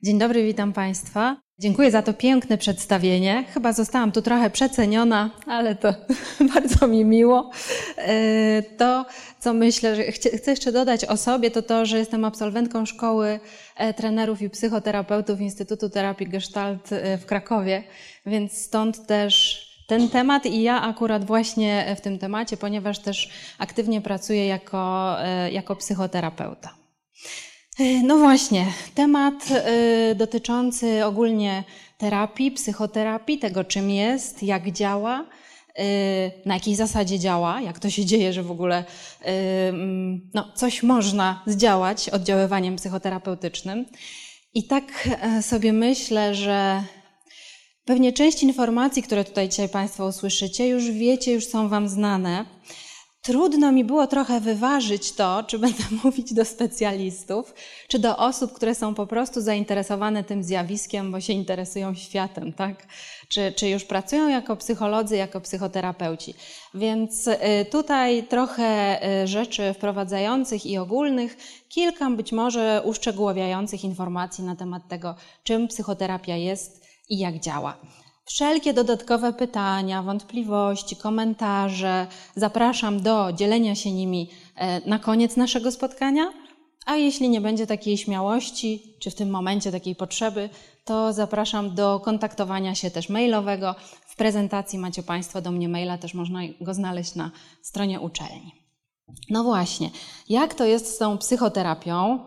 Dzień dobry, witam Państwa. Dziękuję za to piękne przedstawienie. Chyba zostałam tu trochę przeceniona, ale to bardzo mi miło. To, co myślę, że chcę jeszcze dodać o sobie, to, że jestem absolwentką Szkoły Trenerów i Psychoterapeutów Instytutu Terapii Gestalt w Krakowie, więc stąd też ten temat i ja akurat właśnie w tym temacie, ponieważ też aktywnie pracuję jako psychoterapeuta. No właśnie, temat dotyczący ogólnie terapii, psychoterapii, tego czym jest, jak działa, na jakiej zasadzie działa, jak to się dzieje, że w ogóle coś można zdziałać oddziaływaniem psychoterapeutycznym. I tak sobie myślę, że pewnie część informacji, które tutaj dzisiaj Państwo usłyszycie, już wiecie, już są Wam znane. Trudno mi było trochę wyważyć to, czy będę mówić do specjalistów, czy do osób, które są po prostu zainteresowane tym zjawiskiem, bo się interesują światem, tak? Czy już pracują jako psycholodzy, jako psychoterapeuci. Więc tutaj trochę rzeczy wprowadzających i ogólnych, kilka być może uszczegóławiających informacji na temat tego, czym psychoterapia jest i jak działa. Wszelkie dodatkowe pytania, wątpliwości, komentarze zapraszam do dzielenia się nimi na koniec naszego spotkania, a jeśli nie będzie takiej śmiałości, czy w tym momencie takiej potrzeby, to zapraszam do kontaktowania się też mailowego. W prezentacji macie Państwo do mnie maila, też można go znaleźć na stronie uczelni. No właśnie, jak to jest z tą psychoterapią?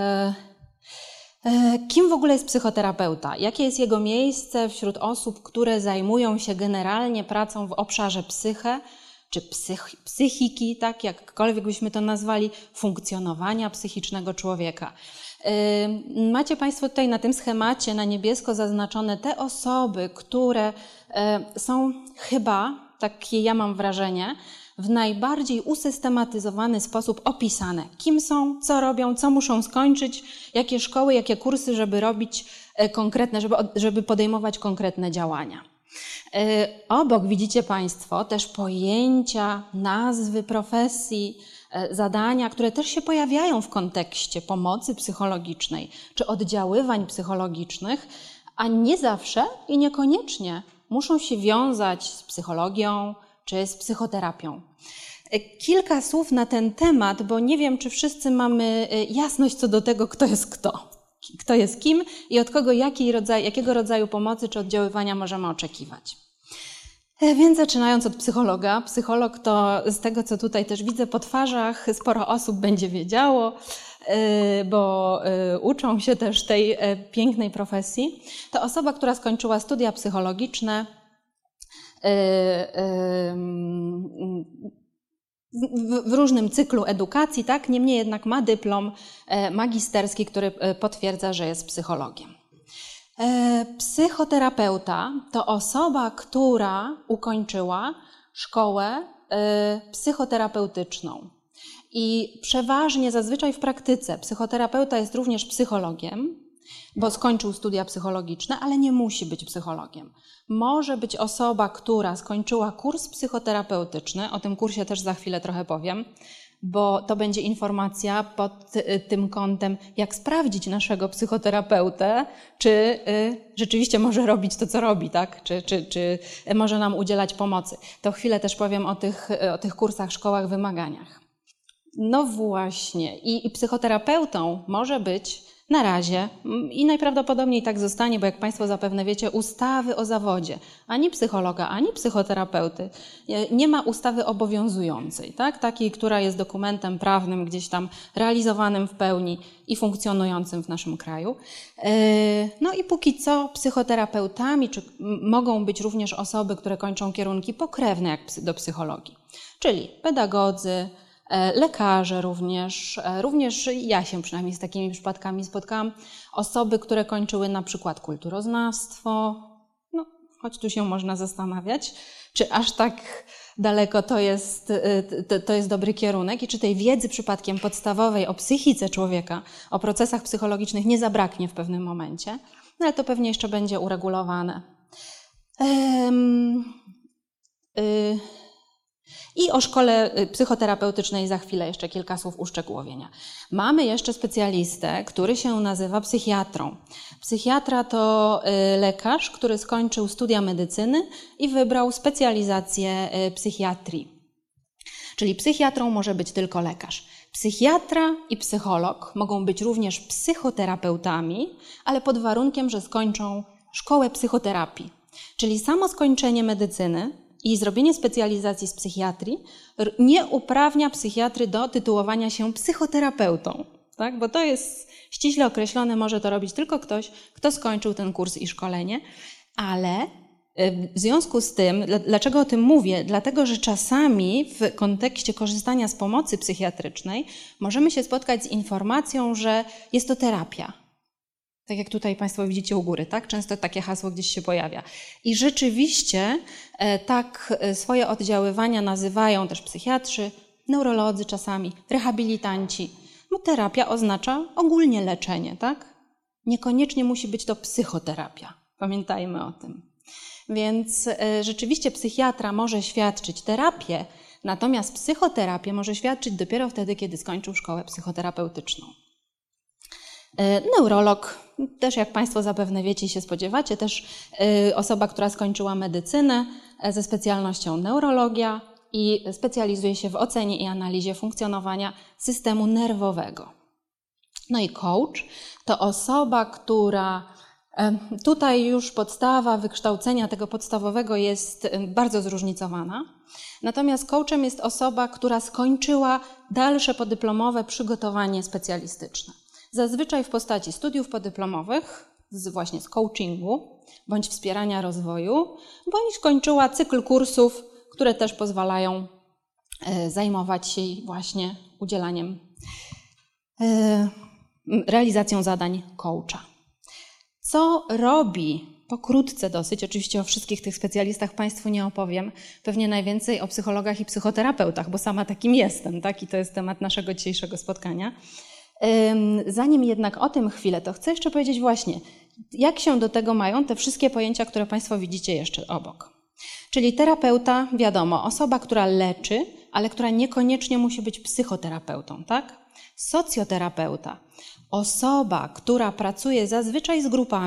Kim w ogóle jest psychoterapeuta? Jakie jest jego miejsce wśród osób, które zajmują się generalnie pracą w obszarze psyche, czy psychiki, tak jakkolwiek byśmy to nazwali, funkcjonowania psychicznego człowieka? Macie Państwo tutaj na tym schemacie na niebiesko zaznaczone te osoby, które są chyba, takie ja mam wrażenie, w najbardziej usystematyzowany sposób opisane. Kim są, co robią, co muszą skończyć, jakie szkoły, jakie kursy, żeby robić konkretne, żeby podejmować konkretne działania. Obok widzicie Państwo też pojęcia, nazwy profesji, zadania, które też się pojawiają w kontekście pomocy psychologicznej czy oddziaływań psychologicznych, a nie zawsze i niekoniecznie muszą się wiązać z psychologią, czy z psychoterapią. Kilka słów na ten temat, bo nie wiem, czy wszyscy mamy jasność co do tego, kto jest kto. Kto jest kim i od kogo jakiego rodzaju pomocy czy oddziaływania możemy oczekiwać. Więc zaczynając od psychologa. Psycholog to z tego, co tutaj też widzę po twarzach, sporo osób będzie wiedziało, bo uczą się też tej pięknej profesji. To osoba, która skończyła studia psychologiczne, w różnym cyklu edukacji, tak? Niemniej jednak ma dyplom magisterski, który potwierdza, że jest psychologiem. Psychoterapeuta to osoba, która ukończyła szkołę psychoterapeutyczną. I przeważnie, zazwyczaj w praktyce, psychoterapeuta jest również psychologiem, bo skończył studia psychologiczne, ale nie musi być psychologiem. Może być osoba, która skończyła kurs psychoterapeutyczny, o tym kursie też za chwilę trochę powiem, bo to będzie informacja pod tym kątem, jak sprawdzić naszego psychoterapeutę, czy rzeczywiście może robić to, co robi, tak? Czy może nam udzielać pomocy. To chwilę też powiem o tych kursach, szkołach, wymaganiach. No właśnie, i psychoterapeutą może być na razie i najprawdopodobniej tak zostanie, bo jak Państwo zapewne wiecie, ustawy o zawodzie ani psychologa, ani psychoterapeuty nie ma ustawy obowiązującej, tak? Takiej, która jest dokumentem prawnym gdzieś tam realizowanym w pełni i funkcjonującym w naszym kraju. No i póki co psychoterapeutami mogą być również osoby, które kończą kierunki pokrewne jak do psychologii, czyli pedagodzy, lekarze również ja się przynajmniej z takimi przypadkami spotkałam, osoby, które kończyły na przykład kulturoznawstwo, no choć tu się można zastanawiać, czy aż tak daleko to jest dobry kierunek i czy tej wiedzy przypadkiem podstawowej o psychice człowieka, o procesach psychologicznych nie zabraknie w pewnym momencie, no ale to pewnie jeszcze będzie uregulowane. I o szkole psychoterapeutycznej za chwilę jeszcze kilka słów uszczegółowienia. Mamy jeszcze specjalistę, który się nazywa psychiatrą. Psychiatra to lekarz, który skończył studia medycyny i wybrał specjalizację psychiatrii. Czyli psychiatrą może być tylko lekarz. Psychiatra i psycholog mogą być również psychoterapeutami, ale pod warunkiem, że skończą szkołę psychoterapii. Czyli samo skończenie medycyny i zrobienie specjalizacji z psychiatrii nie uprawnia psychiatry do tytułowania się psychoterapeutą, tak? Bo to jest ściśle określone, może to robić tylko ktoś, kto skończył ten kurs i szkolenie, ale w związku z tym, dlaczego o tym mówię? Dlatego, że czasami w kontekście korzystania z pomocy psychiatrycznej możemy się spotkać z informacją, że jest to terapia. Tak jak tutaj Państwo widzicie u góry, tak? Często takie hasło gdzieś się pojawia. I rzeczywiście tak swoje oddziaływania nazywają też psychiatrzy, neurolodzy czasami, rehabilitanci. No, terapia oznacza ogólnie leczenie, tak? Niekoniecznie musi być to psychoterapia. Pamiętajmy o tym. Więc rzeczywiście psychiatra może świadczyć terapię, natomiast psychoterapię może świadczyć dopiero wtedy, kiedy skończył szkołę psychoterapeutyczną. Neurolog, też jak Państwo zapewne wiecie i się spodziewacie, też osoba, która skończyła medycynę ze specjalnością neurologia i specjalizuje się w ocenie i analizie funkcjonowania systemu nerwowego. No i coach to osoba, która tutaj już podstawa wykształcenia tego podstawowego jest bardzo zróżnicowana. Natomiast coachem jest osoba, która skończyła dalsze podyplomowe przygotowanie specjalistyczne. Zazwyczaj w postaci studiów podyplomowych, właśnie z coachingu, bądź wspierania rozwoju, bądź skończyła cykl kursów, które też pozwalają zajmować się właśnie udzielaniem, realizacją zadań coacha. Co robi, pokrótce dosyć, oczywiście o wszystkich tych specjalistach Państwu nie opowiem, pewnie najwięcej o psychologach i psychoterapeutach, bo sama takim jestem, tak? I to jest temat naszego dzisiejszego spotkania. Zanim jednak o tym chwilę, to chcę jeszcze powiedzieć właśnie, jak się do tego mają te wszystkie pojęcia, które Państwo widzicie jeszcze obok. Czyli terapeuta, wiadomo, osoba, która leczy, ale która niekoniecznie musi być psychoterapeutą, tak? Socjoterapeuta, osoba, która pracuje zazwyczaj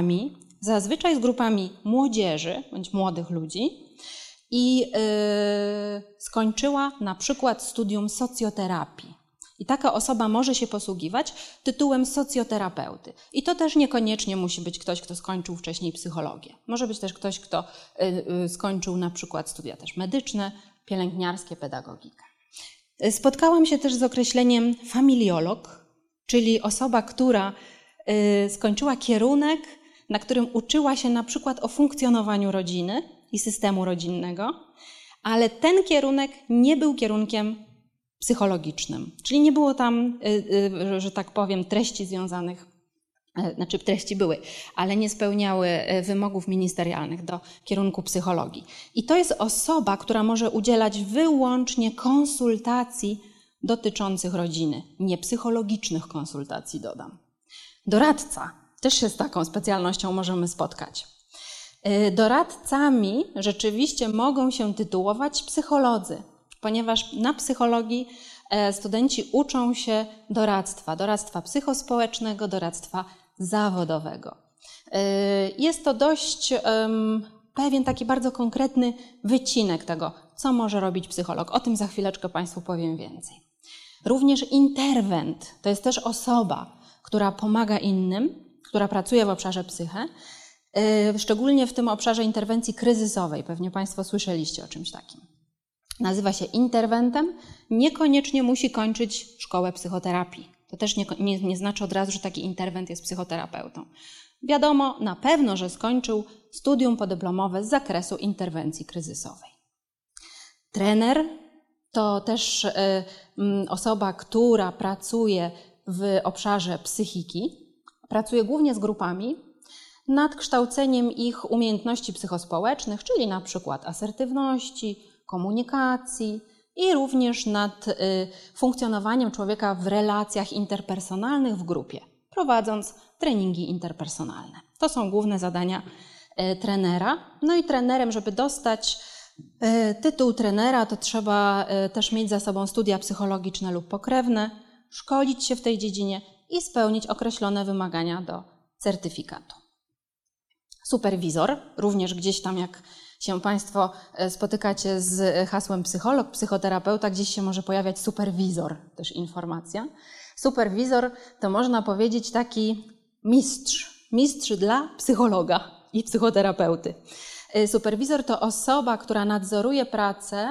z grupami młodzieży bądź młodych ludzi i skończyła na przykład studium socjoterapii. I taka osoba może się posługiwać tytułem socjoterapeuty. I to też niekoniecznie musi być ktoś, kto skończył wcześniej psychologię. Może być też ktoś, kto skończył na przykład studia też medyczne, pielęgniarskie, pedagogikę. Spotkałam się też z określeniem familiolog, czyli osoba, która skończyła kierunek, na którym uczyła się na przykład o funkcjonowaniu rodziny i systemu rodzinnego, ale ten kierunek nie był kierunkiem psychologicznym, czyli nie było tam, że tak powiem, treści związanych, znaczy treści były, ale nie spełniały wymogów ministerialnych do kierunku psychologii. I to jest osoba, która może udzielać wyłącznie konsultacji dotyczących rodziny, nie psychologicznych konsultacji, dodam. Doradca, też się z taką specjalnością możemy spotkać. Doradcami rzeczywiście mogą się tytułować psycholodzy, ponieważ na psychologii studenci uczą się doradztwa psychospołecznego, doradztwa zawodowego. Jest to dość pewien taki bardzo konkretny wycinek tego, co może robić psycholog. O tym za chwileczkę Państwu powiem więcej. Również interwent to jest też osoba, która pomaga innym, która pracuje w obszarze psyche, szczególnie w tym obszarze interwencji kryzysowej. Pewnie Państwo słyszeliście o czymś takim. Nazywa się interwentem, niekoniecznie musi kończyć szkołę psychoterapii. To też nie znaczy od razu, że taki interwent jest psychoterapeutą. Wiadomo na pewno, że skończył studium podyplomowe z zakresu interwencji kryzysowej. Trener to też osoba, która pracuje w obszarze psychiki, pracuje głównie z grupami nad kształceniem ich umiejętności psychospołecznych, czyli na przykład asertywności, komunikacji i również nad funkcjonowaniem człowieka w relacjach interpersonalnych w grupie, prowadząc treningi interpersonalne. To są główne zadania trenera. No i trenerem, żeby dostać Tytuł trenera to trzeba też mieć za sobą studia psychologiczne lub pokrewne, szkolić się w tej dziedzinie i spełnić określone wymagania do certyfikatu. Superwizor, również gdzieś tam jak się Państwo spotykacie z hasłem psycholog, psychoterapeuta, gdzieś się może pojawiać superwizor, też informacja. Superwizor to można powiedzieć taki mistrz dla psychologa i psychoterapeuty. Superwizor to osoba, która nadzoruje pracę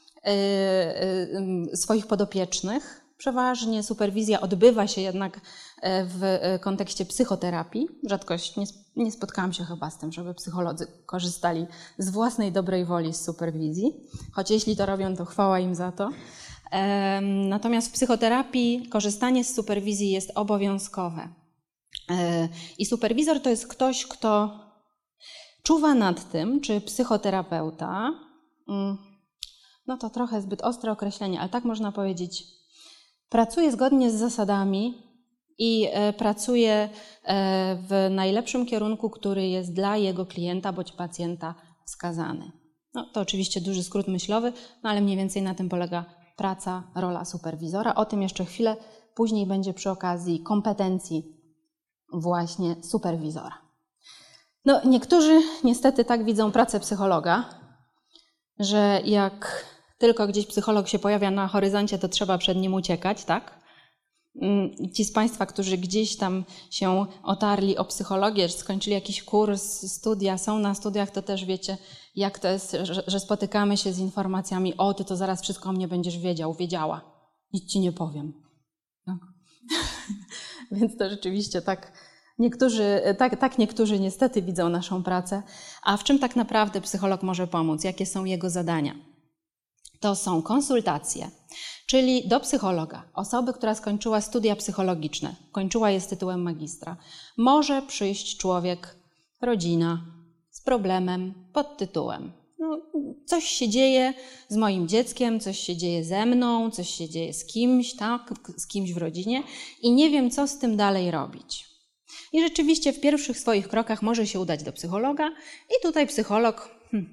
swoich podopiecznych. Przeważnie superwizja odbywa się jednak w kontekście psychoterapii. Rzadkość nie spotkałam się chyba z tym, żeby psycholodzy korzystali z własnej dobrej woli z superwizji, choć jeśli to robią, to chwała im za to. Natomiast w psychoterapii korzystanie z superwizji jest obowiązkowe. I superwizor to jest ktoś, kto czuwa nad tym, czy psychoterapeuta, no to trochę zbyt ostre określenie, ale tak można powiedzieć, pracuje zgodnie z zasadami i pracuje w najlepszym kierunku, który jest dla jego klienta bądź pacjenta wskazany. No, to oczywiście duży skrót myślowy, no ale mniej więcej na tym polega praca, rola superwizora. O tym jeszcze chwilę później będzie przy okazji kompetencji właśnie superwizora. No, niektórzy niestety tak widzą pracę psychologa, że jak tylko gdzieś psycholog się pojawia na horyzoncie, to trzeba przed nim uciekać, tak? Ci z Państwa, którzy gdzieś tam się otarli o psychologię, skończyli jakiś kurs, studia, są na studiach, to też wiecie, jak to jest, że spotykamy się z informacjami: o, ty to zaraz wszystko o mnie będziesz wiedziała. Nic ci nie powiem. No. Więc to rzeczywiście niektórzy niestety widzą naszą pracę. A w czym tak naprawdę psycholog może pomóc? Jakie są jego zadania? To są konsultacje, czyli do psychologa, osoby, która skończyła studia psychologiczne, kończyła je z tytułem magistra, może przyjść człowiek, rodzina z problemem pod tytułem: no, coś się dzieje z moim dzieckiem, coś się dzieje ze mną, coś się dzieje z kimś, tak, z kimś w rodzinie i nie wiem, co z tym dalej robić. I rzeczywiście w pierwszych swoich krokach może się udać do psychologa i tutaj psycholog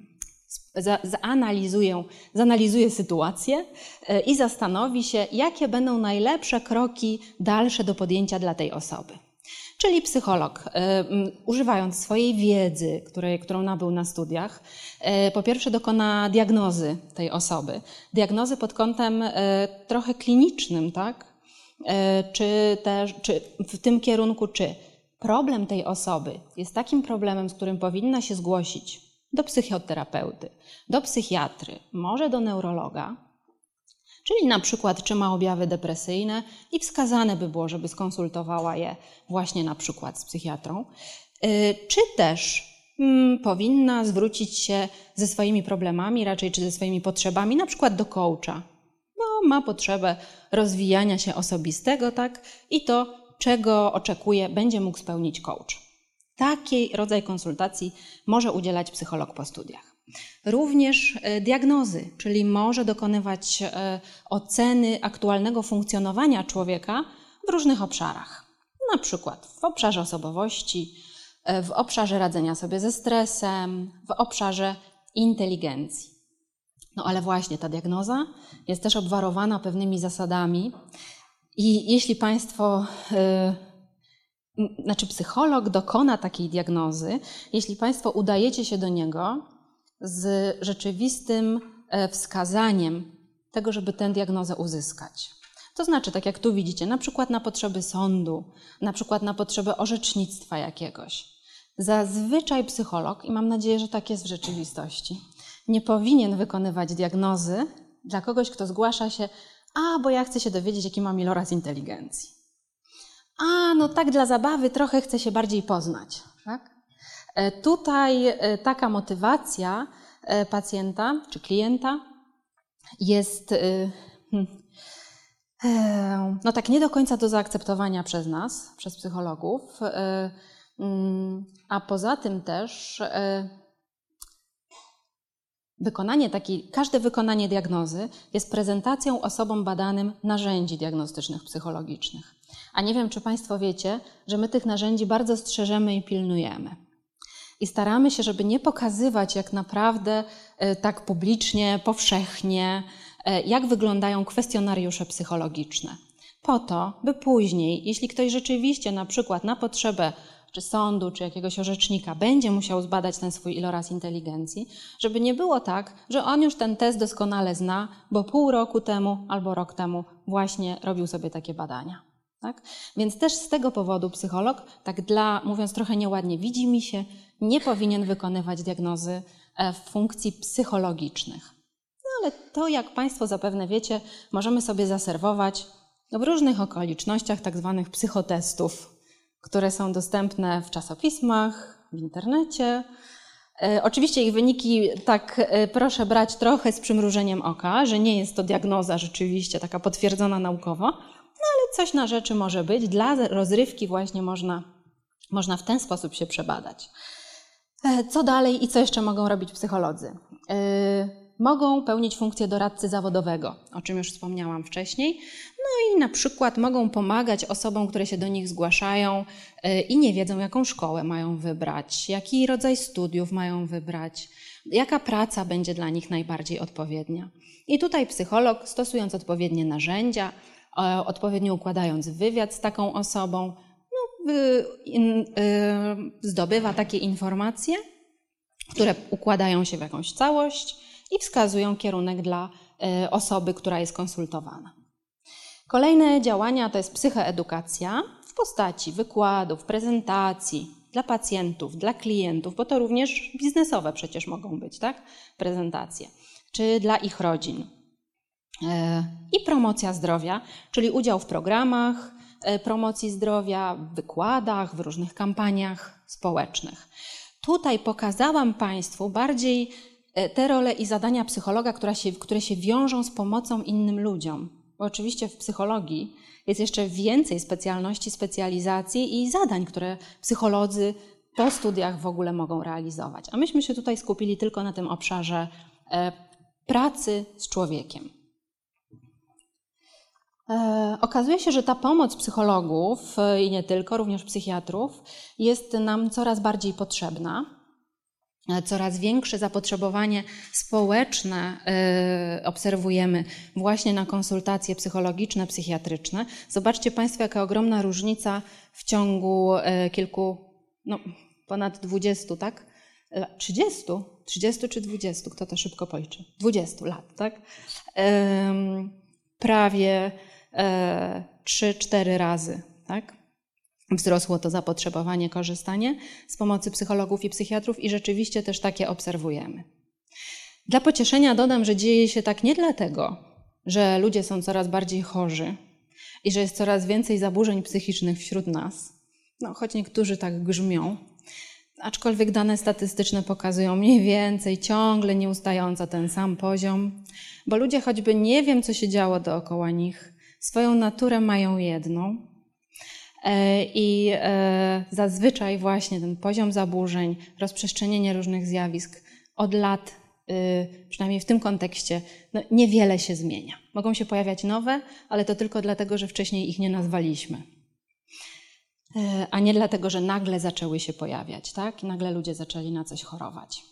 zanalizuje sytuację i zastanowi się, jakie będą najlepsze kroki dalsze do podjęcia dla tej osoby. Czyli psycholog, używając swojej wiedzy, którą nabył na studiach, po pierwsze dokona diagnozy tej osoby. Diagnozy pod kątem trochę klinicznym, tak? Czy w tym kierunku, czy problem tej osoby jest takim problemem, z którym powinna się zgłosić do psychoterapeuty, do psychiatry, może do neurologa, czyli na przykład czy ma objawy depresyjne i wskazane by było, żeby skonsultowała je właśnie na przykład z psychiatrą, czy też powinna zwrócić się ze swoimi problemami, raczej czy ze swoimi potrzebami, na przykład do coacha, bo ma potrzebę rozwijania się osobistego, tak? I to, czego oczekuje, będzie mógł spełnić coach. Taki rodzaj konsultacji może udzielać psycholog po studiach. Również diagnozy, czyli może dokonywać oceny aktualnego funkcjonowania człowieka w różnych obszarach. Na przykład w obszarze osobowości, w obszarze radzenia sobie ze stresem, w obszarze inteligencji. No ale właśnie ta diagnoza jest też obwarowana pewnymi zasadami i jeśli Państwo... psycholog dokona takiej diagnozy, jeśli Państwo udajecie się do niego z rzeczywistym wskazaniem tego, żeby tę diagnozę uzyskać. To znaczy, tak jak tu widzicie, na przykład na potrzeby sądu, na przykład na potrzeby orzecznictwa jakiegoś. Zazwyczaj psycholog, i mam nadzieję, że tak jest w rzeczywistości, nie powinien wykonywać diagnozy dla kogoś, kto zgłasza się: bo ja chcę się dowiedzieć, jaki mam iloraz inteligencji. No tak dla zabawy trochę chcę się bardziej poznać. Tak? Tutaj taka motywacja pacjenta czy klienta jest tak nie do końca do zaakceptowania przez nas, przez psychologów, a poza tym też każde wykonanie diagnozy jest prezentacją osobom badanym narzędzi diagnostycznych, psychologicznych. A nie wiem, czy Państwo wiecie, że my tych narzędzi bardzo strzeżemy i pilnujemy. I staramy się, żeby nie pokazywać jak naprawdę tak publicznie, powszechnie, jak wyglądają kwestionariusze psychologiczne. Po to, by później, jeśli ktoś rzeczywiście na przykład na potrzebę czy sądu, czy jakiegoś orzecznika będzie musiał zbadać ten swój iloraz inteligencji, żeby nie było tak, że on już ten test doskonale zna, bo pół roku temu albo rok temu właśnie robił sobie takie badania. Tak? Więc też z tego powodu psycholog, tak mówiąc trochę nieładnie, widzi mi się, nie powinien wykonywać diagnozy w funkcji psychologicznych. No ale to, jak Państwo zapewne wiecie, możemy sobie zaserwować w różnych okolicznościach tak zwanych psychotestów, które są dostępne w czasopismach, w internecie. Oczywiście ich wyniki tak proszę brać trochę z przymrużeniem oka, że nie jest to diagnoza rzeczywiście taka potwierdzona naukowo, no ale coś na rzeczy może być. Dla rozrywki właśnie można w ten sposób się przebadać. Co dalej i co jeszcze mogą robić psycholodzy? Mogą pełnić funkcję doradcy zawodowego, o czym już wspomniałam wcześniej. No i na przykład mogą pomagać osobom, które się do nich zgłaszają i nie wiedzą, jaką szkołę mają wybrać, jaki rodzaj studiów mają wybrać, jaka praca będzie dla nich najbardziej odpowiednia. I tutaj psycholog, stosując odpowiednie narzędzia, odpowiednio układając wywiad z taką osobą, zdobywa takie informacje, które układają się w jakąś całość i wskazują kierunek dla osoby, która jest konsultowana. Kolejne działania to jest psychoedukacja w postaci wykładów, prezentacji dla pacjentów, dla klientów, bo to również biznesowe przecież mogą być, tak? Prezentacje, czy dla ich rodzin. I promocja zdrowia, czyli udział w programach promocji zdrowia, w wykładach, w różnych kampaniach społecznych. Tutaj pokazałam Państwu bardziej te role i zadania psychologa, które się wiążą z pomocą innym ludziom. Bo oczywiście w psychologii jest jeszcze więcej specjalności, specjalizacji i zadań, które psycholodzy po studiach w ogóle mogą realizować. A myśmy się tutaj skupili tylko na tym obszarze pracy z człowiekiem. Okazuje się, że ta pomoc psychologów i nie tylko, również psychiatrów jest nam coraz bardziej potrzebna. Coraz większe zapotrzebowanie społeczne obserwujemy właśnie na konsultacje psychologiczne, psychiatryczne. Zobaczcie Państwo, jaka ogromna różnica w ciągu ponad 20, tak? 30 czy 20, kto to szybko policzy? 20 lat, tak? Prawie 3-4 razy, tak? Wzrosło to zapotrzebowanie, korzystanie z pomocy psychologów i psychiatrów i rzeczywiście też takie obserwujemy. Dla pocieszenia dodam, że dzieje się tak nie dlatego, że ludzie są coraz bardziej chorzy i że jest coraz więcej zaburzeń psychicznych wśród nas, choć niektórzy tak grzmią, aczkolwiek dane statystyczne pokazują mniej więcej ciągle nieustająco ten sam poziom, bo ludzie choćby nie wiem, co się działo dookoła nich, swoją naturę mają jedną, i zazwyczaj właśnie ten poziom zaburzeń, rozprzestrzenienie różnych zjawisk od lat, przynajmniej w tym kontekście, niewiele się zmienia. Mogą się pojawiać nowe, ale to tylko dlatego, że wcześniej ich nie nazwaliśmy. A nie dlatego, że nagle zaczęły się pojawiać, tak? I nagle ludzie zaczęli na coś chorować.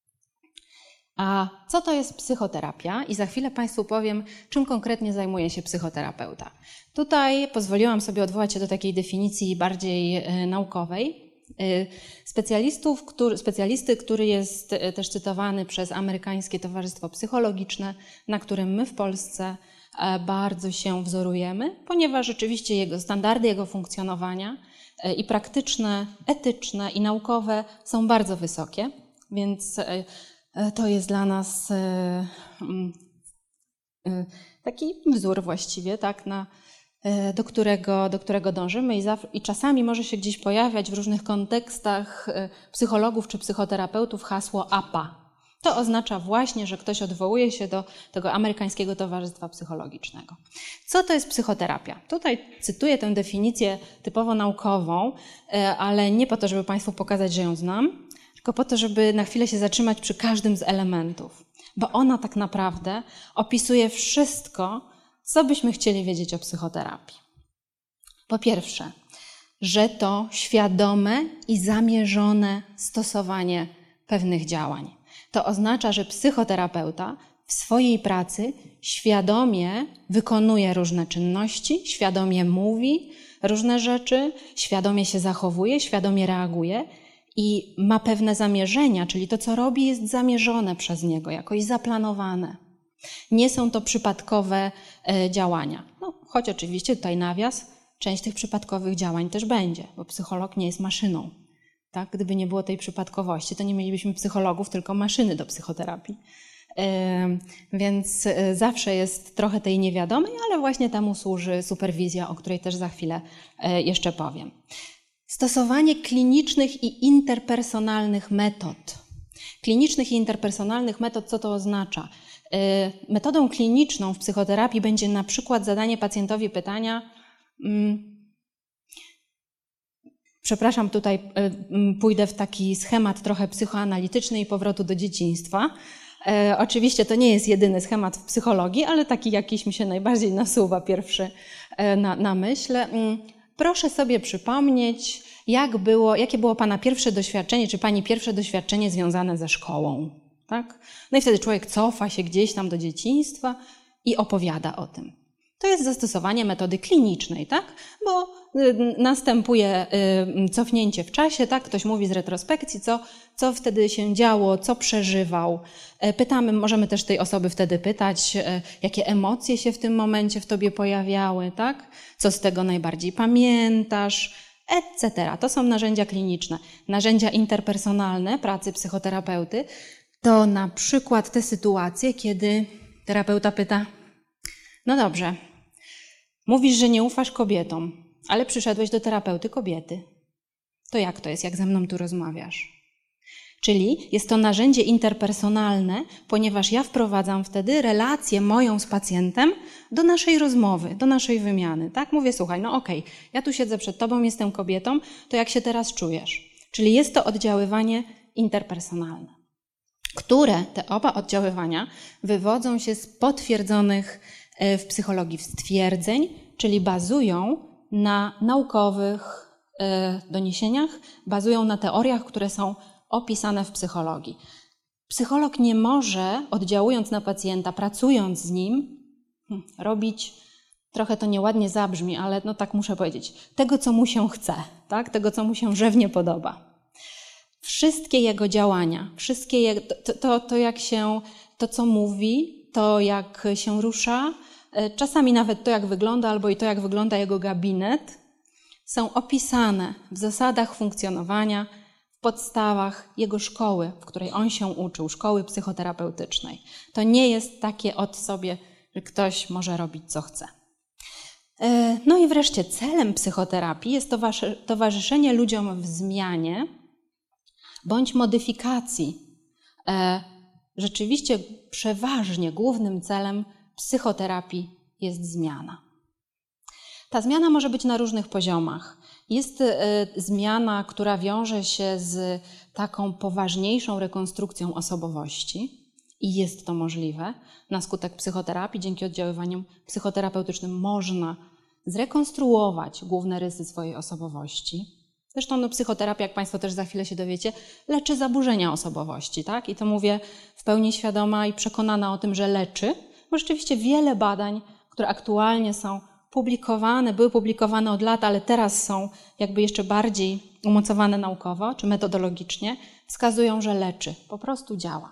A co to jest psychoterapia? I za chwilę Państwu powiem, czym konkretnie zajmuje się psychoterapeuta. Tutaj pozwoliłam sobie odwołać się do takiej definicji bardziej naukowej. Specjalisty, który jest też cytowany przez Amerykańskie Towarzystwo Psychologiczne, na którym my w Polsce bardzo się wzorujemy, ponieważ rzeczywiście jego standardy, jego funkcjonowania i praktyczne, etyczne i naukowe są bardzo wysokie, więc to jest dla nas taki wzór właściwie, tak, do którego dążymy i czasami może się gdzieś pojawiać w różnych kontekstach psychologów czy psychoterapeutów hasło APA. To oznacza właśnie, że ktoś odwołuje się do tego Amerykańskiego Towarzystwa Psychologicznego. Co to jest psychoterapia? Tutaj cytuję tę definicję typowo naukową, ale nie po to, żeby Państwu pokazać, że ją znam, tylko po to, żeby na chwilę się zatrzymać przy każdym z elementów, bo ona tak naprawdę opisuje wszystko, co byśmy chcieli wiedzieć o psychoterapii. Po pierwsze, że to świadome i zamierzone stosowanie pewnych działań. To oznacza, że psychoterapeuta w swojej pracy świadomie wykonuje różne czynności, świadomie mówi różne rzeczy, świadomie się zachowuje, świadomie reaguje i ma pewne zamierzenia, czyli to, co robi, jest zamierzone przez niego, jakoś zaplanowane. Nie są to przypadkowe działania. No, choć oczywiście tutaj nawias, część tych przypadkowych działań też będzie, bo psycholog nie jest maszyną. Tak? Gdyby nie było tej przypadkowości, to nie mielibyśmy psychologów, tylko maszyny do psychoterapii. Więc zawsze jest trochę tej niewiadomej, ale właśnie temu służy superwizja, o której też za chwilę jeszcze powiem. Stosowanie klinicznych i interpersonalnych metod. Klinicznych i interpersonalnych metod, co to oznacza? Metodą kliniczną w psychoterapii będzie na przykład zadanie pacjentowi pytania, przepraszam, tutaj pójdę w taki schemat trochę psychoanalityczny i powrotu do dzieciństwa. Oczywiście to nie jest jedyny schemat w psychologii, ale taki jakiś mi się najbardziej nasuwa pierwszy na myśl. Proszę sobie przypomnieć, jakie było Pana pierwsze doświadczenie, czy Pani pierwsze doświadczenie związane ze szkołą. Tak? No i wtedy człowiek cofa się gdzieś tam do dzieciństwa i opowiada o tym. To jest zastosowanie metody klinicznej, tak? Bo następuje cofnięcie w czasie, tak? Ktoś mówi z retrospekcji, co wtedy się działo, co przeżywał. Pytamy, możemy też tej osoby wtedy pytać, jakie emocje się w tym momencie w tobie pojawiały, tak? Co z tego najbardziej pamiętasz, etc. To są narzędzia kliniczne. Narzędzia interpersonalne pracy psychoterapeuty to na przykład te sytuacje, kiedy terapeuta pyta, no dobrze, mówisz, że nie ufasz kobietom, ale przyszedłeś do terapeuty kobiety. To jak to jest, jak ze mną tu rozmawiasz? Czyli jest to narzędzie interpersonalne, ponieważ ja wprowadzam wtedy relację moją z pacjentem do naszej rozmowy, do naszej wymiany. Tak? Mówię, słuchaj, no okej, ja tu siedzę przed tobą, jestem kobietą, to jak się teraz czujesz? Czyli jest to oddziaływanie interpersonalne, które te oba oddziaływania wywodzą się z potwierdzonych w psychologii stwierdzeń, czyli bazują na naukowych doniesieniach, bazują na teoriach, które są opisane w psychologii. Psycholog nie może, oddziałując na pacjenta, pracując z nim, robić, trochę to nieładnie zabrzmi, ale no tak muszę powiedzieć, tego, co mu się chce, tak? Tego, co mu się rzewnie podoba. Wszystkie jego działania, wszystkie to, co mówi, to, jak się rusza, czasami nawet to, jak wygląda, albo i to, jak wygląda jego gabinet, są opisane w zasadach funkcjonowania, w podstawach jego szkoły, w której on się uczył, szkoły psychoterapeutycznej. To nie jest takie od sobie, że ktoś może robić, co chce. No i wreszcie celem psychoterapii jest towarzyszenie ludziom w zmianie bądź modyfikacji. Rzeczywiście przeważnie głównym celem psychoterapii jest zmiana. Ta zmiana może być na różnych poziomach. Jest zmiana, która wiąże się z taką poważniejszą rekonstrukcją osobowości i jest to możliwe. Na skutek psychoterapii, dzięki oddziaływaniom psychoterapeutycznym można zrekonstruować główne rysy swojej osobowości. Zresztą psychoterapia, jak Państwo też za chwilę się dowiecie, leczy zaburzenia osobowości, tak? I to mówię w pełni świadoma i przekonana o tym, że leczy, bo rzeczywiście wiele badań, które aktualnie są publikowane, były publikowane od lat, ale teraz są jakby jeszcze bardziej umocowane naukowo czy metodologicznie, wskazują, że leczy, po prostu działa.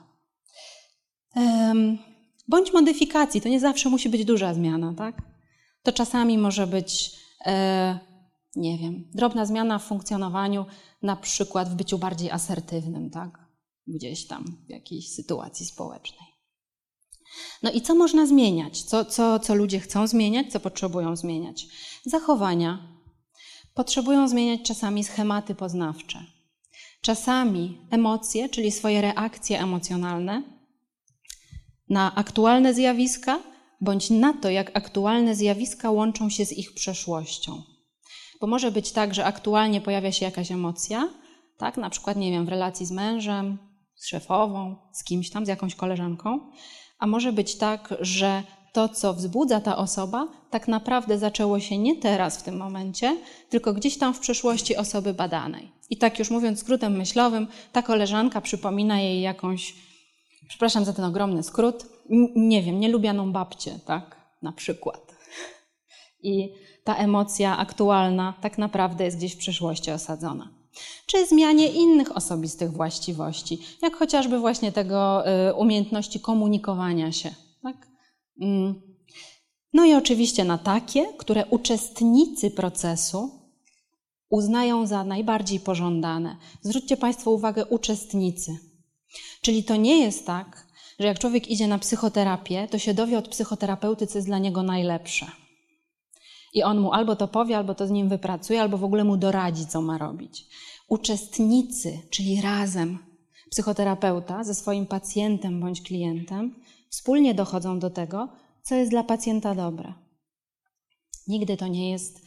Bądź modyfikacji, to nie zawsze musi być duża zmiana, tak? To czasami może być, nie wiem, drobna zmiana w funkcjonowaniu, na przykład w byciu bardziej asertywnym, tak? Gdzieś tam w jakiejś sytuacji społecznej. No i co można zmieniać? Co ludzie chcą zmieniać? Co potrzebują zmieniać? Zachowania. Potrzebują zmieniać czasami schematy poznawcze. Czasami emocje, czyli swoje reakcje emocjonalne na aktualne zjawiska, bądź na to, jak aktualne zjawiska łączą się z ich przeszłością. Bo może być tak, że aktualnie pojawia się jakaś emocja, tak? Na przykład, nie wiem, w relacji z mężem, z szefową, z kimś tam, z jakąś koleżanką, a może być tak, że to, co wzbudza ta osoba, tak naprawdę zaczęło się nie teraz w tym momencie, tylko gdzieś tam w przeszłości osoby badanej. I tak już mówiąc skrótem myślowym, ta koleżanka przypomina jej jakąś, przepraszam za ten ogromny skrót, nie wiem, nielubianą babcię, tak, na przykład. I ta emocja aktualna tak naprawdę jest gdzieś w przeszłości osadzona. Czy zmianie innych osobistych właściwości, jak chociażby właśnie tego umiejętności komunikowania się. Tak? No i oczywiście na takie, które uczestnicy procesu uznają za najbardziej pożądane. Zwróćcie Państwo uwagę, uczestnicy. Czyli to nie jest tak, że jak człowiek idzie na psychoterapię, to się dowie od psychoterapeuty, co jest dla niego najlepsze. I on mu albo to powie, albo to z nim wypracuje, albo w ogóle mu doradzi, co ma robić. Uczestnicy, czyli razem psychoterapeuta ze swoim pacjentem bądź klientem, wspólnie dochodzą do tego, co jest dla pacjenta dobre. Nigdy to nie jest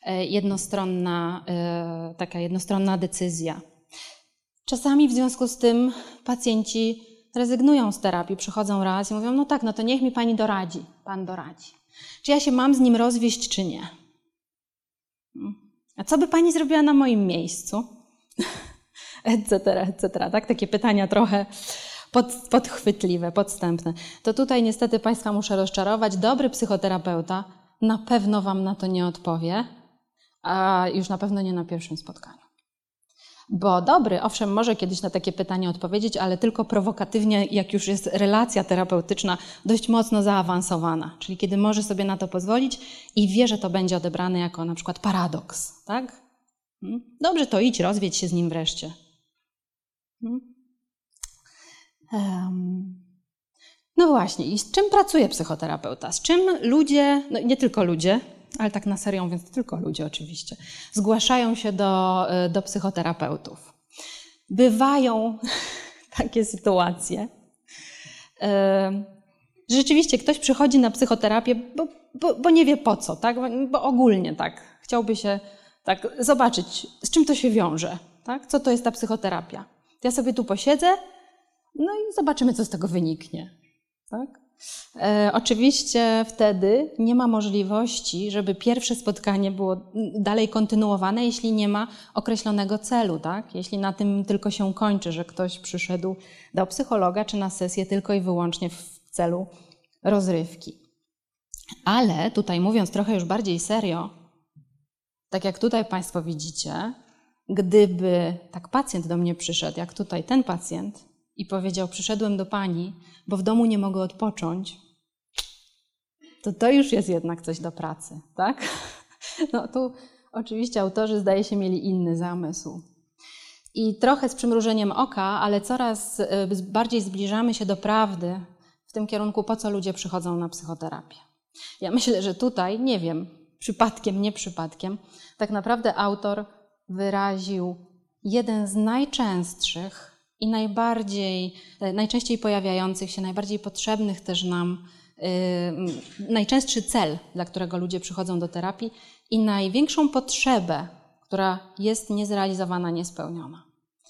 taka jednostronna decyzja. Czasami w związku z tym pacjenci rezygnują z terapii, przychodzą raz i mówią, no tak, no to niech mi pani doradzi, pan doradzi. Czy ja się mam z nim rozwieść, czy nie? A co by pani zrobiła na moim miejscu? Etc., etc. Tak? Takie pytania trochę podchwytliwe, podstępne. To tutaj niestety Państwa muszę rozczarować. Dobry psychoterapeuta na pewno Wam na to nie odpowie, a już na pewno nie na pierwszym spotkaniu. Bo dobry, owszem, może kiedyś na takie pytanie odpowiedzieć, ale tylko prowokatywnie, jak już jest relacja terapeutyczna dość mocno zaawansowana. Czyli kiedy może sobie na to pozwolić i wie, że to będzie odebrane jako na przykład paradoks. Tak? Dobrze, to idź, rozwiedź się z nim wreszcie. No właśnie, i z czym pracuje psychoterapeuta? Z czym ludzie, no nie tylko ludzie, ale tak na serio mówiąc, tylko ludzie oczywiście, zgłaszają się do psychoterapeutów. Bywają takie sytuacje, że rzeczywiście ktoś przychodzi na psychoterapię, bo nie wie po co, tak? Bo ogólnie tak, chciałby się tak zobaczyć, z czym to się wiąże, tak? Co to jest ta psychoterapia. Ja sobie tu posiedzę, no i zobaczymy, co z tego wyniknie. Tak? Oczywiście wtedy nie ma możliwości, żeby pierwsze spotkanie było dalej kontynuowane, jeśli nie ma określonego celu, tak? Jeśli na tym tylko się kończy, że ktoś przyszedł do psychologa czy na sesję tylko i wyłącznie w celu rozrywki. Ale tutaj mówiąc trochę już bardziej serio, tak jak tutaj Państwo widzicie, gdyby tak pacjent do mnie przyszedł, jak tutaj ten pacjent, i powiedział, przyszedłem do pani, bo w domu nie mogę odpocząć, to już jest jednak coś do pracy, tak? No tu oczywiście autorzy zdaje się mieli inny zamysł. I trochę z przymrużeniem oka, ale coraz bardziej zbliżamy się do prawdy w tym kierunku, po co ludzie przychodzą na psychoterapię. Ja myślę, że tutaj, nie wiem, przypadkiem, nie przypadkiem, tak naprawdę autor wyraził jeden z najczęstszych i najczęściej pojawiających się, najbardziej potrzebnych też nam, najczęstszy cel, dla którego ludzie przychodzą do terapii i największą potrzebę, która jest niezrealizowana, niespełniona.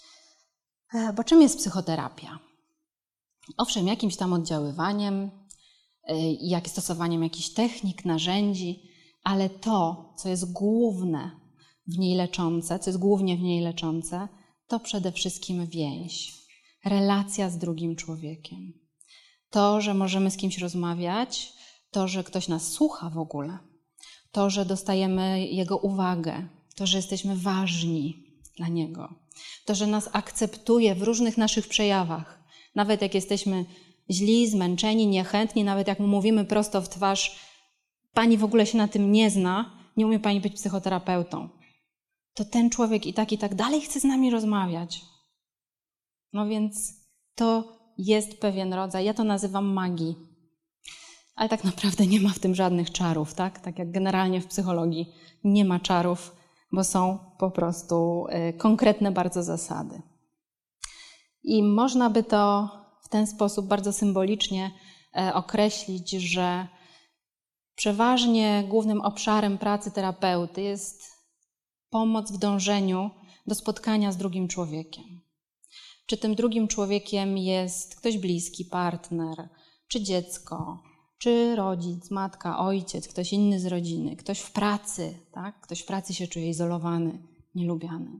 Bo czym jest psychoterapia? Owszem, jakimś tam oddziaływaniem, jak stosowaniem jakichś technik, narzędzi, ale to, co jest główne w niej leczące, co jest głównie w niej leczące, to przede wszystkim więź, relacja z drugim człowiekiem. To, że możemy z kimś rozmawiać, to, że ktoś nas słucha w ogóle, to, że dostajemy jego uwagę, to, że jesteśmy ważni dla niego, to, że nas akceptuje w różnych naszych przejawach, nawet jak jesteśmy źli, zmęczeni, niechętni, nawet jak mu mówimy prosto w twarz, pani w ogóle się na tym nie zna, nie umie pani być psychoterapeutą. To ten człowiek i tak dalej chce z nami rozmawiać. No więc to jest pewien rodzaj, ja to nazywam magii. Ale tak naprawdę nie ma w tym żadnych czarów, tak? Tak jak generalnie w psychologii nie ma czarów, bo są po prostu konkretne bardzo zasady. I można by to w ten sposób bardzo symbolicznie określić, że przeważnie głównym obszarem pracy terapeuty jest pomoc w dążeniu do spotkania z drugim człowiekiem. Czy tym drugim człowiekiem jest ktoś bliski, partner, czy dziecko, czy rodzic, matka, ojciec, ktoś inny z rodziny, ktoś w pracy, tak? Ktoś w pracy się czuje izolowany, nielubiany.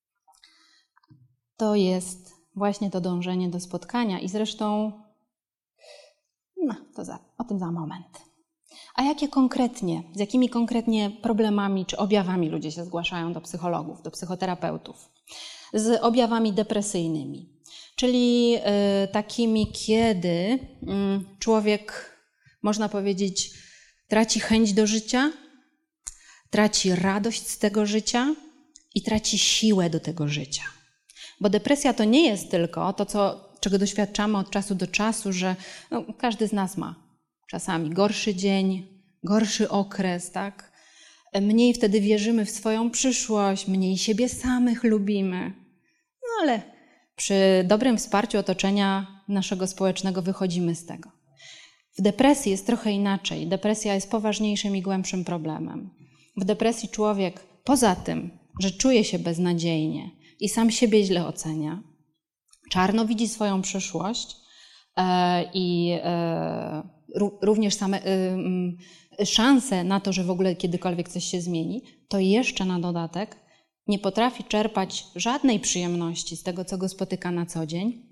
To jest właśnie to dążenie do spotkania i zresztą o tym za moment. A z jakimi konkretnie problemami czy objawami ludzie się zgłaszają do psychologów, do psychoterapeutów? Z objawami depresyjnymi, czyli takimi, kiedy człowiek, można powiedzieć, traci chęć do życia, traci radość z tego życia i traci siłę do tego życia. Bo depresja to nie jest tylko to, czego doświadczamy od czasu do czasu, że każdy z nas ma czasami gorszy dzień, gorszy okres, tak? Mniej wtedy wierzymy w swoją przyszłość, mniej siebie samych lubimy. No ale przy dobrym wsparciu otoczenia naszego społecznego wychodzimy z tego. W depresji jest trochę inaczej. Depresja jest poważniejszym i głębszym problemem. W depresji człowiek, poza tym, że czuje się beznadziejnie i sam siebie źle ocenia, czarno widzi swoją przyszłość i również same szanse na to, że w ogóle kiedykolwiek coś się zmieni, to jeszcze na dodatek nie potrafi czerpać żadnej przyjemności z tego, co go spotyka na co dzień.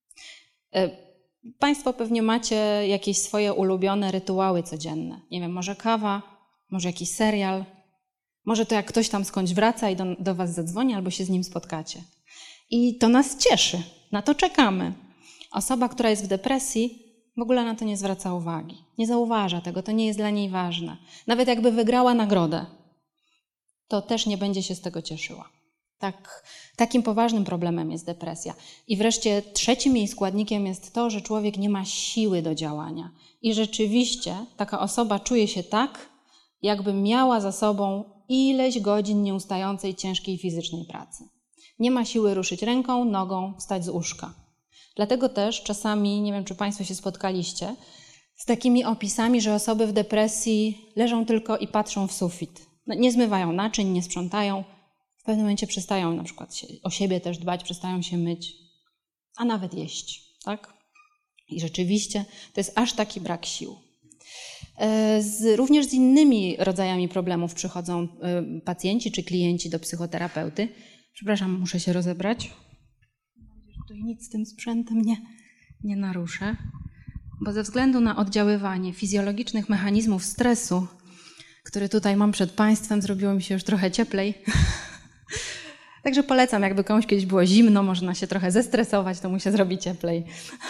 Państwo pewnie macie jakieś swoje ulubione rytuały codzienne. Nie wiem, może kawa, może jakiś serial, może to jak ktoś tam skądś wraca i do was zadzwoni albo się z nim spotkacie. I to nas cieszy, na to czekamy. Osoba, która jest w depresji, w ogóle na to nie zwraca uwagi. Nie zauważa tego, to nie jest dla niej ważne. Nawet jakby wygrała nagrodę, to też nie będzie się z tego cieszyła. Takim poważnym problemem jest depresja. I wreszcie trzecim jej składnikiem jest to, że człowiek nie ma siły do działania. I rzeczywiście taka osoba czuje się tak, jakby miała za sobą ileś godzin nieustającej, ciężkiej fizycznej pracy. Nie ma siły ruszyć ręką, nogą, wstać z łóżka. Dlatego też czasami, nie wiem, czy Państwo się spotkaliście, z takimi opisami, że osoby w depresji leżą tylko i patrzą w sufit. Nie zmywają naczyń, nie sprzątają. W pewnym momencie przestają na przykład o siebie też dbać, przestają się myć, a nawet jeść, tak? I rzeczywiście to jest aż taki brak sił. Również z innymi rodzajami problemów przychodzą pacjenci czy klienci do psychoterapeuty. Przepraszam, muszę się rozebrać. Mam nadzieję, że tutaj nic z tym sprzętem nie naruszę, bo ze względu na oddziaływanie fizjologicznych mechanizmów stresu, który tutaj mam przed Państwem, zrobiło mi się już trochę cieplej. Także polecam, jakby komuś kiedyś było zimno, można się trochę zestresować, to mu się zrobi cieplej.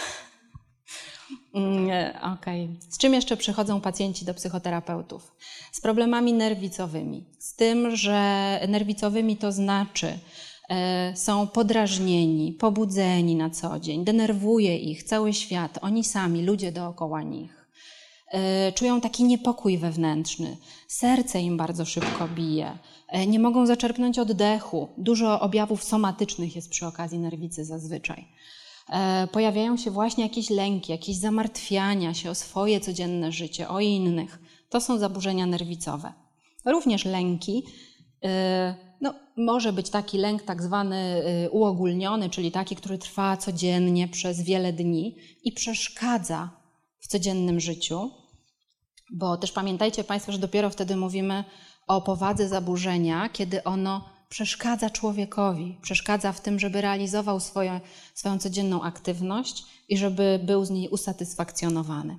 Okej. Z czym jeszcze przychodzą pacjenci do psychoterapeutów? Z problemami nerwicowymi. Z tym, że nerwicowymi to znaczy są podrażnieni, pobudzeni na co dzień, denerwuje ich cały świat, oni sami, ludzie dookoła nich. Czują taki niepokój wewnętrzny, serce im bardzo szybko bije, nie mogą zaczerpnąć oddechu. Dużo objawów somatycznych jest przy okazji nerwicy zazwyczaj. Pojawiają się właśnie jakieś lęki, jakieś zamartwiania się o swoje codzienne życie, o innych. To są zaburzenia nerwicowe. Również lęki, może być taki lęk tak zwany uogólniony, czyli taki, który trwa codziennie przez wiele dni i przeszkadza w codziennym życiu, bo też pamiętajcie Państwo, że dopiero wtedy mówimy o powadze zaburzenia, kiedy ono przeszkadza człowiekowi, przeszkadza w tym, żeby realizował swoją codzienną aktywność i żeby był z niej usatysfakcjonowany.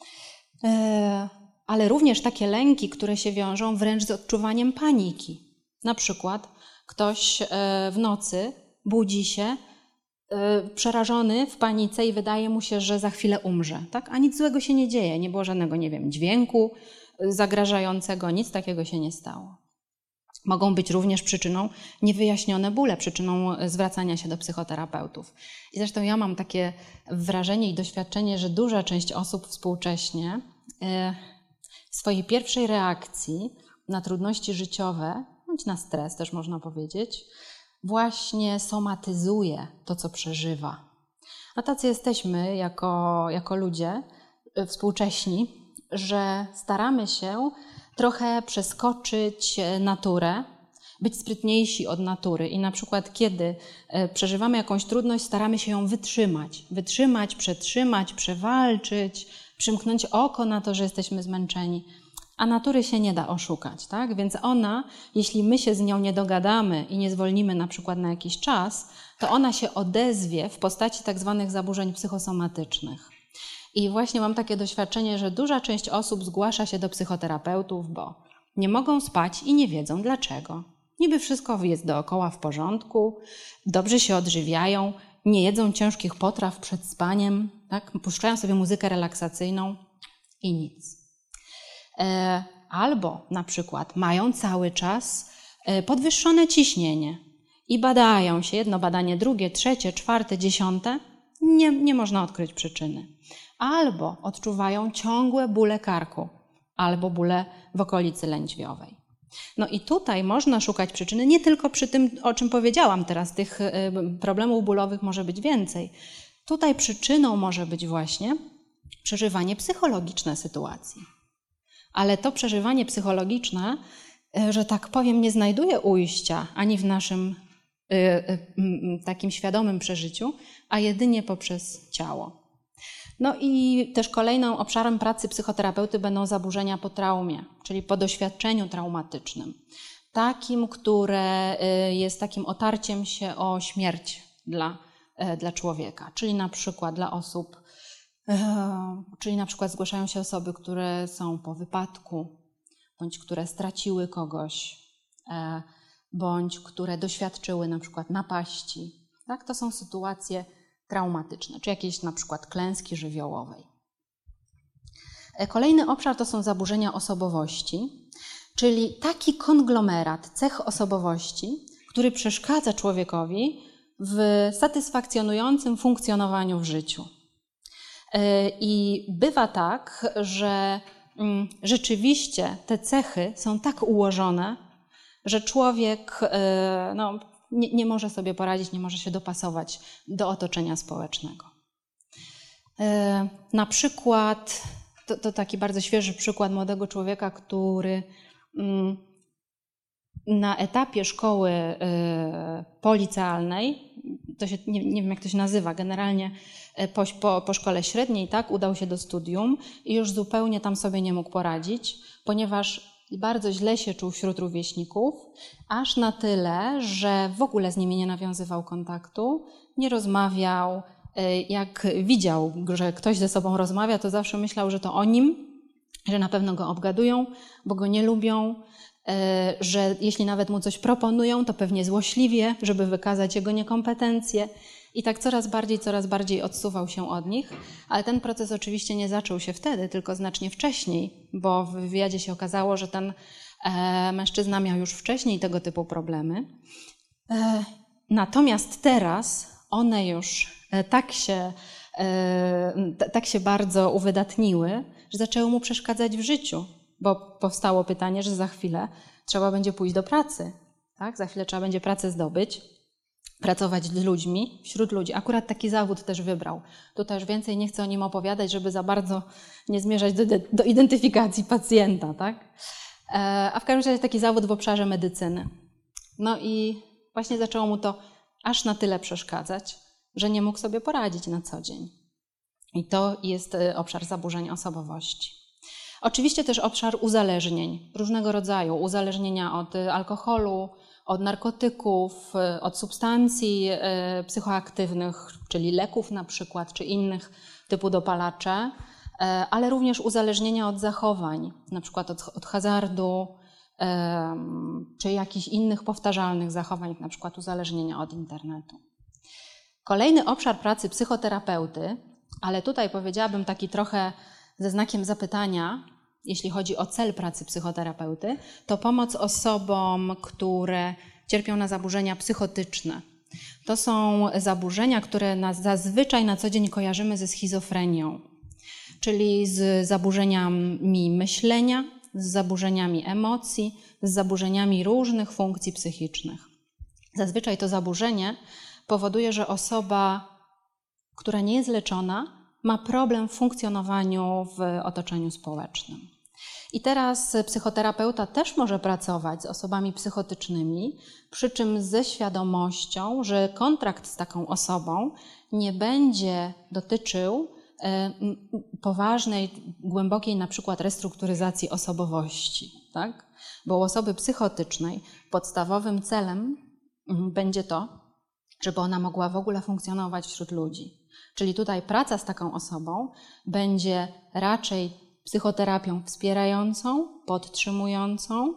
Ale również takie lęki, które się wiążą wręcz z odczuwaniem paniki. Na przykład ktoś w nocy budzi się przerażony w panice i wydaje mu się, że za chwilę umrze. Tak? A nic złego się nie dzieje, nie było żadnego, dźwięku zagrażającego, nic takiego się nie stało. Mogą być również przyczyną niewyjaśnione bóle, przyczyną zwracania się do psychoterapeutów. I zresztą ja mam takie wrażenie i doświadczenie, że duża część osób współcześnie w swojej pierwszej reakcji na trudności życiowe, bądź na stres też można powiedzieć, właśnie somatyzuje to, co przeżywa. A tacy jesteśmy jako ludzie współcześni, że staramy się trochę przeskoczyć naturę, być sprytniejsi od natury i na przykład kiedy przeżywamy jakąś trudność, staramy się ją wytrzymać, przetrzymać, przewalczyć, przymknąć oko na to, że jesteśmy zmęczeni. A natury się nie da oszukać, tak? Więc ona, jeśli my się z nią nie dogadamy i nie zwolnimy na przykład na jakiś czas, to ona się odezwie w postaci tak zwanych zaburzeń psychosomatycznych. I właśnie mam takie doświadczenie, że duża część osób zgłasza się do psychoterapeutów, bo nie mogą spać i nie wiedzą dlaczego. Niby wszystko jest dookoła w porządku, dobrze się odżywiają, nie jedzą ciężkich potraw przed spaniem, tak? Puszczają sobie muzykę relaksacyjną i nic. Albo na przykład mają cały czas podwyższone ciśnienie i badają się, jedno badanie, drugie, trzecie, czwarte, dziesiąte, nie można odkryć przyczyny. Albo odczuwają ciągłe bóle karku, albo bóle w okolicy lędźwiowej. No i tutaj można szukać przyczyny nie tylko przy tym, o czym powiedziałam teraz, tych problemów bólowych może być więcej. Tutaj przyczyną może być właśnie przeżywanie psychologiczne sytuacji. Ale to przeżywanie psychologiczne, że tak powiem, nie znajduje ujścia ani w naszym takim świadomym przeżyciu, a jedynie poprzez ciało. No i też kolejnym obszarem pracy psychoterapeuty będą zaburzenia po traumie, czyli po doświadczeniu traumatycznym. Takim, które jest takim otarciem się o śmierć dla człowieka, czyli na przykład dla osób, czyli na przykład zgłaszają się osoby, które są po wypadku, bądź które straciły kogoś, bądź które doświadczyły na przykład napaści. Tak? To są sytuacje traumatyczne, czy jakiejś na przykład klęski żywiołowej. Kolejny obszar to są zaburzenia osobowości, czyli taki konglomerat cech osobowości, który przeszkadza człowiekowi w satysfakcjonującym funkcjonowaniu w życiu. I bywa tak, że rzeczywiście te cechy są tak ułożone, że człowiek nie może sobie poradzić, nie może się dopasować do otoczenia społecznego. Na przykład, to taki bardzo świeży przykład młodego człowieka, który na etapie szkoły policealnej, to się, nie wiem jak to się nazywa, generalnie po szkole średniej, tak, udał się do studium i już zupełnie tam sobie nie mógł poradzić, ponieważ bardzo źle się czuł wśród rówieśników, aż na tyle, że w ogóle z nimi nie nawiązywał kontaktu, nie rozmawiał. Jak widział, że ktoś ze sobą rozmawia, to zawsze myślał, że to o nim, że na pewno go obgadują, bo go nie lubią, że jeśli nawet mu coś proponują, to pewnie złośliwie, żeby wykazać jego niekompetencje. I tak coraz bardziej odsuwał się od nich, ale ten proces oczywiście nie zaczął się wtedy, tylko znacznie wcześniej, bo w wywiadzie się okazało, że ten mężczyzna miał już wcześniej tego typu problemy. Natomiast teraz one już tak się bardzo uwydatniły, że zaczęły mu przeszkadzać w życiu, bo powstało pytanie, że za chwilę trzeba będzie pójść do pracy, tak? Za chwilę trzeba będzie pracę zdobyć, pracować z ludźmi, wśród ludzi. Akurat taki zawód też wybrał. Tutaj już więcej nie chcę o nim opowiadać, żeby za bardzo nie zmierzać do identyfikacji pacjenta, tak? A w każdym razie taki zawód w obszarze medycyny. No i właśnie zaczęło mu to aż na tyle przeszkadzać, że nie mógł sobie poradzić na co dzień. I to jest obszar zaburzeń osobowości. Oczywiście też obszar uzależnień, różnego rodzaju. Uzależnienia od alkoholu, od narkotyków, od substancji psychoaktywnych, czyli leków na przykład, czy innych typu dopalacze, ale również uzależnienia od zachowań, na przykład od hazardu, czy jakichś innych powtarzalnych zachowań, na przykład uzależnienia od internetu. Kolejny obszar pracy psychoterapeuty, ale tutaj powiedziałabym taki trochę ze znakiem zapytania, jeśli chodzi o cel pracy psychoterapeuty, to pomoc osobom, które cierpią na zaburzenia psychotyczne. To są zaburzenia, które zazwyczaj na co dzień kojarzymy ze schizofrenią, czyli z zaburzeniami myślenia, z zaburzeniami emocji, z zaburzeniami różnych funkcji psychicznych. Zazwyczaj to zaburzenie powoduje, że osoba, która nie jest leczona, ma problem w funkcjonowaniu w otoczeniu społecznym. I teraz psychoterapeuta też może pracować z osobami psychotycznymi, przy czym ze świadomością, że kontrakt z taką osobą nie będzie dotyczył poważnej, głębokiej na przykład restrukturyzacji osobowości, tak? Bo u osoby psychotycznej podstawowym celem będzie to, żeby ona mogła w ogóle funkcjonować wśród ludzi. Czyli tutaj praca z taką osobą będzie raczej psychoterapią wspierającą, podtrzymującą,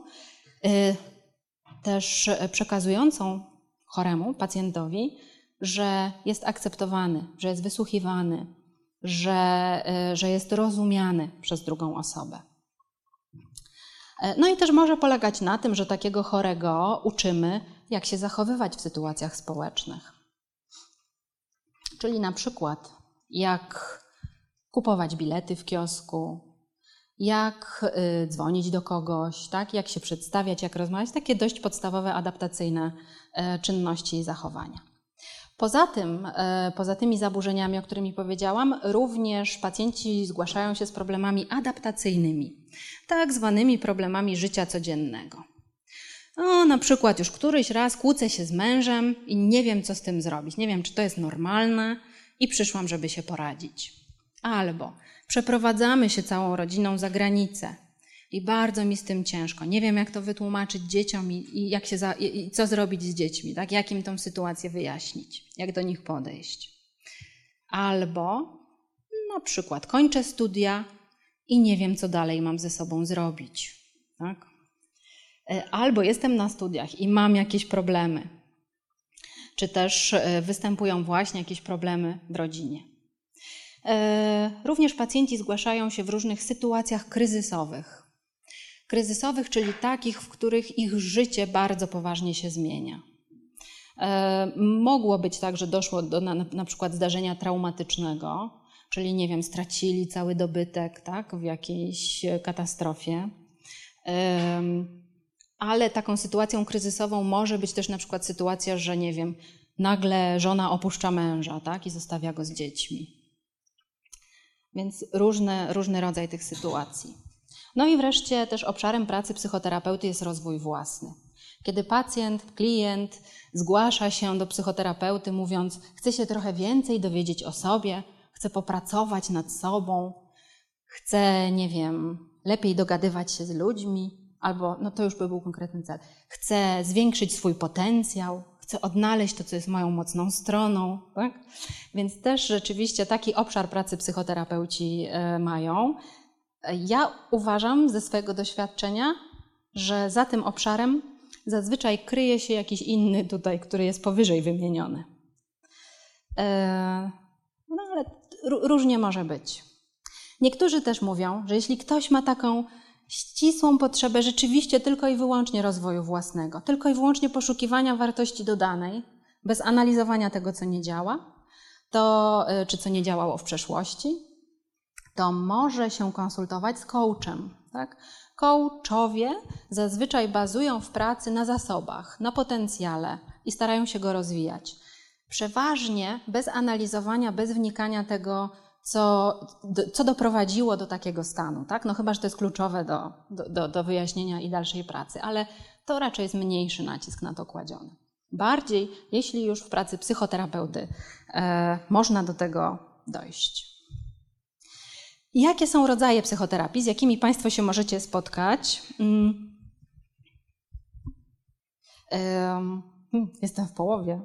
też przekazującą choremu, pacjentowi, że jest akceptowany, że jest wysłuchiwany, że jest rozumiany przez drugą osobę. No i też może polegać na tym, że takiego chorego uczymy, jak się zachowywać w sytuacjach społecznych. Czyli na przykład jak kupować bilety w kiosku, jak dzwonić do kogoś, tak? Jak się przedstawiać, jak rozmawiać. Takie dość podstawowe, adaptacyjne czynności i zachowania. Poza tymi zaburzeniami, o których powiedziałam, również pacjenci zgłaszają się z problemami adaptacyjnymi, tak zwanymi problemami życia codziennego. No, na przykład już któryś raz kłócę się z mężem i nie wiem, co z tym zrobić. Nie wiem, czy to jest normalne i przyszłam, żeby się poradzić. Albo przeprowadzamy się całą rodziną za granicę i bardzo mi z tym ciężko. Nie wiem, jak to wytłumaczyć dzieciom i co zrobić z dziećmi, tak? Jak im tą sytuację wyjaśnić, jak do nich podejść. Albo na przykład kończę studia i nie wiem, co dalej mam ze sobą zrobić, tak? Albo jestem na studiach i mam jakieś problemy, czy też występują właśnie jakieś problemy w rodzinie. Również pacjenci zgłaszają się w różnych sytuacjach kryzysowych. Kryzysowych, czyli takich, w których ich życie bardzo poważnie się zmienia. Mogło być tak, że doszło do na przykład zdarzenia traumatycznego, czyli nie wiem, stracili cały dobytek, tak, w jakiejś katastrofie. Ale taką sytuacją kryzysową może być też na przykład sytuacja, że nie wiem, nagle żona opuszcza męża, tak, i zostawia go z dziećmi. Więc różny rodzaj tych sytuacji. No i wreszcie też obszarem pracy psychoterapeuty jest rozwój własny. Kiedy pacjent, klient zgłasza się do psychoterapeuty mówiąc, chce się trochę więcej dowiedzieć o sobie, chce popracować nad sobą, chce, nie wiem, lepiej dogadywać się z ludźmi, albo, no to już by był konkretny cel, chce zwiększyć swój potencjał, chce odnaleźć to, co jest moją mocną stroną, tak? Więc też rzeczywiście taki obszar pracy psychoterapeuci mają. Ja uważam ze swojego doświadczenia, że za tym obszarem zazwyczaj kryje się jakiś inny tutaj, który jest powyżej wymieniony. No ale różnie może być. Niektórzy też mówią, że jeśli ktoś ma taką ścisłą potrzebę rzeczywiście tylko i wyłącznie rozwoju własnego, tylko i wyłącznie poszukiwania wartości dodanej, bez analizowania tego, co nie działa, czy co nie działało w przeszłości, to może się konsultować z coachem. Tak? Coachowie zazwyczaj bazują w pracy na zasobach, na potencjale i starają się go rozwijać. Przeważnie bez analizowania, bez wnikania tego, co doprowadziło do takiego stanu. Tak? No chyba że to jest kluczowe do wyjaśnienia i dalszej pracy, ale to raczej jest mniejszy nacisk na to kładziony. Bardziej, jeśli już w pracy psychoterapeuty można do tego dojść. Jakie są rodzaje psychoterapii, z jakimi Państwo się możecie spotkać? Jestem w połowie.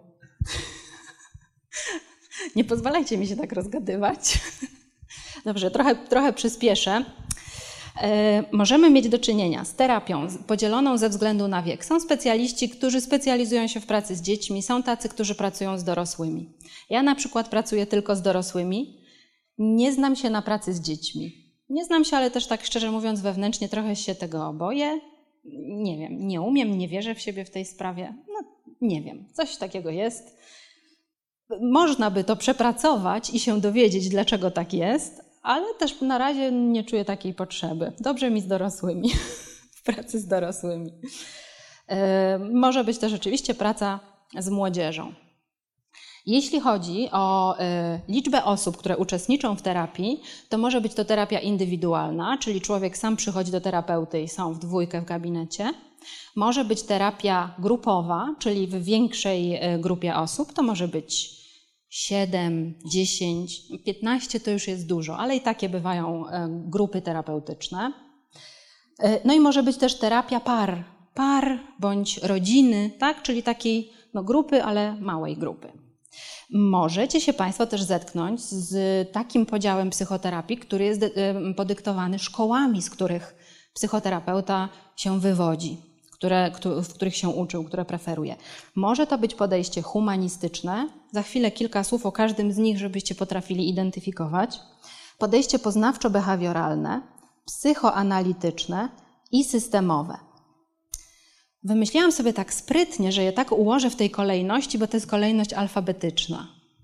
Nie pozwalajcie mi się tak rozgadywać. Dobrze, trochę przyspieszę. Możemy mieć do czynienia z terapią podzieloną ze względu na wiek. Są specjaliści, którzy specjalizują się w pracy z dziećmi, są tacy, którzy pracują z dorosłymi. Ja na przykład pracuję tylko z dorosłymi. Nie znam się na pracy z dziećmi. Nie znam się, ale też tak szczerze mówiąc wewnętrznie trochę się tego boję. Nie wiem, nie umiem, nie wierzę w siebie w tej sprawie. No nie wiem, coś takiego jest. Można by to przepracować i się dowiedzieć, dlaczego tak jest, ale też na razie nie czuję takiej potrzeby. Dobrze mi z dorosłymi, w pracy z dorosłymi. Może być to rzeczywiście praca z młodzieżą. Jeśli chodzi o liczbę osób, które uczestniczą w terapii, to może być to terapia indywidualna, czyli człowiek sam przychodzi do terapeuty i są w dwójkę w gabinecie. Może być terapia grupowa, czyli w większej grupie osób. To może być 7, 10, 15 to już jest dużo, ale i takie bywają grupy terapeutyczne. No i może być też terapia par bądź rodziny, tak? Czyli takiej grupy, ale małej grupy. Możecie się Państwo też zetknąć z takim podziałem psychoterapii, który jest podyktowany szkołami, z których psychoterapeuta się wywodzi, w których się uczył, które preferuje. Może to być podejście humanistyczne, za chwilę kilka słów o każdym z nich, żebyście potrafili identyfikować. Podejście poznawczo-behawioralne, psychoanalityczne i systemowe. Wymyśliłam sobie tak sprytnie, że je tak ułożę w tej kolejności, bo to jest kolejność alfabetyczna.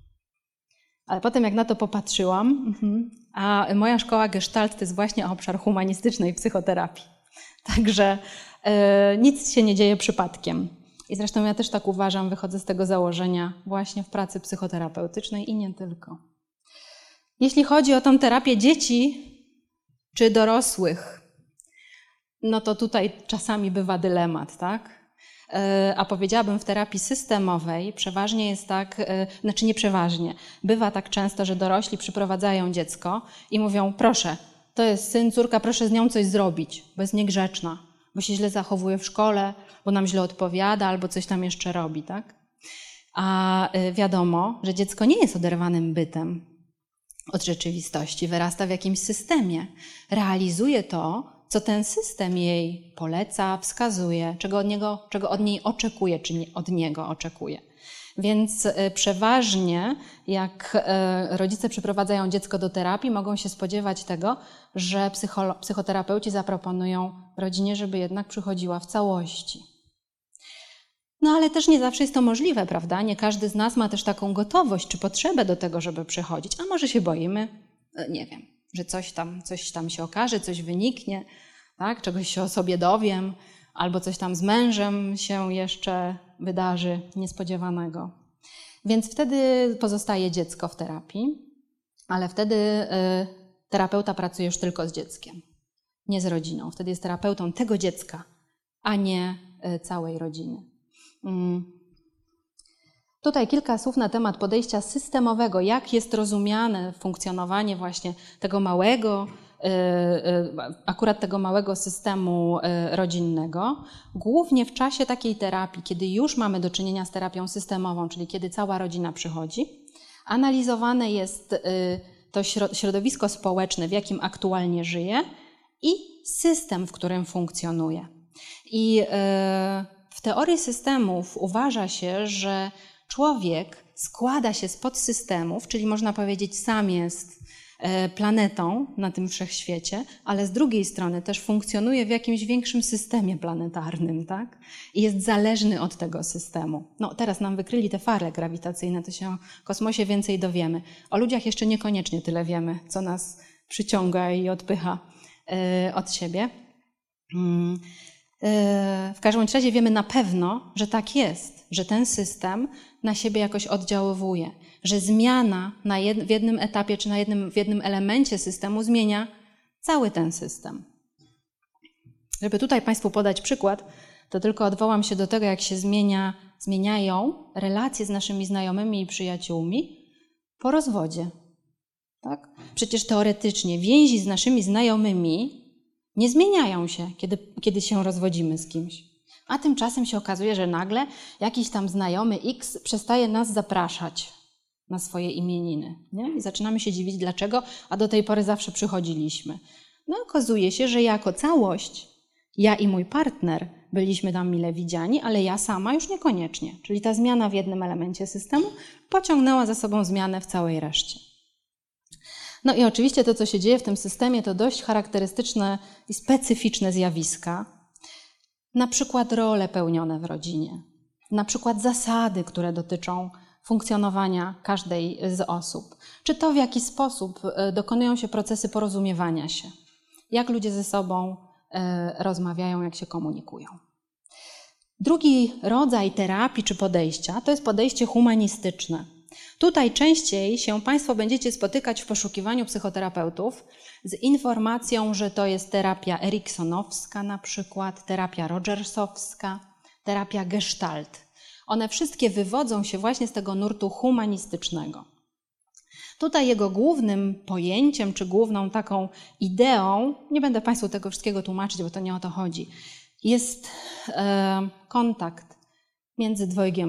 Ale potem jak na to popatrzyłam, a moja szkoła Gestalt to jest właśnie obszar humanistycznej psychoterapii. Także nic się nie dzieje przypadkiem. I zresztą ja też tak uważam, wychodzę z tego założenia właśnie w pracy psychoterapeutycznej i nie tylko. Jeśli chodzi o tą terapię dzieci czy dorosłych, no to tutaj czasami bywa dylemat, tak? A powiedziałabym w terapii systemowej przeważnie jest tak, znaczy nie przeważnie, bywa tak często, że dorośli przyprowadzają dziecko i mówią: proszę, to jest syn, córka, proszę z nią coś zrobić, bo jest niegrzeczna, bo się źle zachowuje w szkole, bo nam źle odpowiada albo coś tam jeszcze robi, tak? A wiadomo, że dziecko nie jest oderwanym bytem od rzeczywistości, wyrasta w jakimś systemie, realizuje to, co ten system jej poleca, wskazuje, czego od niej oczekuje, czy od niego oczekuje. Więc przeważnie jak rodzice przyprowadzają dziecko do terapii, mogą się spodziewać tego, że psychoterapeuci zaproponują rodzinie, żeby jednak przychodziła w całości. No ale też nie zawsze jest to możliwe, prawda? Nie każdy z nas ma też taką gotowość czy potrzebę do tego, żeby przychodzić. A może się boimy, nie wiem, że coś tam się okaże, coś wyniknie, tak? Czegoś się o sobie dowiem, albo coś tam z mężem się jeszcze wydarzy niespodziewanego. Więc wtedy pozostaje dziecko w terapii, ale wtedy terapeuta pracuje już tylko z dzieckiem, nie z rodziną. Wtedy jest terapeutą tego dziecka, a nie całej rodziny. Tutaj kilka słów na temat podejścia systemowego, jak jest rozumiane funkcjonowanie właśnie tego małego, akurat tego małego systemu rodzinnego, głównie w czasie takiej terapii, kiedy już mamy do czynienia z terapią systemową, czyli kiedy cała rodzina przychodzi, analizowane jest to środowisko społeczne, w jakim aktualnie żyje i system, w którym funkcjonuje. I w teorii systemów uważa się, że człowiek składa się z podsystemów, czyli można powiedzieć sam jest planetą na tym wszechświecie, ale z drugiej strony też funkcjonuje w jakimś większym systemie planetarnym, tak? I jest zależny od tego systemu. No teraz nam wykryli te fale grawitacyjne, to się o kosmosie więcej dowiemy. O ludziach jeszcze niekoniecznie tyle wiemy, co nas przyciąga i odpycha od siebie. W każdym razie wiemy na pewno, że tak jest, że ten system na siebie jakoś oddziaływuje, że zmiana w jednym etapie czy w jednym elemencie systemu zmienia cały ten system. Żeby tutaj Państwu podać przykład, to tylko odwołam się do tego, jak się zmieniają relacje z naszymi znajomymi i przyjaciółmi po rozwodzie. Tak? Przecież teoretycznie więzi z naszymi znajomymi nie zmieniają się, kiedy się rozwodzimy z kimś. A tymczasem się okazuje, że nagle jakiś tam znajomy X przestaje nas zapraszać na swoje imieniny. Nie? I zaczynamy się dziwić, dlaczego, a do tej pory zawsze przychodziliśmy. No okazuje się, że jako całość, ja i mój partner byliśmy tam mile widziani, ale ja sama już niekoniecznie. Czyli ta zmiana w jednym elemencie systemu pociągnęła za sobą zmianę w całej reszcie. No i oczywiście to, co się dzieje w tym systemie, to dość charakterystyczne i specyficzne zjawiska. Na przykład role pełnione w rodzinie, na przykład zasady, które dotyczą funkcjonowania każdej z osób, czy to, w jaki sposób dokonują się procesy porozumiewania się, jak ludzie ze sobą rozmawiają, jak się komunikują. Drugi rodzaj terapii czy podejścia to jest podejście humanistyczne. Tutaj częściej się Państwo będziecie spotykać w poszukiwaniu psychoterapeutów z informacją, że to jest terapia eriksonowska na przykład, terapia rogersowska, terapia gestalt. One wszystkie wywodzą się właśnie z tego nurtu humanistycznego. Tutaj jego głównym pojęciem, czy główną taką ideą, nie będę Państwu tego wszystkiego tłumaczyć, bo to nie o to chodzi, jest kontakt między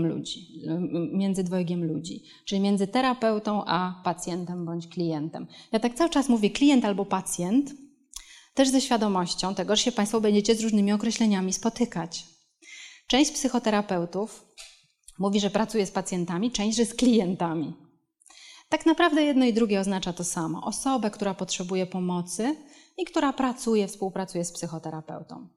dwojgiem ludzi, czyli między terapeutą a pacjentem bądź klientem. Ja tak cały czas mówię klient albo pacjent, też ze świadomością tego, że się Państwo będziecie z różnymi określeniami spotykać. Część psychoterapeutów mówi, że pracuje z pacjentami, część, że z klientami. Tak naprawdę jedno i drugie oznacza to samo. Osobę, która potrzebuje pomocy i która współpracuje z psychoterapeutą.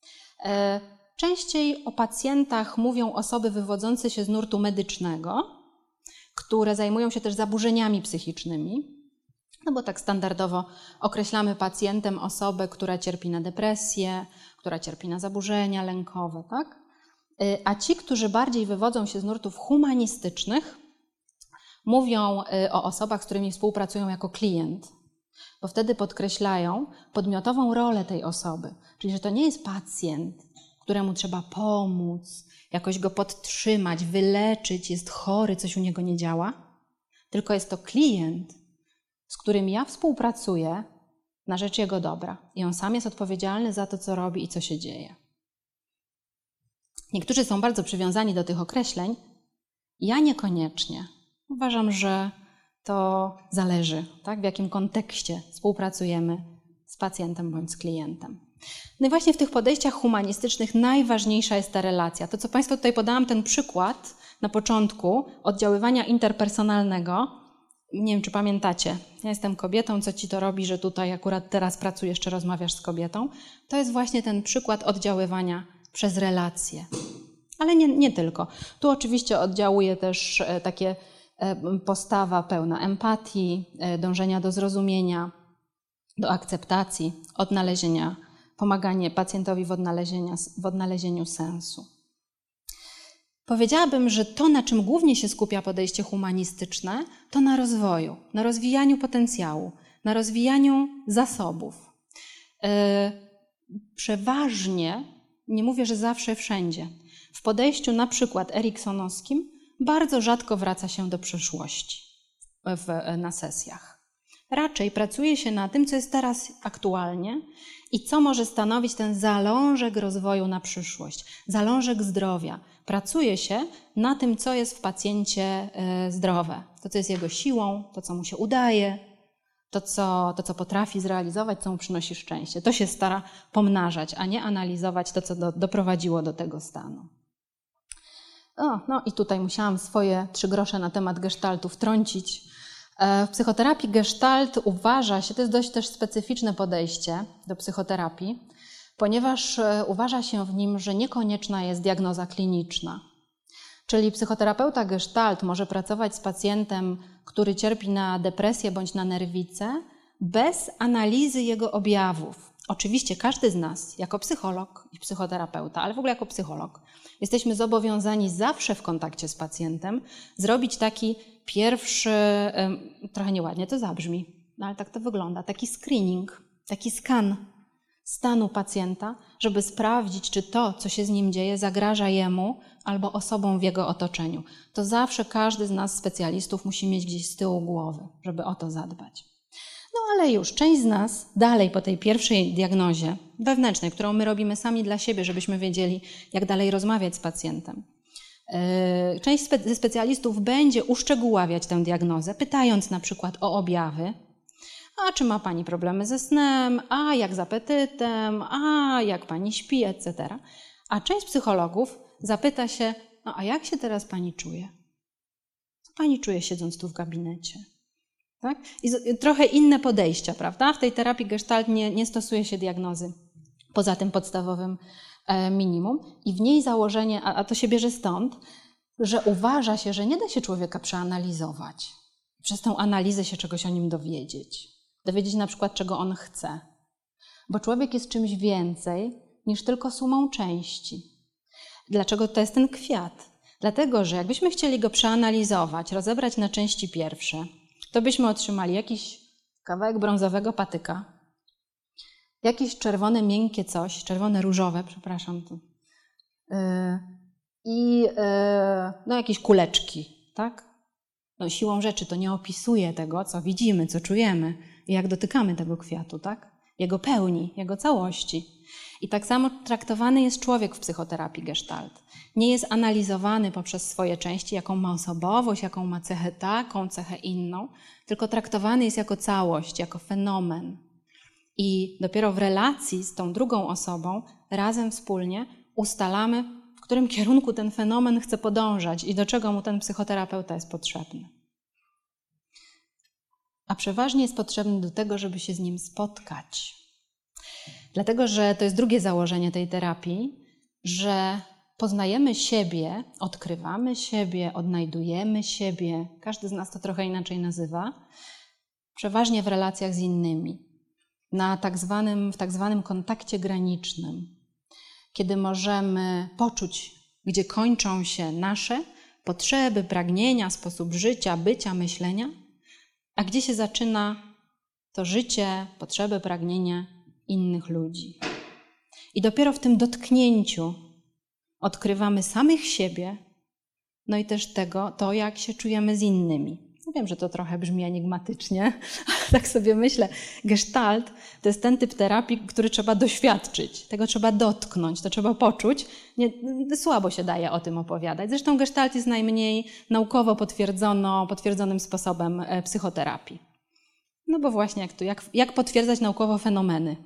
Częściej o pacjentach mówią osoby wywodzące się z nurtu medycznego, które zajmują się też zaburzeniami psychicznymi, no bo tak standardowo określamy pacjentem osobę, która cierpi na depresję, która cierpi na zaburzenia lękowe, tak? A ci, którzy bardziej wywodzą się z nurtów humanistycznych, mówią o osobach, z którymi współpracują jako klient, bo wtedy podkreślają podmiotową rolę tej osoby, czyli że to nie jest pacjent, któremu trzeba pomóc, jakoś go podtrzymać, wyleczyć, jest chory, coś u niego nie działa, tylko jest to klient, z którym ja współpracuję na rzecz jego dobra i on sam jest odpowiedzialny za to, co robi i co się dzieje. Niektórzy są bardzo przywiązani do tych określeń, ja niekoniecznie. Uważam, że to zależy, tak, w jakim kontekście współpracujemy z pacjentem bądź z klientem. No i właśnie w tych podejściach humanistycznych najważniejsza jest ta relacja. To, co Państwu tutaj podałam, ten przykład na początku oddziaływania interpersonalnego, nie wiem, czy pamiętacie, ja jestem kobietą, co ci to robi, że tutaj akurat teraz pracujesz, czy rozmawiasz z kobietą, to jest właśnie ten przykład oddziaływania przez relacje. Ale nie tylko. Tu oczywiście oddziałuje też takie postawa pełna empatii, dążenia do zrozumienia, do akceptacji, odnalezienia, pomaganie pacjentowi w odnalezieniu sensu. Powiedziałabym, że to, na czym głównie się skupia podejście humanistyczne, to na rozwoju, na rozwijaniu potencjału, na rozwijaniu zasobów. Przeważnie, nie mówię, że zawsze, wszędzie, w podejściu na przykład eriksonowskim bardzo rzadko wraca się do przeszłości na sesjach. Raczej pracuje się na tym, co jest teraz aktualnie i co może stanowić ten zalążek rozwoju na przyszłość, zalążek zdrowia. Pracuje się na tym, co jest w pacjencie zdrowe, to, co jest jego siłą, to, co mu się udaje, to, co potrafi zrealizować, co mu przynosi szczęście. To się stara pomnażać, a nie analizować to, co doprowadziło do tego stanu. No i tutaj musiałam swoje 3 grosze na temat gestaltu wtrącić. W psychoterapii gestalt uważa się, to jest dość też specyficzne podejście do psychoterapii, ponieważ uważa się w nim, że niekonieczna jest diagnoza kliniczna. Czyli psychoterapeuta gestalt może pracować z pacjentem, który cierpi na depresję bądź na nerwicę, bez analizy jego objawów. Oczywiście każdy z nas, jako psycholog i psychoterapeuta, ale w ogóle jako psycholog, jesteśmy zobowiązani zawsze w kontakcie z pacjentem zrobić taki pierwszy, trochę nieładnie to zabrzmi, no ale tak to wygląda, taki screening, taki skan stanu pacjenta, żeby sprawdzić, czy to, co się z nim dzieje, zagraża jemu albo osobom w jego otoczeniu. To zawsze każdy z nas, specjalistów, musi mieć gdzieś z tyłu głowy, żeby o to zadbać. No ale już, część z nas dalej po tej pierwszej diagnozie wewnętrznej, którą my robimy sami dla siebie, żebyśmy wiedzieli, jak dalej rozmawiać z pacjentem. Część ze specjalistów będzie uszczegóławiać tę diagnozę, pytając na przykład o objawy. A czy ma Pani problemy ze snem? A jak z apetytem? A jak Pani śpi? Etc. A część psychologów zapyta się, no a jak się teraz Pani czuje? Co Pani czuje siedząc tu w gabinecie? Tak? I trochę inne podejścia, prawda? W tej terapii gestalt nie stosuje się diagnozy poza tym podstawowym minimum i w niej założenie, a to się bierze stąd, że uważa się, że nie da się człowieka przeanalizować. Przez tę analizę się czegoś o nim dowiedzieć. Dowiedzieć na przykład, czego on chce. Bo człowiek jest czymś więcej niż tylko sumą części. Dlaczego to jest ten kwiat? Dlatego, że jakbyśmy chcieli go przeanalizować, rozebrać na części pierwsze, to byśmy otrzymali jakiś kawałek brązowego patyka, jakieś czerwone miękkie coś, czerwone różowe, przepraszam, i jakieś kuleczki, tak? No, siłą rzeczy to nie opisuje tego, co widzimy, co czujemy i jak dotykamy tego kwiatu, tak? Jego pełni, jego całości. I tak samo traktowany jest człowiek w psychoterapii Gestalt. Nie jest analizowany poprzez swoje części, jaką ma osobowość, jaką ma cechę taką, cechę inną, tylko traktowany jest jako całość, jako fenomen. I dopiero w relacji z tą drugą osobą razem wspólnie ustalamy, w którym kierunku ten fenomen chce podążać i do czego mu ten psychoterapeuta jest potrzebny. A przeważnie jest potrzebny do tego, żeby się z nim spotkać. Dlatego, że to jest drugie założenie tej terapii, że poznajemy siebie, odkrywamy siebie, odnajdujemy siebie, każdy z nas to trochę inaczej nazywa, przeważnie w relacjach z innymi, w tak zwanym kontakcie granicznym, kiedy możemy poczuć, gdzie kończą się nasze potrzeby, pragnienia, sposób życia, bycia, myślenia, a gdzie się zaczyna to życie, potrzeby, pragnienia innych ludzi. I dopiero w tym dotknięciu odkrywamy samych siebie, no i też to, jak się czujemy z innymi. No wiem, że to trochę brzmi enigmatycznie, ale tak sobie myślę, Gestalt to jest ten typ terapii, który trzeba doświadczyć, tego trzeba dotknąć, to trzeba poczuć. Słabo się daje o tym opowiadać. Zresztą Gestalt jest najmniej naukowo potwierdzonym sposobem psychoterapii. No bo właśnie jak potwierdzać naukowo fenomeny,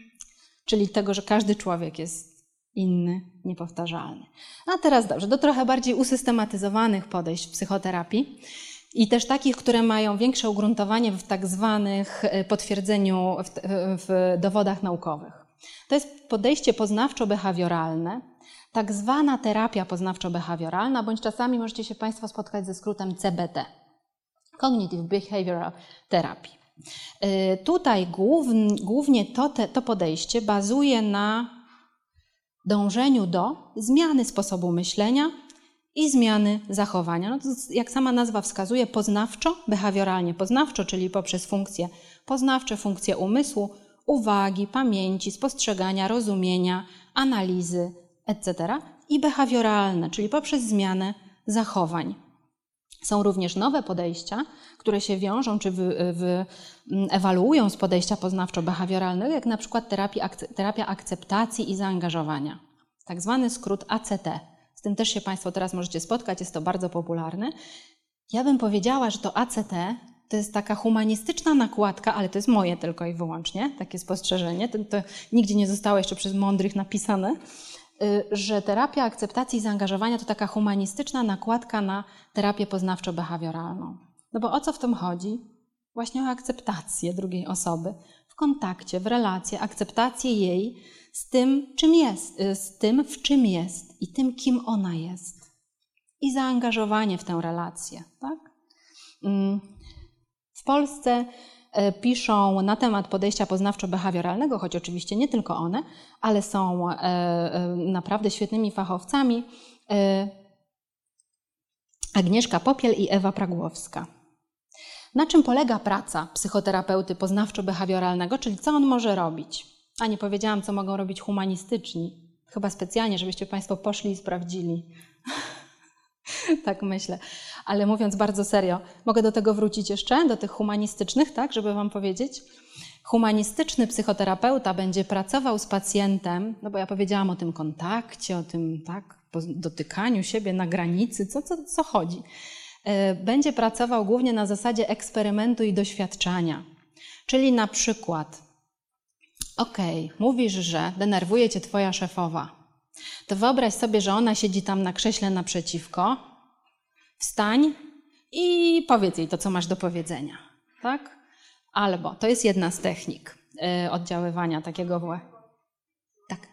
czyli tego, że każdy człowiek jest inny, niepowtarzalny. A teraz dobrze, do trochę bardziej usystematyzowanych podejść w psychoterapii i też takich, które mają większe ugruntowanie w tak zwanych potwierdzeniu w dowodach naukowych. To jest podejście poznawczo-behawioralne, tak zwana terapia poznawczo-behawioralna, bądź czasami możecie się Państwo spotkać ze skrótem CBT, Cognitive Behavioral Therapy. Tutaj głównie to podejście bazuje na dążeniu do zmiany sposobu myślenia i zmiany zachowania. No to jak sama nazwa wskazuje, poznawczo-behawioralnie. Poznawczo, czyli poprzez funkcje poznawcze, funkcje umysłu, uwagi, pamięci, spostrzegania, rozumienia, analizy, etc. I behawioralne, czyli poprzez zmianę zachowań. Są również nowe podejścia, które się wiążą czy ewaluują z podejścia poznawczo-behawioralnego, jak na przykład terapia akceptacji i zaangażowania. Tak zwany skrót ACT. Z tym też się Państwo teraz możecie spotkać, jest to bardzo popularne. Ja bym powiedziała, że to ACT to jest taka humanistyczna nakładka, ale to jest moje tylko i wyłącznie, takie spostrzeżenie, to nigdzie nie zostało jeszcze przez mądrych napisane, że terapia akceptacji i zaangażowania to taka humanistyczna nakładka na terapię poznawczo-behawioralną. No bo o co w tym chodzi? Właśnie o akceptację drugiej osoby w kontakcie, w relacji, akceptację jej z tym, czym jest, z tym, w czym jest i tym, kim ona jest. I zaangażowanie w tę relację. Tak? W Polsce piszą na temat podejścia poznawczo-behawioralnego, choć oczywiście nie tylko one, ale są naprawdę świetnymi fachowcami, Agnieszka Popiel i Ewa Pragłowska. Na czym polega praca psychoterapeuty poznawczo-behawioralnego, czyli co on może robić? A nie powiedziałam, co mogą robić humanistyczni. Chyba specjalnie, żebyście Państwo poszli i sprawdzili. Tak myślę. Ale mówiąc bardzo serio, mogę do tego wrócić jeszcze, do tych humanistycznych, tak, żeby Wam powiedzieć. Humanistyczny psychoterapeuta będzie pracował z pacjentem, no bo ja powiedziałam o tym kontakcie, o tym tak, dotykaniu siebie na granicy, co chodzi. Będzie pracował głównie na zasadzie eksperymentu i doświadczania. Czyli na przykład, mówisz, że denerwuje Cię Twoja szefowa. To wyobraź sobie, że ona siedzi tam na krześle naprzeciwko, wstań i powiedz jej to, co masz do powiedzenia. Tak? Albo, to jest jedna z technik oddziaływania takiego. Tak.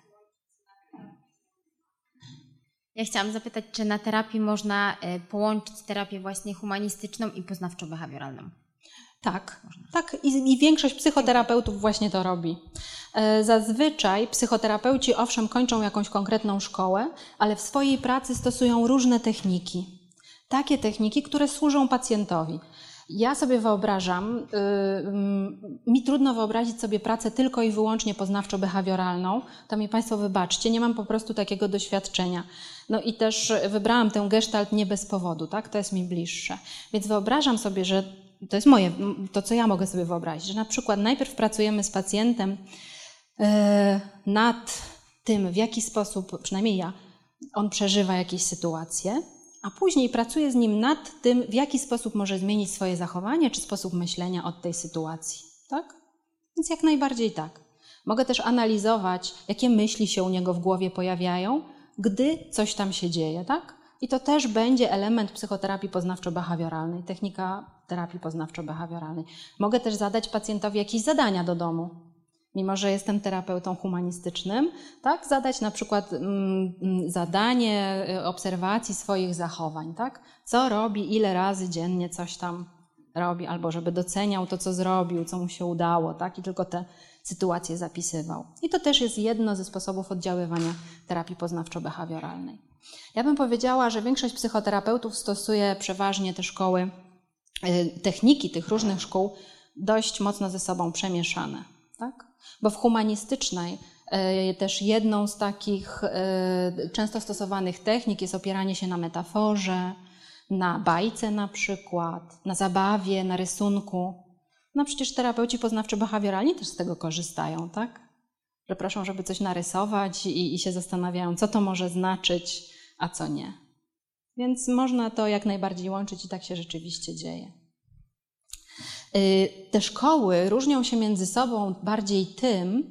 Ja chciałam zapytać, czy na terapii można połączyć terapię właśnie humanistyczną i poznawczo-behawioralną? Tak. I większość psychoterapeutów właśnie to robi. Zazwyczaj psychoterapeuci owszem kończą jakąś konkretną szkołę, ale w swojej pracy stosują różne techniki. Takie techniki, które służą pacjentowi. Ja sobie wyobrażam, mi trudno wyobrazić sobie pracę tylko i wyłącznie poznawczo-behawioralną. To mi Państwo wybaczcie, nie mam po prostu takiego doświadczenia. No i też wybrałam tę gestalt nie bez powodu, tak? To jest mi bliższe. Więc wyobrażam sobie, że to jest to co ja mogę sobie wyobrazić, że na przykład najpierw pracujemy z pacjentem nad tym, w jaki sposób, przynajmniej ja, on przeżywa jakieś sytuacje, a później pracuję z nim nad tym, w jaki sposób może zmienić swoje zachowanie czy sposób myślenia od tej sytuacji. Tak? Więc jak najbardziej tak. Mogę też analizować, jakie myśli się u niego w głowie pojawiają, gdy coś tam się dzieje. Tak? I to też będzie element psychoterapii poznawczo-behawioralnej, technika terapii poznawczo-behawioralnej. Mogę też zadać pacjentowi jakieś zadania do domu. Mimo że jestem terapeutą humanistycznym, tak, zadać na przykład zadanie obserwacji swoich zachowań, tak? Co robi, ile razy dziennie coś tam robi, albo żeby doceniał to, co zrobił, co mu się udało, tak? I tylko te sytuacje zapisywał. I to też jest jedno ze sposobów oddziaływania terapii poznawczo-behawioralnej. Ja bym powiedziała, że większość psychoterapeutów stosuje przeważnie te szkoły, techniki tych różnych szkół dość mocno ze sobą przemieszane, tak? Bo w humanistycznej też jedną z takich często stosowanych technik jest opieranie się na metaforze, na bajce na przykład, na zabawie, na rysunku. No przecież terapeuci poznawczo-behawioralni też z tego korzystają, tak? Że proszą, żeby coś narysować i się zastanawiają, co to może znaczyć, a co nie. Więc można to jak najbardziej łączyć i tak się rzeczywiście dzieje. Te szkoły różnią się między sobą bardziej tym,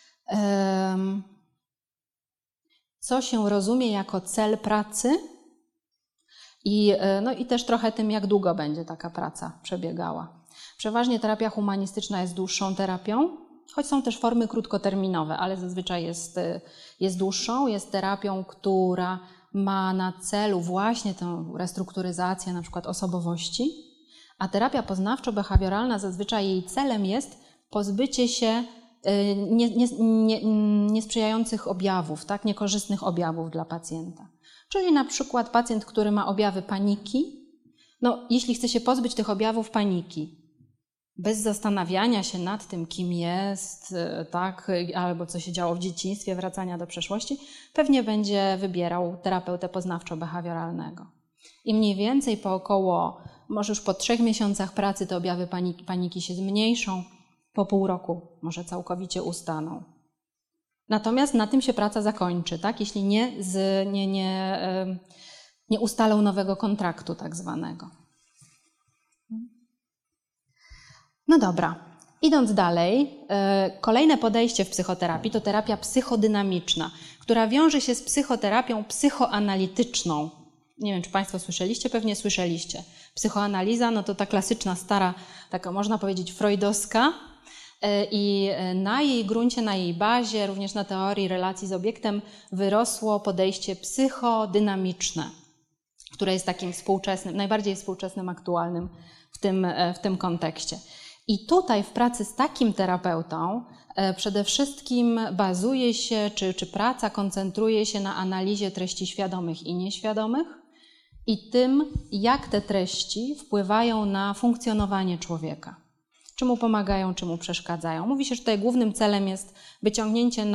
co się rozumie jako cel pracy i też trochę tym, jak długo będzie taka praca przebiegała. Przeważnie terapia humanistyczna jest dłuższą terapią, choć są też formy krótkoterminowe, ale zazwyczaj jest dłuższą, jest terapią, która ma na celu właśnie tę restrukturyzację na przykład osobowości. A terapia poznawczo-behawioralna zazwyczaj jej celem jest pozbycie się niesprzyjających objawów, tak? Niekorzystnych objawów dla pacjenta. Czyli na przykład pacjent, który ma objawy paniki, no jeśli chce się pozbyć tych objawów paniki, bez zastanawiania się nad tym, kim jest, tak? Albo co się działo w dzieciństwie, wracania do przeszłości, pewnie będzie wybierał terapeutę poznawczo-behawioralnego. I mniej więcej może już po 3 miesiącach pracy te objawy paniki się zmniejszą, po pół roku może całkowicie ustaną. Natomiast na tym się praca zakończy, tak? Jeśli nie ustalą nowego kontraktu tak zwanego. No dobra, idąc dalej, kolejne podejście w psychoterapii to terapia psychodynamiczna, która wiąże się z psychoterapią psychoanalityczną. Nie wiem, czy Państwo słyszeliście? Pewnie słyszeliście. Psychoanaliza, no to ta klasyczna, stara, taka można powiedzieć freudowska i na jej gruncie, na jej bazie, również na teorii relacji z obiektem wyrosło podejście psychodynamiczne, które jest takim współczesnym, najbardziej współczesnym, aktualnym w tym kontekście. I tutaj w pracy z takim terapeutą przede wszystkim bazuje się, czy praca koncentruje się na analizie treści świadomych i nieświadomych i tym, jak te treści wpływają na funkcjonowanie człowieka. Czy mu pomagają, czy mu przeszkadzają. Mówi się, że tutaj głównym celem jest wyciągnięcie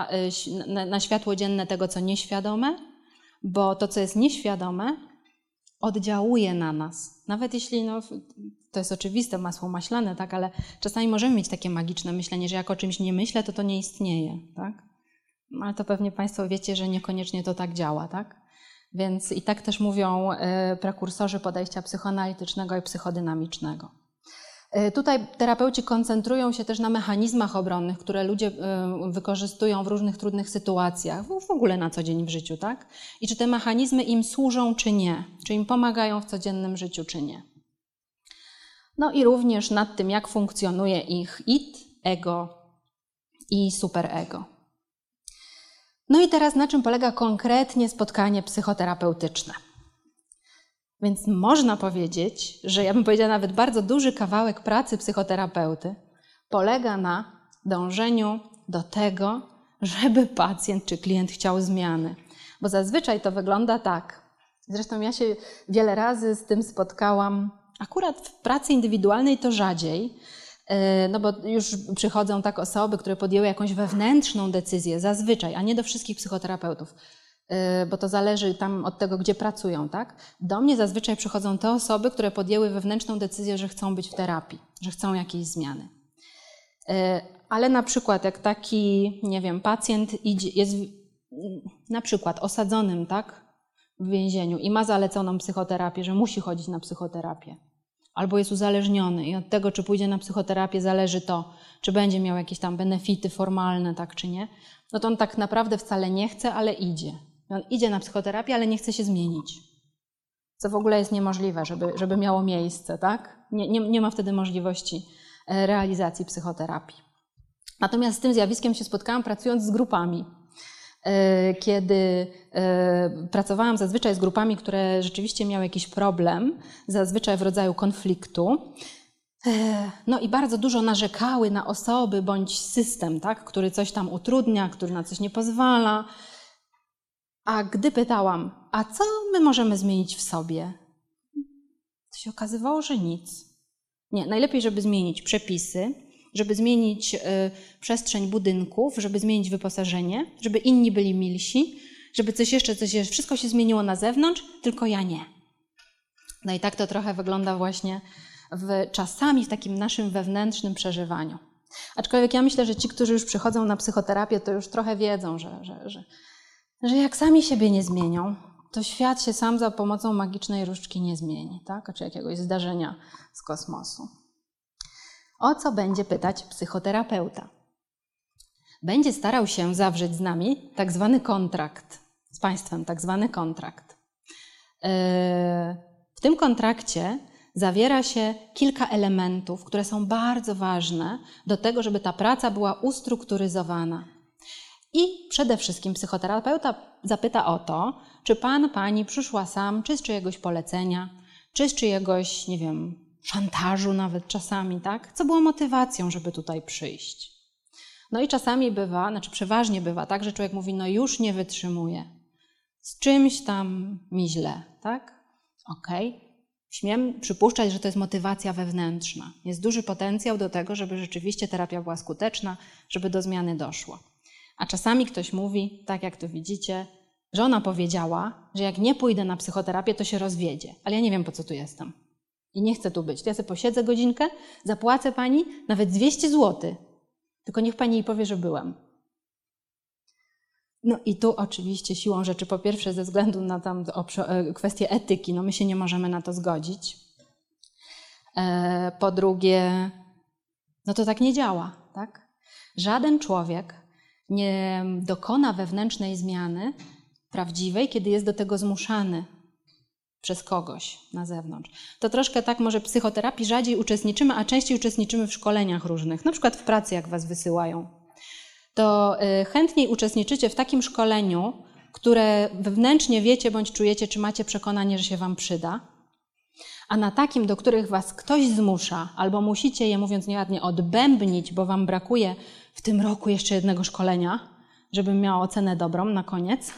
na światło dzienne tego, co nieświadome, bo to, co jest nieświadome, oddziałuje na nas. Nawet jeśli, to jest oczywiste, masło maślane, tak, ale czasami możemy mieć takie magiczne myślenie, że jak o czymś nie myślę, to nie istnieje, tak? Ale to pewnie Państwo wiecie, że niekoniecznie to tak działa, tak? Więc i tak też mówią prekursorzy podejścia psychoanalitycznego i psychodynamicznego. Tutaj terapeuci koncentrują się też na mechanizmach obronnych, które ludzie wykorzystują w różnych trudnych sytuacjach, w ogóle na co dzień w życiu, tak? I czy te mechanizmy im służą, czy nie? Czy im pomagają w codziennym życiu, czy nie? No i również nad tym, jak funkcjonuje ich id, ego i superego. No i teraz na czym polega konkretnie spotkanie psychoterapeutyczne? Więc można powiedzieć, że ja bym powiedziała nawet bardzo duży kawałek pracy psychoterapeuty polega na dążeniu do tego, żeby pacjent czy klient chciał zmiany. Bo zazwyczaj to wygląda tak. Zresztą ja się wiele razy z tym spotkałam Akurat w pracy indywidualnej to rzadziej, no bo już przychodzą tak osoby, które podjęły jakąś wewnętrzną decyzję, zazwyczaj, a nie do wszystkich psychoterapeutów, bo to zależy tam od tego, gdzie pracują, tak? Do mnie zazwyczaj przychodzą te osoby, które podjęły wewnętrzną decyzję, że chcą być w terapii, że chcą jakiejś zmiany. Ale na przykład jak taki, nie wiem, pacjent jest na przykład osadzonym, tak, w więzieniu i ma zaleconą psychoterapię, że musi chodzić na psychoterapię, albo jest uzależniony i od tego, czy pójdzie na psychoterapię, zależy to, czy będzie miał jakieś tam benefity formalne, tak czy nie, no to on tak naprawdę wcale nie chce, ale idzie. On idzie na psychoterapię, ale nie chce się zmienić. Co w ogóle jest niemożliwe, żeby miało miejsce, tak? Nie ma wtedy możliwości realizacji psychoterapii. Natomiast z tym zjawiskiem się spotkałam pracując z grupami. Kiedy pracowałam zazwyczaj z grupami, które rzeczywiście miały jakiś problem, zazwyczaj w rodzaju konfliktu, no i bardzo dużo narzekały na osoby bądź system, tak, który coś tam utrudnia, który na coś nie pozwala. A gdy pytałam, a co my możemy zmienić w sobie? To się okazywało, że nic. Nie, najlepiej, żeby zmienić przepisy, żeby zmienić przestrzeń budynków, żeby zmienić wyposażenie, żeby inni byli milsi, żeby coś jeszcze, wszystko się zmieniło na zewnątrz, tylko ja nie. No i tak to trochę wygląda właśnie czasami w takim naszym wewnętrznym przeżywaniu. Aczkolwiek ja myślę, że ci, którzy już przychodzą na psychoterapię, to już trochę wiedzą, że jak sami siebie nie zmienią, to świat się sam za pomocą magicznej różdżki nie zmieni, tak? Czy jakiegoś zdarzenia z kosmosu. O co będzie pytać psychoterapeuta? Będzie starał się zawrzeć z nami tak zwany kontrakt, z Państwem tak zwany kontrakt. W tym kontrakcie zawiera się kilka elementów, które są bardzo ważne do tego, żeby ta praca była ustrukturyzowana. I przede wszystkim psychoterapeuta zapyta o to, czy pan, pani przyszła sam, czy z czyjegoś polecenia, czy z czyjegoś, nie wiem, szantażu nawet czasami, tak? Co było motywacją, żeby tutaj przyjść? No i czasami bywa, znaczy przeważnie bywa tak, że człowiek mówi, no już nie wytrzymuje. Z czymś tam mi źle, tak? Okej. Śmiem przypuszczać, że to jest motywacja wewnętrzna. Jest duży potencjał do tego, żeby rzeczywiście terapia była skuteczna, żeby do zmiany doszło. A czasami ktoś mówi, tak jak tu widzicie, żona powiedziała, że jak nie pójdę na psychoterapię, to się rozwiedzie. Ale ja nie wiem, po co tu jestem. I nie chcę tu być. To ja sobie posiedzę godzinkę, zapłacę pani nawet 200 zł. Tylko niech pani jej powie, że byłem. No i tu oczywiście siłą rzeczy, po pierwsze ze względu na tam kwestię etyki, no my się nie możemy na to zgodzić. Po drugie, no to tak nie działa, tak? Żaden człowiek nie dokona wewnętrznej zmiany prawdziwej, kiedy jest do tego zmuszany przez kogoś na zewnątrz. To troszkę tak, może w psychoterapii rzadziej uczestniczymy, a częściej uczestniczymy w szkoleniach różnych, na przykład w pracy, jak was wysyłają. To chętniej uczestniczycie w takim szkoleniu, które wewnętrznie wiecie bądź czujecie, czy macie przekonanie, że się wam przyda, a na takim, do których was ktoś zmusza, albo musicie je, mówiąc nieładnie, odbębnić, bo wam brakuje w tym roku jeszcze jednego szkolenia, żebym miała ocenę dobrą na koniec,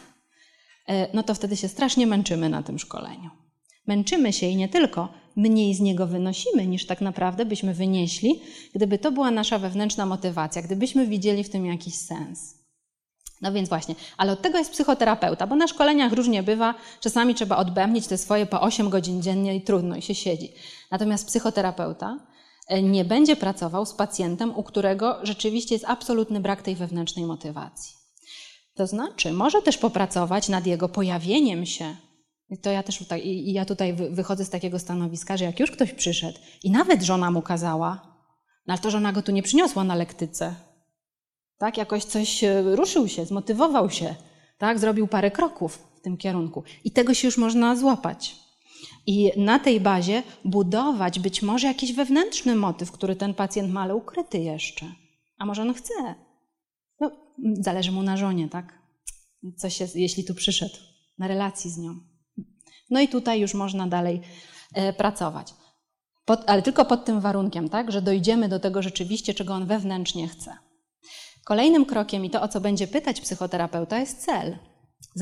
no to wtedy się strasznie męczymy na tym szkoleniu. Męczymy się i nie tylko, mniej z niego wynosimy, niż tak naprawdę byśmy wynieśli, gdyby to była nasza wewnętrzna motywacja, gdybyśmy widzieli w tym jakiś sens. No więc właśnie, ale od tego jest psychoterapeuta, bo na szkoleniach różnie bywa, czasami trzeba odbębnić te swoje po 8 godzin dziennie i trudno, i się siedzi. Natomiast psychoterapeuta nie będzie pracował z pacjentem, u którego rzeczywiście jest absolutny brak tej wewnętrznej motywacji. To znaczy, może też popracować nad jego pojawieniem się. To ja tutaj wychodzę z takiego stanowiska, że jak już ktoś przyszedł i nawet żona mu kazała, no ale to żona go tu nie przyniosła na lektyce. Tak, jakoś coś ruszył się, zmotywował się, tak, zrobił parę kroków w tym kierunku. I tego się już można złapać. I na tej bazie budować być może jakiś wewnętrzny motyw, który ten pacjent ma, ale ukryty jeszcze. A może on chce? No, zależy mu na żonie, tak? Coś jest, jeśli tu przyszedł, na relacji z nią. No i tutaj już można dalej pracować. Ale tylko pod tym warunkiem, tak, że dojdziemy do tego rzeczywiście, czego on wewnętrznie chce. Kolejnym krokiem i to, o co będzie pytać psychoterapeuta, jest cel.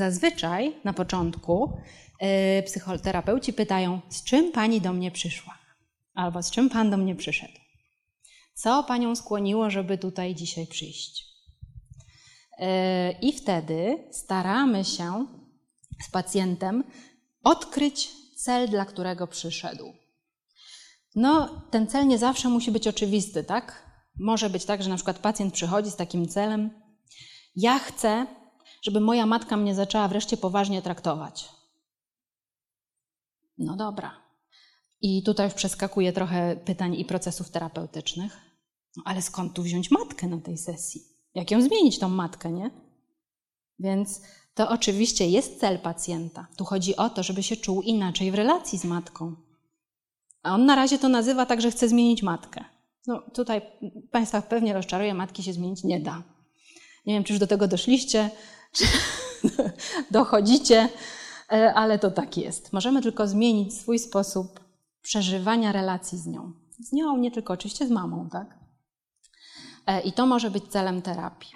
Zazwyczaj na początku psychoterapeuci pytają, z czym pani do mnie przyszła? Albo z czym Pan do mnie przyszedł? Co Panią skłoniło, żeby tutaj dzisiaj przyjść? I wtedy staramy się z pacjentem odkryć cel, dla którego przyszedł. No, ten cel nie zawsze musi być oczywisty, tak? Może być tak, że na przykład pacjent przychodzi z takim celem: ja chcę, żeby moja matka mnie zaczęła wreszcie poważnie traktować. No dobra. I tutaj już przeskakuje trochę pytań i procesów terapeutycznych. No, ale skąd tu wziąć matkę na tej sesji? Jak ją zmienić, tą matkę, nie? Więc to oczywiście jest cel pacjenta. Tu chodzi o to, żeby się czuł inaczej w relacji z matką. A on na razie to nazywa tak, że chce zmienić matkę. No tutaj Państwa pewnie rozczaruje, matki się zmienić nie da. Nie wiem, czy już do tego doszliście, czy dochodzicie, ale to tak jest. Możemy tylko zmienić swój sposób przeżywania relacji z nią. Z nią, nie tylko oczywiście z mamą, tak? I to może być celem terapii.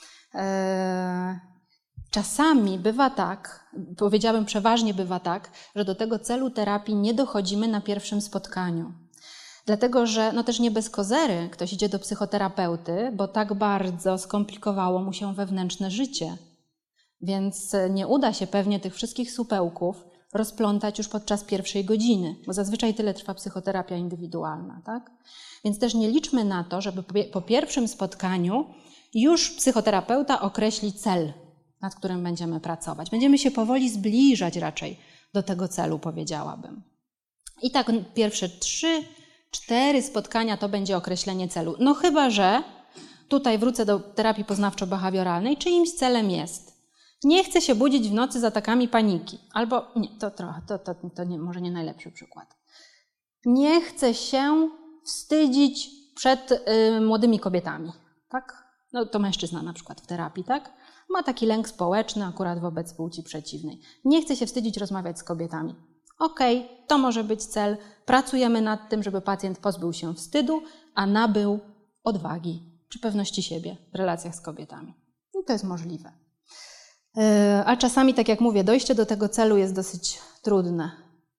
Czasami bywa tak, powiedziałabym przeważnie bywa tak, że do tego celu terapii nie dochodzimy na pierwszym spotkaniu. Dlatego, że no też nie bez kozery ktoś idzie do psychoterapeuty, bo tak bardzo skomplikowało mu się wewnętrzne życie. Więc nie uda się pewnie tych wszystkich supełków rozplątać już podczas pierwszej godziny, bo zazwyczaj tyle trwa psychoterapia indywidualna, tak? Więc też nie liczmy na to, żeby po pierwszym spotkaniu już psychoterapeuta określi cel, nad którym będziemy pracować. Będziemy się powoli zbliżać raczej do tego celu, powiedziałabym. I tak pierwsze 3-4 spotkania to będzie określenie celu. No chyba że, tutaj wrócę do terapii poznawczo-behawioralnej, czyimś celem jest: nie chcę się budzić w nocy z atakami paniki. Albo, nie, to nie, może nie najlepszy przykład. Nie chcę się wstydzić przed młodymi kobietami, tak? No to mężczyzna na przykład w terapii, tak? Ma taki lęk społeczny akurat wobec płci przeciwnej. Nie chce się wstydzić rozmawiać z kobietami. Okej, to może być cel. Pracujemy nad tym, żeby pacjent pozbył się wstydu, a nabył odwagi czy pewności siebie w relacjach z kobietami. I to jest możliwe. A czasami, tak jak mówię, dojście do tego celu jest dosyć trudne.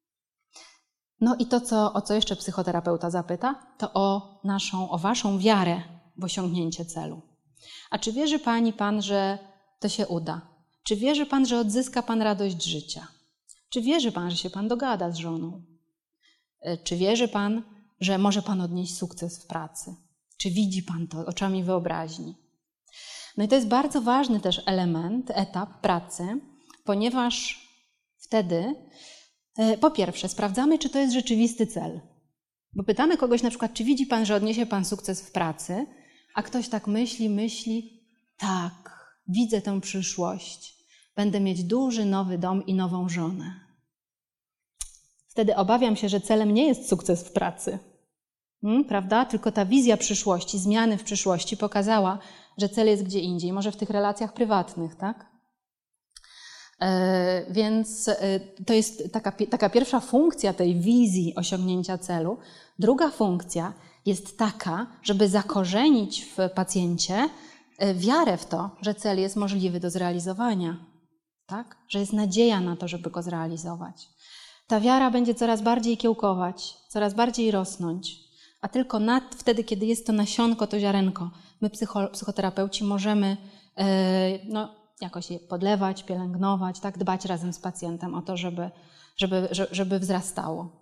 No i to, o co jeszcze psychoterapeuta zapyta, to o waszą wiarę w osiągnięcie celu. A czy wierzy pani, pan, że to się uda? Czy wierzy pan, że odzyska pan radość życia? Czy wierzy pan, że się pan dogada z żoną? Czy wierzy pan, że może pan odnieść sukces w pracy? Czy widzi pan to oczami wyobraźni? No i to jest bardzo ważny też etap pracy, ponieważ wtedy po pierwsze sprawdzamy, czy to jest rzeczywisty cel. Bo pytamy kogoś na przykład, czy widzi pan, że odniesie pan sukces w pracy, a ktoś tak myśli, tak, widzę tę przyszłość, będę mieć duży nowy dom i nową żonę. Wtedy obawiam się, że celem nie jest sukces w pracy, prawda? Tylko ta wizja przyszłości, zmiany w przyszłości pokazała, że cel jest gdzie indziej, może w tych relacjach prywatnych, tak? Więc to jest taka pierwsza funkcja tej wizji osiągnięcia celu. Druga funkcja jest taka, żeby zakorzenić w pacjencie wiarę w to, że cel jest możliwy do zrealizowania, tak? Że jest nadzieja na to, żeby go zrealizować. Ta wiara będzie coraz bardziej kiełkować, coraz bardziej rosnąć, a tylko wtedy, kiedy jest to nasionko, to ziarenko, my psychoterapeuci możemy jakoś je podlewać, pielęgnować, tak, dbać razem z pacjentem o to, żeby wzrastało.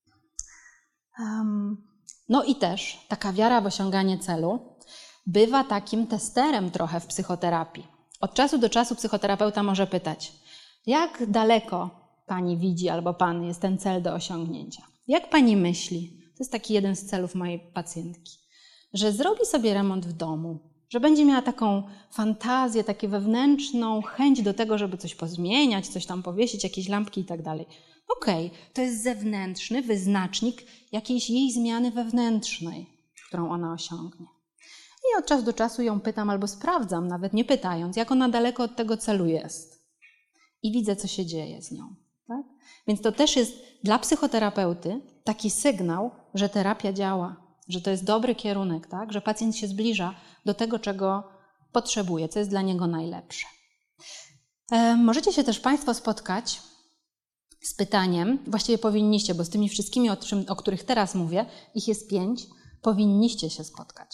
No i też taka wiara w osiąganie celu bywa takim testerem trochę w psychoterapii. Od czasu do czasu psychoterapeuta może pytać, jak daleko pani widzi albo pan jest ten cel do osiągnięcia? Jak pani myśli? To jest taki jeden z celów mojej pacjentki, że zrobi sobie remont w domu, że będzie miała taką fantazję, taką wewnętrzną chęć do tego, żeby coś pozmieniać, coś tam powiesić, jakieś lampki i tak dalej. Okej, to jest zewnętrzny wyznacznik jakiejś jej zmiany wewnętrznej, którą ona osiągnie. I od czasu do czasu ją pytam albo sprawdzam, nawet nie pytając, jak ona daleko od tego celu jest. I widzę, co się dzieje z nią. Tak? Więc to też jest dla psychoterapeuty taki sygnał, że terapia działa, że to jest dobry kierunek, tak? Że pacjent się zbliża do tego, czego potrzebuje, co jest dla niego najlepsze. Możecie się też Państwo spotkać z pytaniem, właściwie powinniście, bo z tymi wszystkimi, o których teraz mówię, ich jest 5, powinniście się spotkać.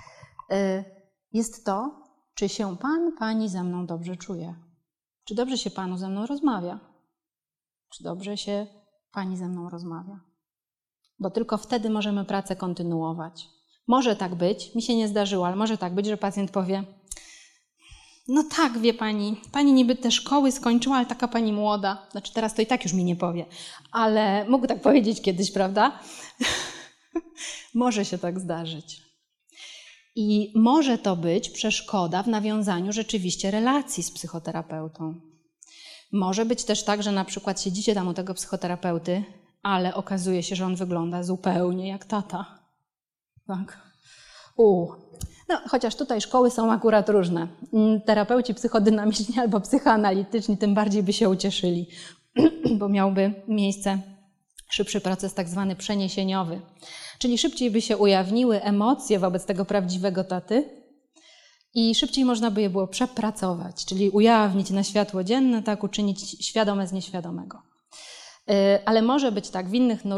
Jest to, czy się pan, pani ze mną dobrze czuje? Czy dobrze się panu ze mną rozmawia? Czy dobrze się pani ze mną rozmawia? Bo tylko wtedy możemy pracę kontynuować. Może tak być, mi się nie zdarzyło, ale może tak być, że pacjent powie: no tak, wie pani, pani niby te szkoły skończyła, ale taka pani młoda. Znaczy teraz to i tak już mi nie powie, ale mógł tak powiedzieć kiedyś, prawda? Może się tak zdarzyć. I może to być przeszkoda w nawiązaniu rzeczywiście relacji z psychoterapeutą. Może być też tak, że na przykład siedzicie tam u tego psychoterapeuty, ale okazuje się, że on wygląda zupełnie jak tata. Tak. No, chociaż tutaj szkoły są akurat różne. Terapeuci psychodynamiczni albo psychoanalityczni tym bardziej by się ucieszyli, bo miałby miejsce szybszy proces tak zwany przeniesieniowy. Czyli szybciej by się ujawniły emocje wobec tego prawdziwego taty i szybciej można by je było przepracować, czyli ujawnić na światło dzienne, tak, uczynić świadome z nieświadomego. Ale może być tak w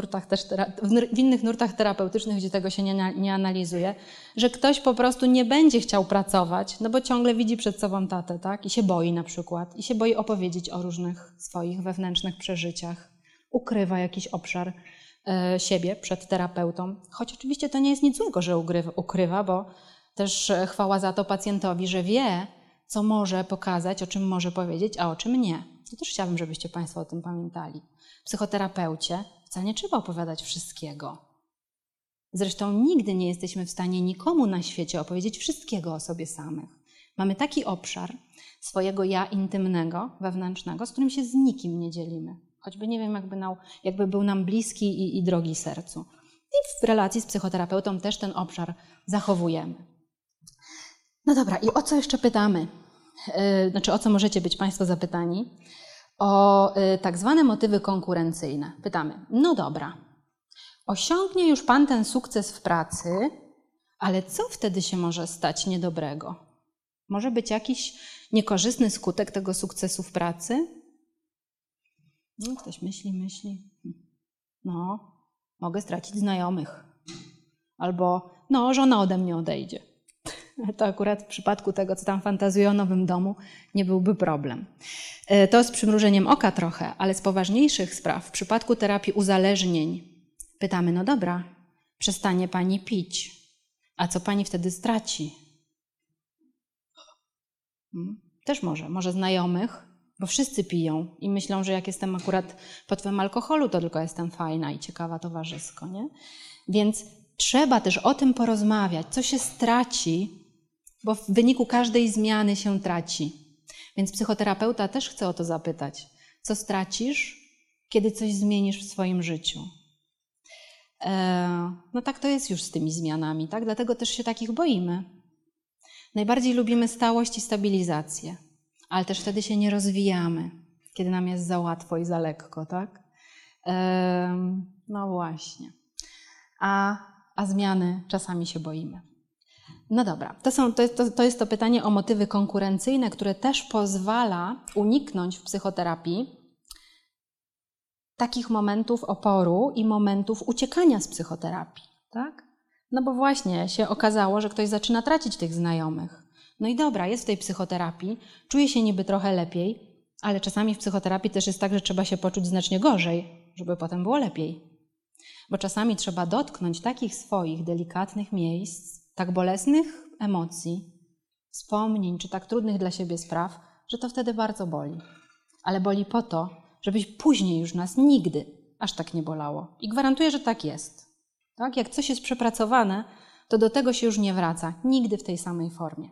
innych nurtach terapeutycznych, gdzie tego się nie analizuje, że ktoś po prostu nie będzie chciał pracować, no bo ciągle widzi przed sobą tatę, tak? I się boi na przykład, i się boi opowiedzieć o różnych swoich wewnętrznych przeżyciach. Ukrywa jakiś obszar siebie przed terapeutą. Choć oczywiście to nie jest nic złego, że ukrywa, bo też chwała za to pacjentowi, że wie, co może pokazać, o czym może powiedzieć, a o czym nie. Ja też chciałabym, żebyście Państwo o tym pamiętali. Psychoterapeucie wcale nie trzeba opowiadać wszystkiego. Zresztą nigdy nie jesteśmy w stanie nikomu na świecie opowiedzieć wszystkiego o sobie samych. Mamy taki obszar swojego ja intymnego, wewnętrznego, z którym się z nikim nie dzielimy. Choćby nie wiem, jakby był nam bliski i drogi sercu. I w relacji z psychoterapeutą też ten obszar zachowujemy. No dobra, i o co jeszcze pytamy? Znaczy, o co możecie być Państwo zapytani? O tak zwane motywy konkurencyjne. Pytamy: no dobra, osiągnie już Pan ten sukces w pracy, ale co wtedy się może stać niedobrego? Może być jakiś niekorzystny skutek tego sukcesu w pracy? No, ktoś myśli. No, mogę stracić znajomych. Albo, no, żona ode mnie odejdzie. To akurat w przypadku tego, co tam fantazuje o nowym domu, nie byłby problem. To z przymrużeniem oka trochę, ale z poważniejszych spraw, w przypadku terapii uzależnień, pytamy: no dobra, przestanie Pani pić, a co Pani wtedy straci? Też może znajomych, bo wszyscy piją i myślą, że jak jestem akurat pod wpływem alkoholu, to tylko jestem fajna i ciekawa towarzysko, nie? Więc trzeba też o tym porozmawiać, co się straci, bo w wyniku każdej zmiany się traci. Więc psychoterapeuta też chce o to zapytać. Co stracisz, kiedy coś zmienisz w swoim życiu? No tak to jest już z tymi zmianami, tak? Dlatego też się takich boimy. Najbardziej lubimy stałość i stabilizację, ale też wtedy się nie rozwijamy, kiedy nam jest za łatwo i za lekko, tak? No właśnie. A zmiany czasami się boimy. No dobra, to jest to pytanie o motywy konkurencyjne, które też pozwala uniknąć w psychoterapii takich momentów oporu i momentów uciekania z psychoterapii, tak? No bo właśnie się okazało, że ktoś zaczyna tracić tych znajomych. No i dobra, jest w tej psychoterapii, czuje się niby trochę lepiej, ale czasami w psychoterapii też jest tak, że trzeba się poczuć znacznie gorzej, żeby potem było lepiej. Bo czasami trzeba dotknąć takich swoich delikatnych miejsc, tak bolesnych emocji, wspomnień czy tak trudnych dla siebie spraw, że to wtedy bardzo boli. Ale boli po to, żebyś później już nas nigdy aż tak nie bolało. I gwarantuję, że tak jest. Tak? Jak coś jest przepracowane, to do tego się już nie wraca. Nigdy w tej samej formie.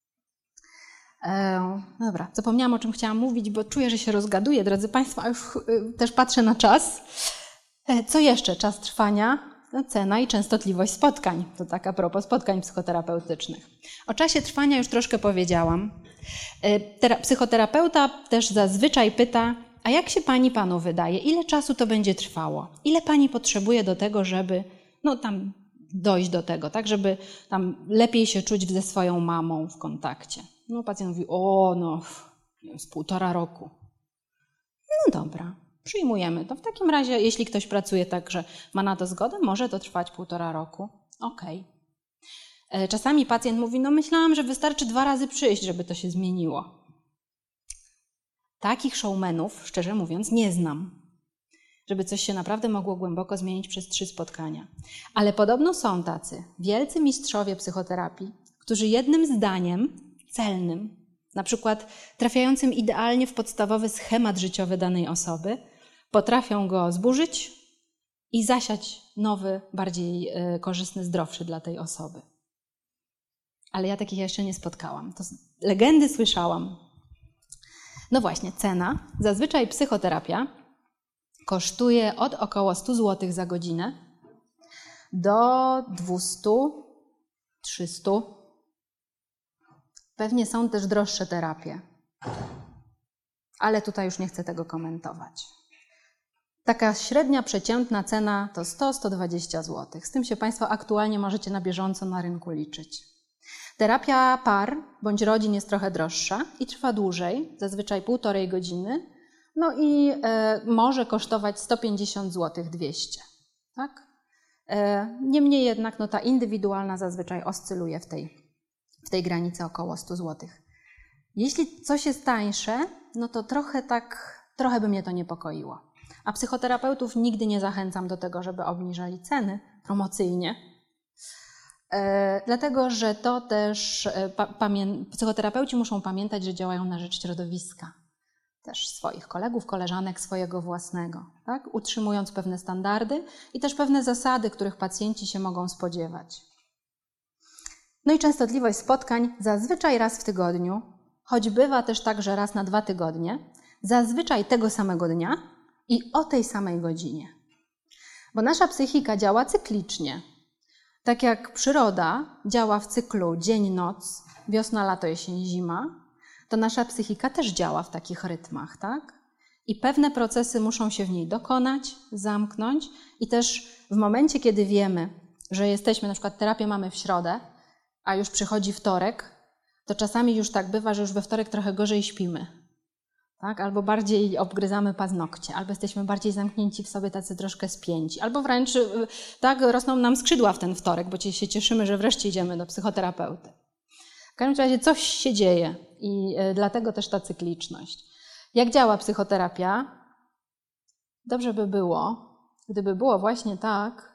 Dobra, zapomniałam, o czym chciałam mówić, bo czuję, że się rozgaduję, drodzy Państwo, a już też patrzę na czas. Co jeszcze? Czas trwania, cena i częstotliwość spotkań. To tak a propos spotkań psychoterapeutycznych. O czasie trwania już troszkę powiedziałam. Psychoterapeuta też zazwyczaj pyta: a jak się Panu wydaje? Ile czasu to będzie trwało? Ile Pani potrzebuje do tego, żeby tam dojść do tego, tak? Żeby tam lepiej się czuć ze swoją mamą w kontakcie? No pacjent mówi: z 1,5 roku. No dobra. Przyjmujemy to. W takim razie, jeśli ktoś pracuje tak, że ma na to zgodę, może to trwać 1,5 roku. Okej. Czasami pacjent mówi, no myślałam, że wystarczy 2 razy przyjść, żeby to się zmieniło. Takich showmenów, szczerze mówiąc, nie znam. Żeby coś się naprawdę mogło głęboko zmienić przez 3 spotkania. Ale podobno są tacy wielcy mistrzowie psychoterapii, którzy jednym zdaniem celnym, na przykład trafiającym idealnie w podstawowy schemat życiowy danej osoby, potrafią go zburzyć i zasiać nowy, bardziej korzystny, zdrowszy dla tej osoby. Ale ja takich jeszcze nie spotkałam. To legendy słyszałam. No właśnie, cena. Zazwyczaj psychoterapia kosztuje od około 100 zł za godzinę do 200, 300. Pewnie są też droższe terapie. Ale tutaj już nie chcę tego komentować. Taka średnia, przeciętna cena to 100-120 zł. Z tym się Państwo aktualnie możecie na bieżąco na rynku liczyć. Terapia par bądź rodzin jest trochę droższa i trwa dłużej, zazwyczaj 1,5 godziny, no i może kosztować 150 zł, 200. Tak? Niemniej jednak no, ta indywidualna zazwyczaj oscyluje w tej granicy około 100 zł. Jeśli coś jest tańsze, no to trochę by mnie to niepokoiło. A psychoterapeutów nigdy nie zachęcam do tego, żeby obniżali ceny promocyjnie, dlatego że to też psychoterapeuci muszą pamiętać, że działają na rzecz środowiska. Też swoich kolegów, koleżanek, swojego własnego, tak? Utrzymując pewne standardy i też pewne zasady, których pacjenci się mogą spodziewać. No i częstotliwość spotkań zazwyczaj raz w tygodniu, choć bywa też tak, że raz na 2 tygodnie, zazwyczaj tego samego dnia i o tej samej godzinie. Bo nasza psychika działa cyklicznie. Tak jak przyroda działa w cyklu dzień-noc, wiosna, lato, jesień, zima, to nasza psychika też działa w takich rytmach, tak? I pewne procesy muszą się w niej dokonać, zamknąć i też w momencie, kiedy wiemy, że jesteśmy, na przykład terapię mamy w środę, a już przychodzi wtorek, to czasami już tak bywa, że już we wtorek trochę gorzej śpimy, tak? Albo bardziej obgryzamy paznokcie, albo jesteśmy bardziej zamknięci w sobie, tacy troszkę spięci, albo wręcz tak rosną nam skrzydła w ten wtorek, bo się cieszymy, że wreszcie idziemy do psychoterapeuty. W każdym razie coś się dzieje i dlatego też ta cykliczność. Jak działa psychoterapia? Dobrze by było, gdyby było właśnie tak.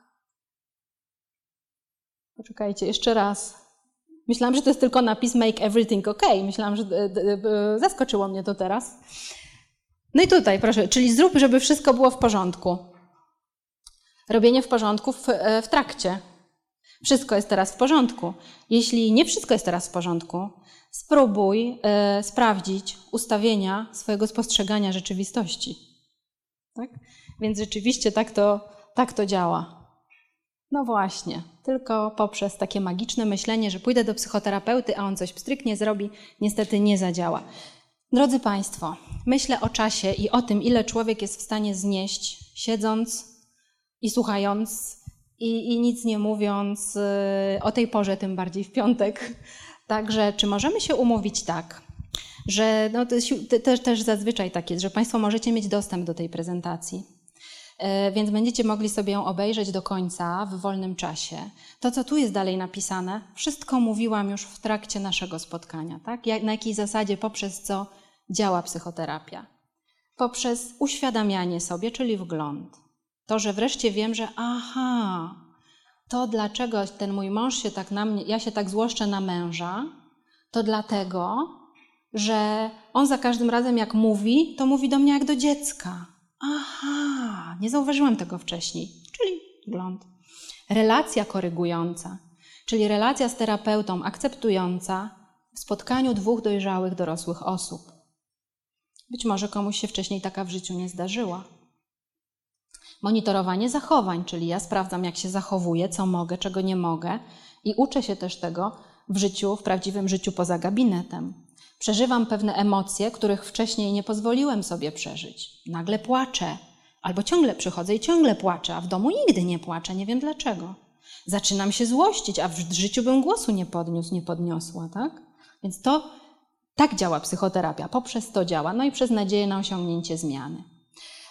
Poczekajcie, jeszcze raz. Myślałam, że to jest tylko napis make everything okay. Myślałam, że zaskoczyło mnie to teraz. No i tutaj, proszę, czyli zrób, żeby wszystko było w porządku. Robienie w porządku w trakcie. Wszystko jest teraz w porządku. Jeśli nie wszystko jest teraz w porządku, spróbuj sprawdzić ustawienia swojego spostrzegania rzeczywistości. Tak? Więc rzeczywiście tak to działa. No właśnie, tylko poprzez takie magiczne myślenie, że pójdę do psychoterapeuty, a on coś pstryknie zrobi, niestety nie zadziała. Drodzy Państwo, myślę o czasie i o tym, ile człowiek jest w stanie znieść, siedząc i słuchając i nic nie mówiąc, o tej porze, tym bardziej w piątek. Także czy możemy się umówić tak, że no też zazwyczaj tak jest, że Państwo możecie mieć dostęp do tej prezentacji, więc będziecie mogli sobie ją obejrzeć do końca w wolnym czasie. To, co tu jest dalej napisane, wszystko mówiłam już w trakcie naszego spotkania. Tak? Na jakiej zasadzie, poprzez co działa psychoterapia? Poprzez uświadamianie sobie, czyli wgląd. To, że wreszcie wiem, że to dlaczego ten mój mąż się tak na mnie, ja się tak złoszczę na męża, to dlatego, że on za każdym razem jak mówi, to mówi do mnie jak do dziecka. Nie zauważyłam tego wcześniej, czyli wgląd. Relacja korygująca, czyli relacja z terapeutą akceptująca w spotkaniu 2 dojrzałych, dorosłych osób. Być może komuś się wcześniej taka w życiu nie zdarzyła. Monitorowanie zachowań, czyli ja sprawdzam, jak się zachowuję, co mogę, czego nie mogę i uczę się też tego w życiu, w prawdziwym życiu poza gabinetem. Przeżywam pewne emocje, których wcześniej nie pozwoliłem sobie przeżyć. Nagle płaczę, albo ciągle przychodzę i ciągle płaczę, a w domu nigdy nie płaczę, nie wiem dlaczego. Zaczynam się złościć, a w życiu bym głosu nie podniosła, tak? Więc tak działa psychoterapia, poprzez to działa, no i przez nadzieję na osiągnięcie zmiany.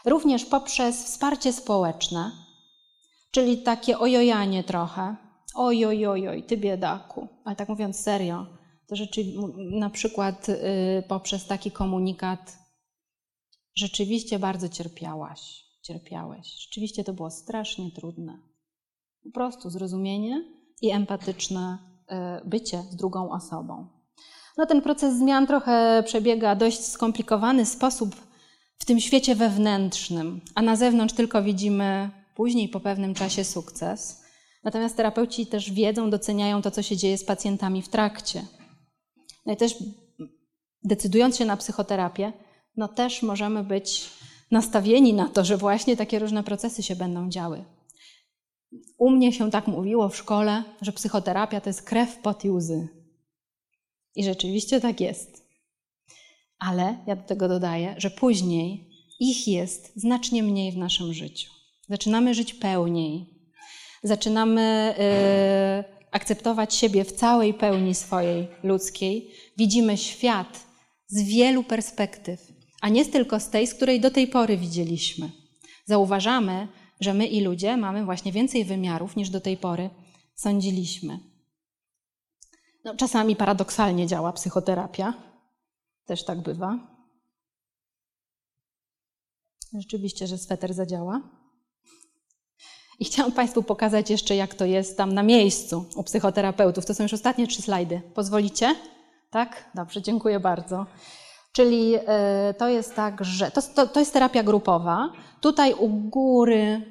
również poprzez wsparcie społeczne, czyli takie ojojanie trochę. Oj, ty biedaku. Ale tak mówiąc serio, to na przykład poprzez taki komunikat rzeczywiście bardzo cierpiałeś. Rzeczywiście to było strasznie trudne. Po prostu zrozumienie i empatyczne bycie z drugą osobą. No ten proces zmian trochę przebiega w dość skomplikowany sposób w tym świecie wewnętrznym, a na zewnątrz tylko widzimy później po pewnym czasie sukces. Natomiast terapeuci też wiedzą, doceniają to, co się dzieje z pacjentami w trakcie. No i też decydując się na psychoterapię, no też możemy być nastawieni na to, że właśnie takie różne procesy się będą działy. U mnie się tak mówiło w szkole, że psychoterapia to jest krew, pot i łzy. I rzeczywiście tak jest. Ale ja do tego dodaję, że później ich jest znacznie mniej w naszym życiu. Zaczynamy żyć pełniej. Zaczynamy akceptować siebie w całej pełni swojej ludzkiej. Widzimy świat z wielu perspektyw, a nie tylko z tej, z której do tej pory widzieliśmy. Zauważamy, że my i ludzie mamy właśnie więcej wymiarów, niż do tej pory sądziliśmy. No, czasami paradoksalnie działa psychoterapia. Też tak bywa. Rzeczywiście, że sweter zadziała. I chciałam Państwu pokazać jeszcze, jak to jest tam na miejscu u psychoterapeutów. To są już ostatnie 3 slajdy. Pozwolicie? Tak? Dobrze, dziękuję bardzo. Czyli to jest tak, że to jest terapia grupowa. Tutaj u góry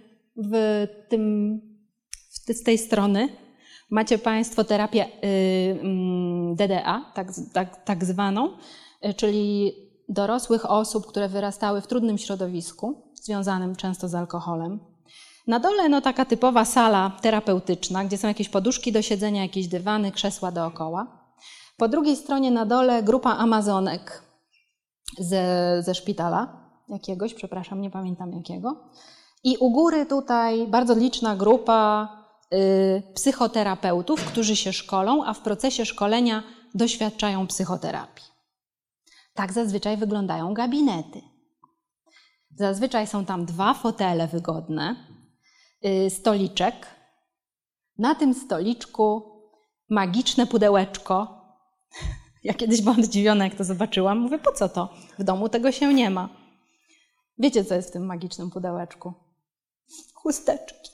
z tej strony macie Państwo terapię DDA, tak zwaną, czyli dorosłych osób, które wyrastały w trudnym środowisku, związanym często z alkoholem. Na dole taka typowa sala terapeutyczna, gdzie są jakieś poduszki do siedzenia, jakieś dywany, krzesła dookoła. Po drugiej stronie na dole grupa Amazonek ze szpitala jakiegoś, przepraszam, nie pamiętam jakiego. I u góry tutaj bardzo liczna grupa psychoterapeutów, którzy się szkolą, a w procesie szkolenia doświadczają psychoterapii. Tak zazwyczaj wyglądają gabinety. Zazwyczaj są tam 2 fotele wygodne, stoliczek. Na tym stoliczku magiczne pudełeczko. Ja kiedyś byłam zdziwiona, jak to zobaczyłam. Mówię, po co to? W domu tego się nie ma. Wiecie, co jest w tym magicznym pudełeczku? Chusteczki.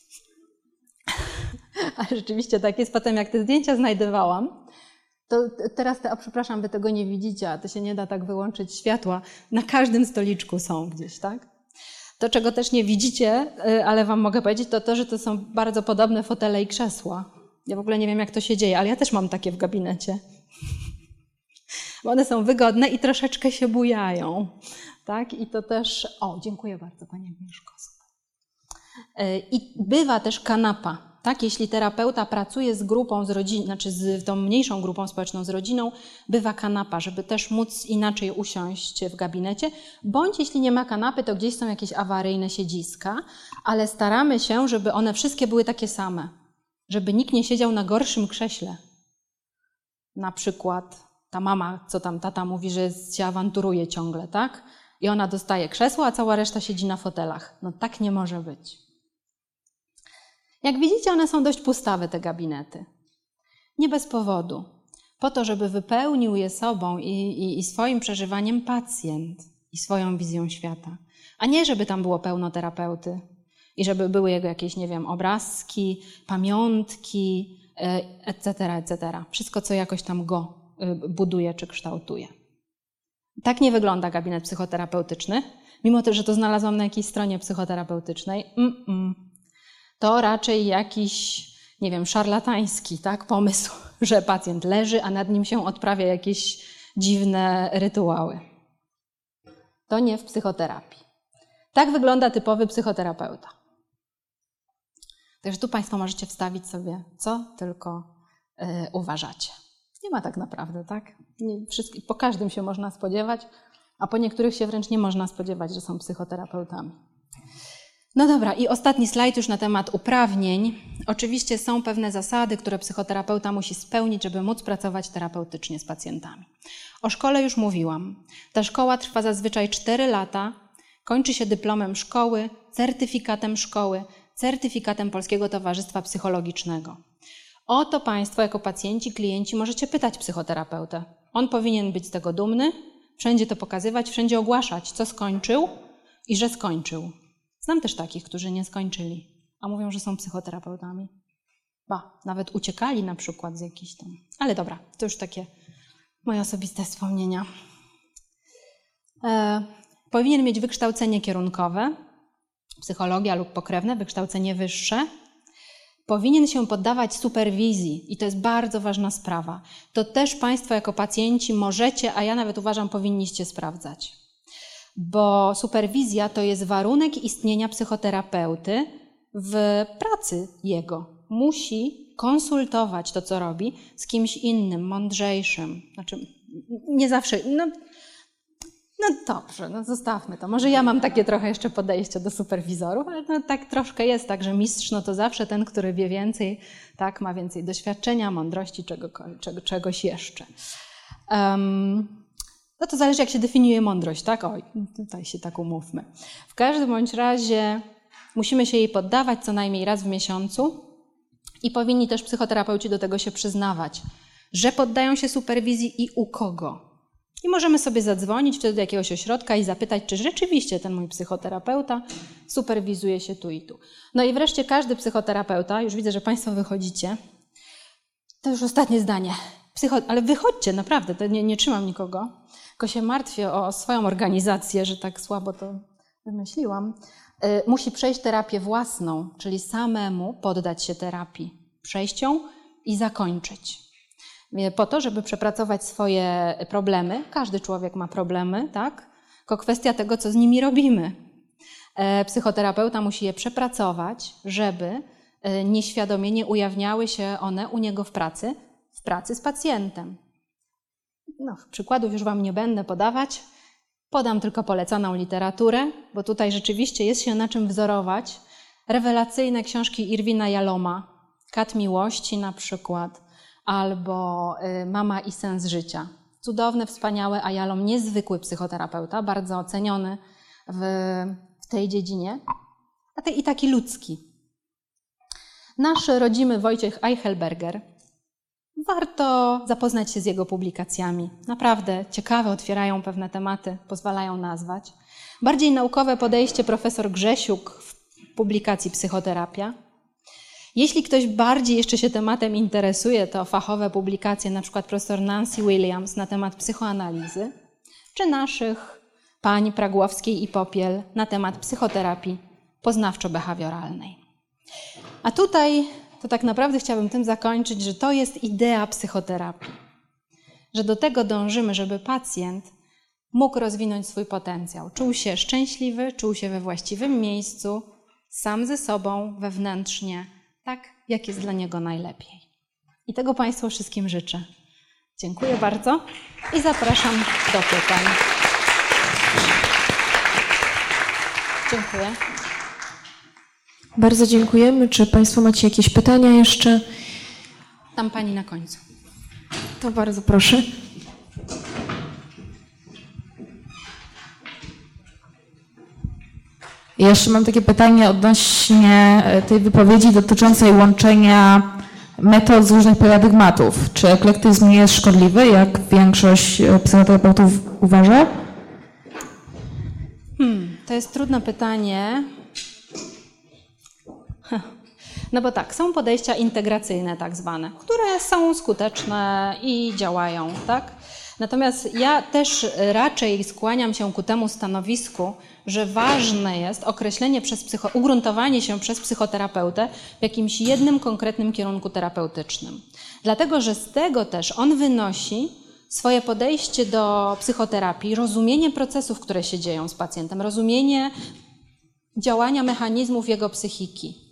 Ale rzeczywiście tak jest. Potem jak te zdjęcia znajdowałam, to teraz, przepraszam, wy tego nie widzicie, a to się nie da tak wyłączyć światła. Na każdym stoliczku są gdzieś, tak? To, czego też nie widzicie, ale wam mogę powiedzieć, to to, że to są bardzo podobne fotele i krzesła. Ja w ogóle nie wiem, jak to się dzieje, ale ja też mam takie w gabinecie. Bo one są wygodne i troszeczkę się bujają. Tak? I to też... O, dziękuję bardzo, Pani Agnieszko. I bywa też kanapa. Tak? Jeśli terapeuta pracuje z grupą, znaczy z tą mniejszą grupą społeczną, z rodziną, bywa kanapa, żeby też móc inaczej usiąść w gabinecie. Bądź jeśli nie ma kanapy, to gdzieś są jakieś awaryjne siedziska, ale staramy się, żeby one wszystkie były takie same. Żeby nikt nie siedział na gorszym krześle. Na przykład ta mama, co tam tata mówi, że się awanturuje ciągle, tak? I ona dostaje krzesło, a cała reszta siedzi na fotelach. No tak nie może być. Jak widzicie, one są dość pustawe, te gabinety. Nie bez powodu. Po to, żeby wypełnił je sobą i swoim przeżywaniem pacjent i swoją wizją świata. A nie, żeby tam było pełno terapeuty i żeby były jego jakieś, nie wiem, obrazki, pamiątki, etc., etc. Wszystko, co jakoś tam go buduje czy kształtuje. Tak nie wygląda gabinet psychoterapeutyczny, mimo to, że to znalazłam na jakiejś stronie psychoterapeutycznej. To raczej jakiś, nie wiem, szarlatański, tak, pomysł, że pacjent leży, a nad nim się odprawia jakieś dziwne rytuały. To nie w psychoterapii. Tak wygląda typowy psychoterapeuta. Także tu Państwo możecie wstawić sobie, co tylko uważacie. Nie ma tak naprawdę, tak? Po każdym się można spodziewać, a po niektórych się wręcz nie można spodziewać, że są psychoterapeutami. No dobra, i ostatni slajd już na temat uprawnień. Oczywiście są pewne zasady, które psychoterapeuta musi spełnić, żeby móc pracować terapeutycznie z pacjentami. O szkole już mówiłam. Ta szkoła trwa zazwyczaj 4 lata. Kończy się dyplomem szkoły, certyfikatem Polskiego Towarzystwa Psychologicznego. O to Państwo jako pacjenci, klienci możecie pytać psychoterapeutę. On powinien być z tego dumny, wszędzie to pokazywać, wszędzie ogłaszać, co skończył i że skończył. Znam też takich, którzy nie skończyli, a mówią, że są psychoterapeutami. Nawet uciekali na przykład z jakichś tam. Ale dobra, to już takie moje osobiste wspomnienia. Powinien mieć wykształcenie kierunkowe, psychologia lub pokrewne, wykształcenie wyższe. Powinien się poddawać superwizji i to jest bardzo ważna sprawa. To też Państwo jako pacjenci możecie, a ja nawet uważam, powinniście sprawdzać. Bo superwizja to jest warunek istnienia psychoterapeuty w pracy jego. Musi konsultować to, co robi, z kimś innym, mądrzejszym. Znaczy, nie zawsze... No dobrze, zostawmy to. Może ja mam takie trochę jeszcze podejście do superwizorów, ale tak troszkę jest tak, że mistrz to zawsze ten, który wie więcej, tak, ma więcej doświadczenia, mądrości, czegoś jeszcze. To zależy, jak się definiuje mądrość, tak? Oj, tutaj się tak umówmy. W każdym bądź razie musimy się jej poddawać co najmniej raz w miesiącu i powinni też psychoterapeuci do tego się przyznawać, że poddają się superwizji i u kogo. I możemy sobie zadzwonić wtedy do jakiegoś ośrodka i zapytać, czy rzeczywiście ten mój psychoterapeuta superwizuje się tu i tu. No i wreszcie każdy psychoterapeuta, już widzę, że Państwo wychodzicie, to już ostatnie zdanie, ale wychodźcie, naprawdę, to nie trzymam nikogo, tylko się martwię o swoją organizację, że tak słabo to wymyśliłam. Musi przejść terapię własną, czyli samemu poddać się terapii, przejść ją i zakończyć. Po to, żeby przepracować swoje problemy. Każdy człowiek ma problemy, tak? Tylko kwestia tego, co z nimi robimy. Psychoterapeuta musi je przepracować, żeby nieświadomie nie ujawniały się one u niego w pracy z pacjentem. Przykładów już Wam nie będę podawać. Podam tylko polecaną literaturę, bo tutaj rzeczywiście jest się na czym wzorować. Rewelacyjne książki Irwina Jaloma, Kat miłości na przykład, albo Mama i sens życia. Cudowne, wspaniałe, a Jalom niezwykły psychoterapeuta, bardzo oceniony w tej dziedzinie, i taki ludzki. Nasz rodzimy Wojciech Eichelberger. Warto zapoznać się z jego publikacjami. Naprawdę ciekawe, otwierają pewne tematy, pozwalają nazwać. Bardziej naukowe podejście profesor Grzesiuk w publikacji Psychoterapia. Jeśli ktoś bardziej jeszcze się tematem interesuje, to fachowe publikacje, na przykład profesor Nancy Williams na temat psychoanalizy, czy naszych pań Pragłowskiej i Popiel na temat psychoterapii poznawczo-behawioralnej. A tutaj to tak naprawdę chciałabym tym zakończyć, że to jest idea psychoterapii. Że do tego dążymy, żeby pacjent mógł rozwinąć swój potencjał. Czuł się szczęśliwy, czuł się we właściwym miejscu, sam ze sobą, wewnętrznie, tak jak jest dla niego najlepiej. I tego Państwu wszystkim życzę. Dziękuję bardzo i zapraszam do pytań. Dziękuję. Bardzo dziękujemy. Czy Państwo macie jakieś pytania jeszcze? Tam Pani na końcu. To bardzo proszę. Ja jeszcze mam takie pytanie odnośnie tej wypowiedzi dotyczącej łączenia metod z różnych paradygmatów. Czy eklektyzm nie jest szkodliwy, jak większość psychoterapeutów uważa? To jest trudne pytanie. No bo tak, są podejścia integracyjne tak zwane, które są skuteczne i działają, tak? Natomiast ja też raczej skłaniam się ku temu stanowisku, że ważne jest ugruntowanie się przez psychoterapeutę w jakimś jednym konkretnym kierunku terapeutycznym. Dlatego, że z tego też on wynosi swoje podejście do psychoterapii, rozumienie procesów, które się dzieją z pacjentem, rozumienie działania mechanizmów jego psychiki.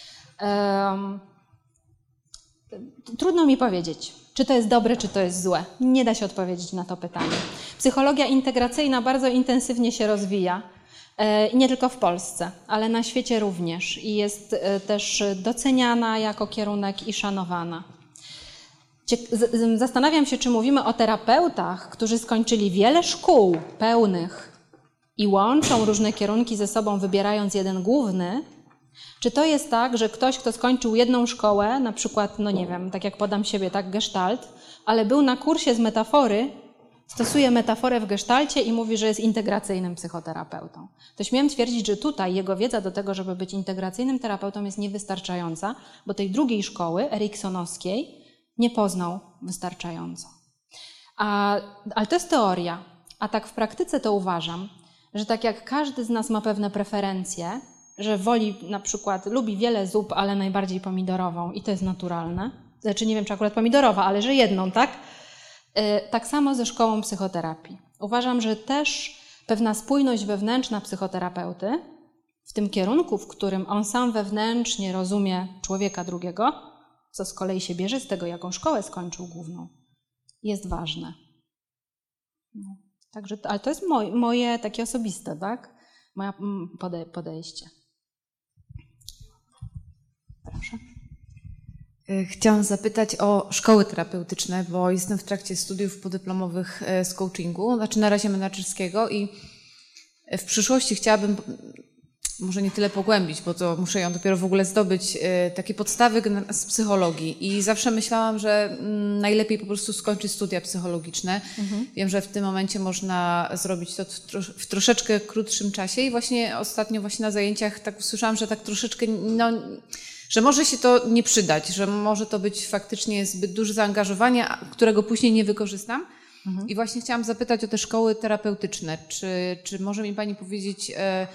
Trudno mi powiedzieć, czy to jest dobre, czy to jest złe. Nie da się odpowiedzieć na to pytanie. Psychologia integracyjna bardzo intensywnie się rozwija. I nie tylko w Polsce, ale na świecie również. I jest też doceniana jako kierunek i szanowana. Zastanawiam się, czy mówimy o terapeutach, którzy skończyli wiele szkół pełnych i łączą różne kierunki ze sobą, wybierając jeden główny, czy to jest tak, że ktoś, kto skończył jedną szkołę, na przykład, no nie wiem, tak jak podam siebie, tak, gestalt, ale był na kursie z metafory, stosuje metaforę w gestalcie i mówi, że jest integracyjnym psychoterapeutą. To śmiem twierdzić, że tutaj jego wiedza do tego, żeby być integracyjnym terapeutą, jest niewystarczająca, bo tej drugiej szkoły, eriksonowskiej, nie poznał wystarczająco. Ale to jest teoria, a tak w praktyce to uważam, że tak jak każdy z nas ma pewne preferencje, że woli na przykład, lubi wiele zup, ale najbardziej pomidorową i to jest naturalne, znaczy nie wiem, czy akurat pomidorowa, ale że jedną, tak? Tak samo ze szkołą psychoterapii. Uważam, że też pewna spójność wewnętrzna psychoterapeuty w tym kierunku, w którym on sam wewnętrznie rozumie człowieka drugiego, co z kolei się bierze z tego, jaką szkołę skończył główną, jest ważne. No, także, ale to jest moje takie osobiste, tak? Moje podejście. Proszę. Chciałam zapytać o szkoły terapeutyczne, bo jestem w trakcie studiów podyplomowych z coachingu, znaczy na razie menedżerskiego i w przyszłości chciałabym, może nie tyle pogłębić, bo to muszę ją dopiero w ogóle zdobyć, takie podstawy z psychologii i zawsze myślałam, że najlepiej po prostu skończyć studia psychologiczne. Wiem, że w tym momencie można zrobić to w troszeczkę krótszym czasie i właśnie ostatnio na zajęciach tak usłyszałam, że tak troszeczkę, że może się to nie przydać, że może to być faktycznie zbyt duże zaangażowanie, którego później nie wykorzystam. I właśnie chciałam zapytać o te szkoły terapeutyczne. Czy może mi Pani powiedzieć,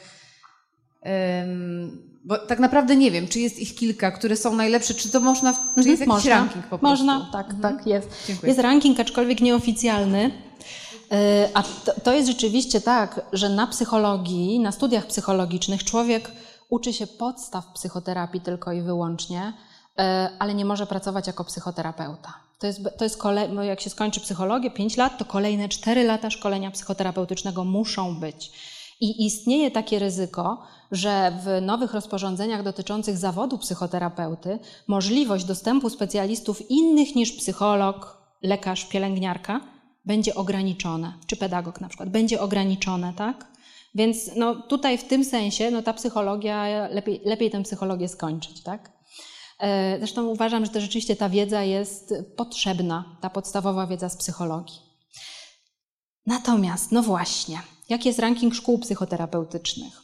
bo tak naprawdę nie wiem, czy jest ich kilka, które są najlepsze, czy to można, czy jest jakiś ranking po prostu? Można, tak jest. Dziękuję. Jest ranking, aczkolwiek nieoficjalny. A to jest rzeczywiście tak, że na psychologii, na studiach psychologicznych człowiek uczy się podstaw psychoterapii tylko i wyłącznie, ale nie może pracować jako psychoterapeuta. To jest bo jak się skończy psychologię, 5 lat, to kolejne 4 lata szkolenia psychoterapeutycznego muszą być. I istnieje takie ryzyko, że w nowych rozporządzeniach dotyczących zawodu psychoterapeuty możliwość dostępu specjalistów innych niż psycholog, lekarz, pielęgniarka będzie ograniczone, czy pedagog na przykład, będzie ograniczone, tak? Więc tutaj w tym sensie ta psychologia, lepiej tę psychologię skończyć, tak? Zresztą uważam, że to rzeczywiście ta wiedza jest potrzebna, ta podstawowa wiedza z psychologii. Natomiast, właśnie, jaki jest ranking szkół psychoterapeutycznych?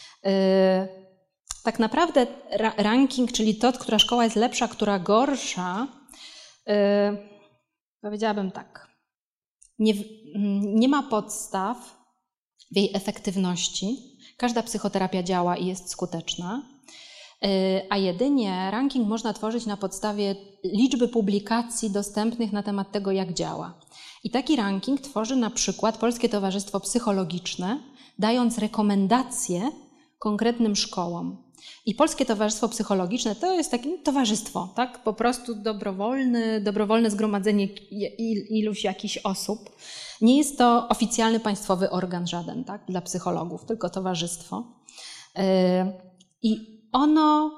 Tak naprawdę ranking, czyli to, która szkoła jest lepsza, która gorsza, powiedziałabym tak, nie ma podstaw w jej efektywności. Każda psychoterapia działa i jest skuteczna, a jedynie ranking można tworzyć na podstawie liczby publikacji dostępnych na temat tego, jak działa. I taki ranking tworzy na przykład Polskie Towarzystwo Psychologiczne, dając rekomendacje konkretnym szkołom. I Polskie Towarzystwo Psychologiczne to jest takie towarzystwo, tak? Po prostu dobrowolne zgromadzenie iluś jakichś osób. Nie jest to oficjalny państwowy organ żaden, tak? Dla psychologów, tylko towarzystwo. I ono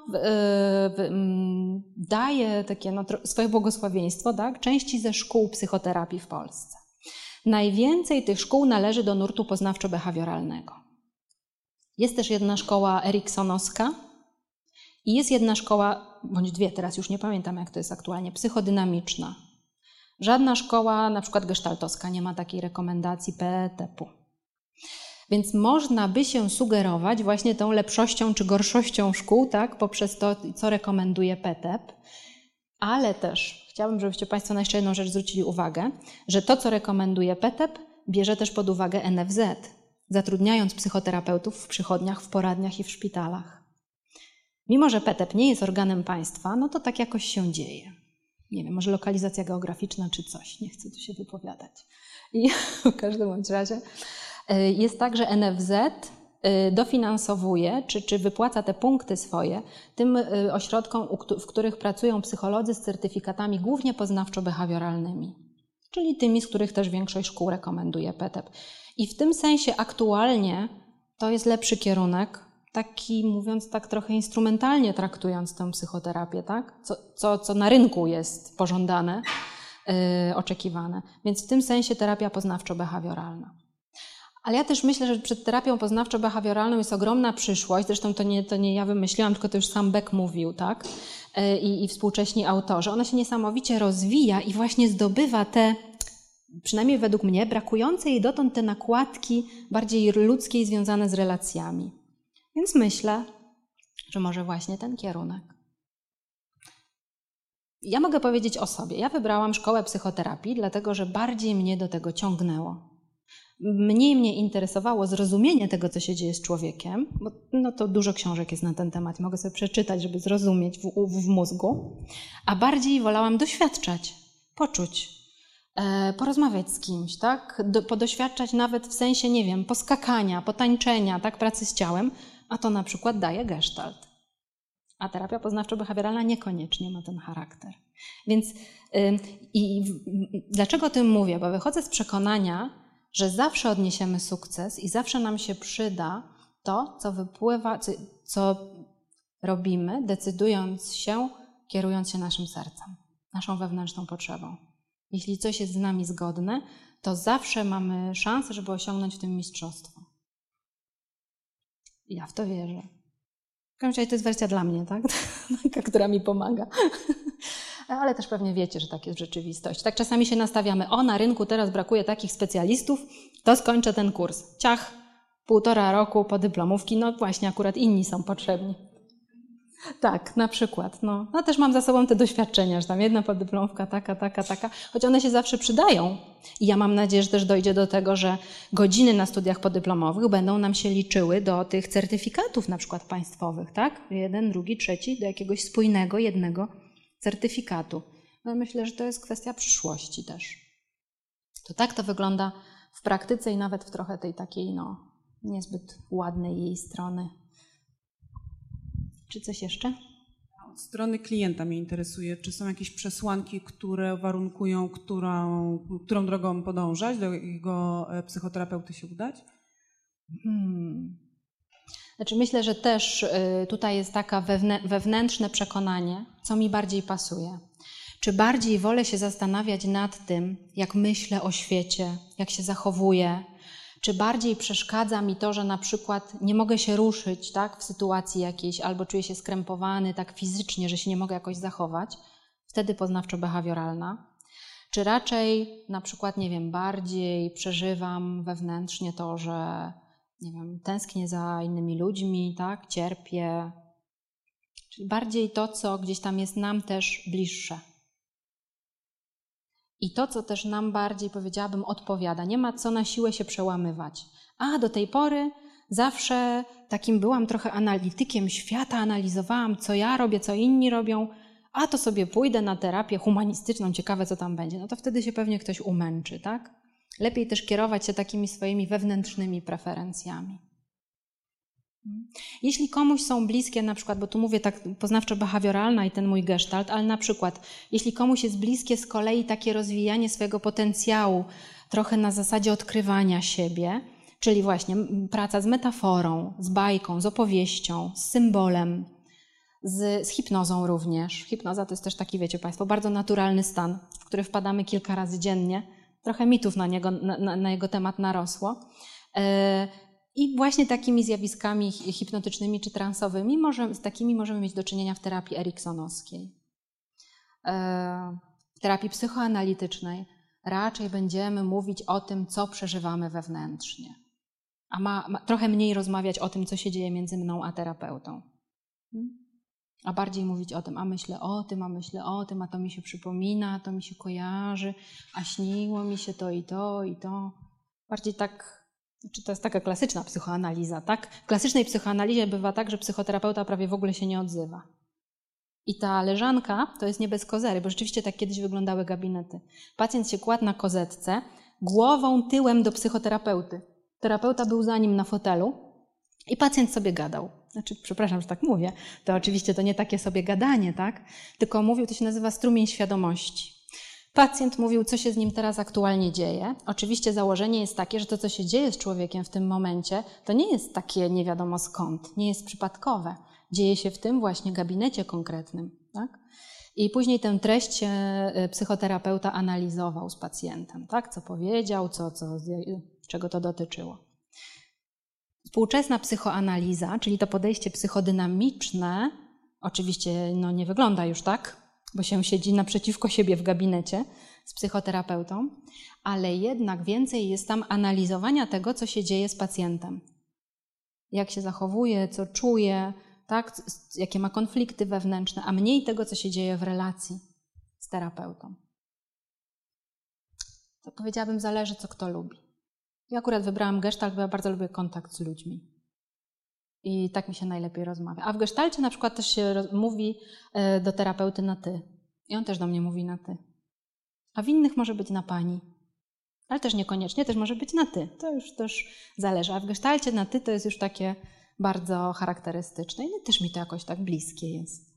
daje takie swoje błogosławieństwo, tak? Części ze szkół psychoterapii w Polsce. Najwięcej tych szkół należy do nurtu poznawczo-behawioralnego. Jest też jedna szkoła eriksonowska i jest jedna szkoła, bądź dwie, teraz już nie pamiętam jak to jest aktualnie, psychodynamiczna. Żadna szkoła, na przykład gestaltowska, nie ma takiej rekomendacji PTP-u. Więc można by się sugerować właśnie tą lepszością czy gorszością szkół, tak, poprzez to, co rekomenduje PTP, ale też chciałabym, żebyście Państwo na jeszcze jedną rzecz zwrócili uwagę, że to, co rekomenduje PTP, bierze też pod uwagę NFZ, zatrudniając psychoterapeutów w przychodniach, w poradniach i w szpitalach. Mimo że PTP nie jest organem państwa, to tak jakoś się dzieje. Nie wiem, może lokalizacja geograficzna czy coś, nie chcę tu się wypowiadać. I w każdym bądź razie jest tak, że NFZ dofinansowuje, czy wypłaca te punkty swoje tym ośrodkom, w których pracują psycholodzy z certyfikatami głównie poznawczo-behawioralnymi, czyli tymi, z których też większość szkół rekomenduje PTP. I w tym sensie aktualnie to jest lepszy kierunek, taki mówiąc tak trochę instrumentalnie traktując tę psychoterapię, tak? Co na rynku jest pożądane, oczekiwane. Więc w tym sensie terapia poznawczo-behawioralna. Ale ja też myślę, że przed terapią poznawczo-behawioralną jest ogromna przyszłość. Zresztą to nie ja wymyśliłam, tylko to już sam Beck mówił, tak? I współcześni autorzy. Ona się niesamowicie rozwija i właśnie zdobywa te, przynajmniej według mnie, brakujące jej dotąd te nakładki bardziej ludzkie i związane z relacjami. Więc myślę, że może właśnie ten kierunek. Ja mogę powiedzieć o sobie. Ja wybrałam szkołę psychoterapii, dlatego że bardziej mnie do tego ciągnęło. Mniej mnie interesowało zrozumienie tego, co się dzieje z człowiekiem, bo no to dużo książek jest na ten temat, mogę sobie przeczytać, żeby zrozumieć w mózgu, a bardziej wolałam doświadczać, poczuć, porozmawiać z kimś, tak? Podoświadczać nawet w sensie, nie wiem, poskakania, potańczenia, tak? Pracy z ciałem, a to na przykład daje gestalt. A terapia poznawczo-behawioralna niekoniecznie ma ten charakter. Więc dlaczego o tym mówię? Bo wychodzę z przekonania, że zawsze odniesiemy sukces i zawsze nam się przyda to, co wypływa, co robimy, decydując się, kierując się naszym sercem, naszą wewnętrzną potrzebą. Jeśli coś jest z nami zgodne, to zawsze mamy szansę, żeby osiągnąć w tym mistrzostwo. Ja w to wierzę. W każdym razie to jest wersja dla mnie, tak? Taka, która mi pomaga. Ale też pewnie wiecie, że tak jest rzeczywistość. Tak czasami się nastawiamy, na rynku teraz brakuje takich specjalistów, to skończę ten kurs. Ciach, 1,5 roku po dyplomówki, no właśnie akurat inni są potrzebni. Tak, na przykład. No też mam za sobą te doświadczenia, że tam jedna podyplomówka, taka, choć one się zawsze przydają. I ja mam nadzieję, że też dojdzie do tego, że godziny na studiach podyplomowych będą nam się liczyły do tych certyfikatów na przykład państwowych, tak? 1, 2, 3, do jakiegoś spójnego, jednego certyfikatu. No myślę, że to jest kwestia przyszłości też. To tak to wygląda w praktyce i nawet w trochę tej takiej, niezbyt ładnej jej strony. Czy coś jeszcze? Od strony klienta mnie interesuje, czy są jakieś przesłanki, które warunkują, którą drogą podążać, do jego psychoterapeuty się udać? Znaczy myślę, że też tutaj jest taka wewnętrzne przekonanie, co mi bardziej pasuje. Czy bardziej wolę się zastanawiać nad tym, jak myślę o świecie, jak się zachowuję, czy bardziej przeszkadza mi to, że na przykład nie mogę się ruszyć, tak, w sytuacji jakiejś, albo czuję się skrępowany tak fizycznie, że się nie mogę jakoś zachować, wtedy poznawczo-behawioralna. Czy raczej na przykład, nie wiem, bardziej przeżywam wewnętrznie to, że nie wiem, tęsknię za innymi ludźmi, tak, cierpię. Czyli bardziej to, co gdzieś tam jest nam też bliższe. I to, co też nam bardziej, powiedziałabym, odpowiada. Nie ma co na siłę się przełamywać. Do tej pory zawsze takim byłam trochę analitykiem świata, analizowałam, co ja robię, co inni robią, to sobie pójdę na terapię humanistyczną, ciekawe, co tam będzie. No to wtedy się pewnie ktoś umęczy, tak? Lepiej też kierować się takimi swoimi wewnętrznymi preferencjami. Jeśli komuś są bliskie, na przykład, bo tu mówię tak poznawczo-behawioralna i ten mój gestalt, ale na przykład, jeśli komuś jest bliskie z kolei takie rozwijanie swojego potencjału, trochę na zasadzie odkrywania siebie, czyli właśnie praca z metaforą, z bajką, z opowieścią, z symbolem, z hipnozą również. Hipnoza to jest też taki, wiecie Państwo, bardzo naturalny stan, w który wpadamy kilka razy dziennie. Trochę mitów na jego temat narosło. I właśnie takimi zjawiskami hipnotycznymi czy transowymi, z takimi możemy mieć do czynienia w terapii eriksonowskiej. W terapii psychoanalitycznej raczej będziemy mówić o tym, co przeżywamy wewnętrznie. Trochę mniej rozmawiać o tym, co się dzieje między mną a terapeutą. A bardziej mówić o tym, myślę o tym, a to mi się przypomina, a to mi się kojarzy, a śniło mi się to i to i to. Bardziej tak, czy to jest taka klasyczna psychoanaliza, tak? W klasycznej psychoanalizie bywa tak, że psychoterapeuta prawie w ogóle się nie odzywa. I ta leżanka to jest nie bez kozery, bo rzeczywiście tak kiedyś wyglądały gabinety. Pacjent się kładł na kozetce, głową tyłem do psychoterapeuty. Terapeuta był za nim na fotelu i pacjent sobie gadał. Przepraszam, że tak mówię, to oczywiście to nie takie sobie gadanie, tak? Tylko mówił, to się nazywa strumień świadomości. Pacjent mówił, co się z nim teraz aktualnie dzieje. Oczywiście założenie jest takie, że to, co się dzieje z człowiekiem w tym momencie, to nie jest takie nie wiadomo skąd, nie jest przypadkowe. Dzieje się w tym właśnie gabinecie konkretnym, tak? I później tę treść psychoterapeuta analizował z pacjentem, tak? Co powiedział, czego to dotyczyło. Współczesna psychoanaliza, czyli to podejście psychodynamiczne, oczywiście nie wygląda już tak, bo się siedzi naprzeciwko siebie w gabinecie z psychoterapeutą, ale jednak więcej jest tam analizowania tego, co się dzieje z pacjentem. Jak się zachowuje, co czuje, tak? Jakie ma konflikty wewnętrzne, a mniej tego, co się dzieje w relacji z terapeutą. To powiedziałabym, zależy, co kto lubi. Ja akurat wybrałam gestalt, bo ja bardzo lubię kontakt z ludźmi. I tak mi się najlepiej rozmawia. A w gestalcie na przykład też się mówi do terapeuty na ty. I on też do mnie mówi na ty. A w innych może być na pani. Ale też niekoniecznie, też może być na ty. To już też zależy. A w gestalcie na ty to jest już takie bardzo charakterystyczne. I też mi to jakoś tak bliskie jest.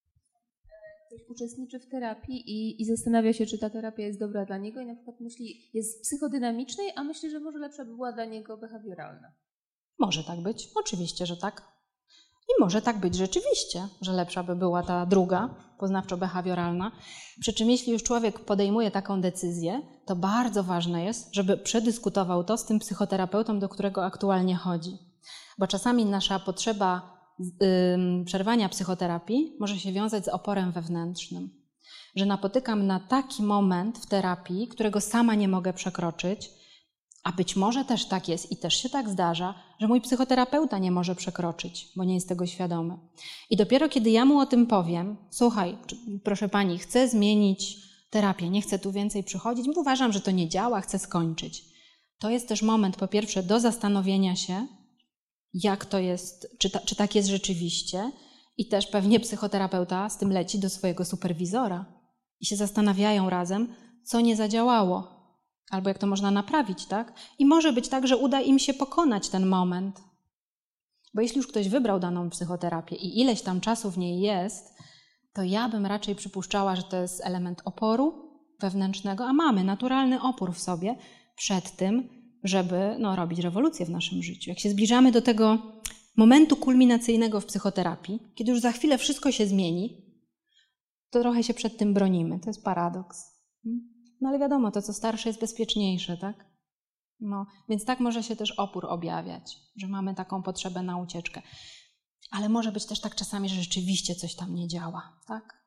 Ktoś uczestniczy w terapii i zastanawia się, czy ta terapia jest dobra dla niego i na przykład myśli, jest psychodynamicznej, a myśli, że może lepsza by była dla niego behawioralna. Może tak być, oczywiście, że tak. I może tak być rzeczywiście, że lepsza by była ta druga, poznawczo-behawioralna. Przy czym jeśli już człowiek podejmuje taką decyzję, to bardzo ważne jest, żeby przedyskutował to z tym psychoterapeutą, do którego aktualnie chodzi. Bo czasami nasza potrzeba przerwania psychoterapii może się wiązać z oporem wewnętrznym. Że napotykam na taki moment w terapii, którego sama nie mogę przekroczyć, a być może też tak jest i też się tak zdarza, że mój psychoterapeuta nie może przekroczyć, bo nie jest tego świadomy. I dopiero kiedy ja mu o tym powiem, słuchaj, proszę pani, chcę zmienić terapię, nie chcę tu więcej przychodzić, bo uważam, że to nie działa, chcę skończyć. To jest też moment, po pierwsze, do zastanowienia się, jak to jest, czy tak jest rzeczywiście, i też pewnie psychoterapeuta z tym leci do swojego superwizora i się zastanawiają razem, co nie zadziałało. Albo jak to można naprawić, tak? I może być tak, że uda im się pokonać ten moment. Bo jeśli już ktoś wybrał daną psychoterapię i ileś tam czasu w niej jest, to ja bym raczej przypuszczała, że to jest element oporu wewnętrznego, a mamy naturalny opór w sobie przed tym, żeby robić rewolucję w naszym życiu. Jak się zbliżamy do tego momentu kulminacyjnego w psychoterapii, kiedy już za chwilę wszystko się zmieni, to trochę się przed tym bronimy. To jest paradoks. No ale wiadomo, to co starsze jest bezpieczniejsze, tak? Więc tak może się też opór objawiać, że mamy taką potrzebę na ucieczkę. Ale może być też tak czasami, że rzeczywiście coś tam nie działa, tak?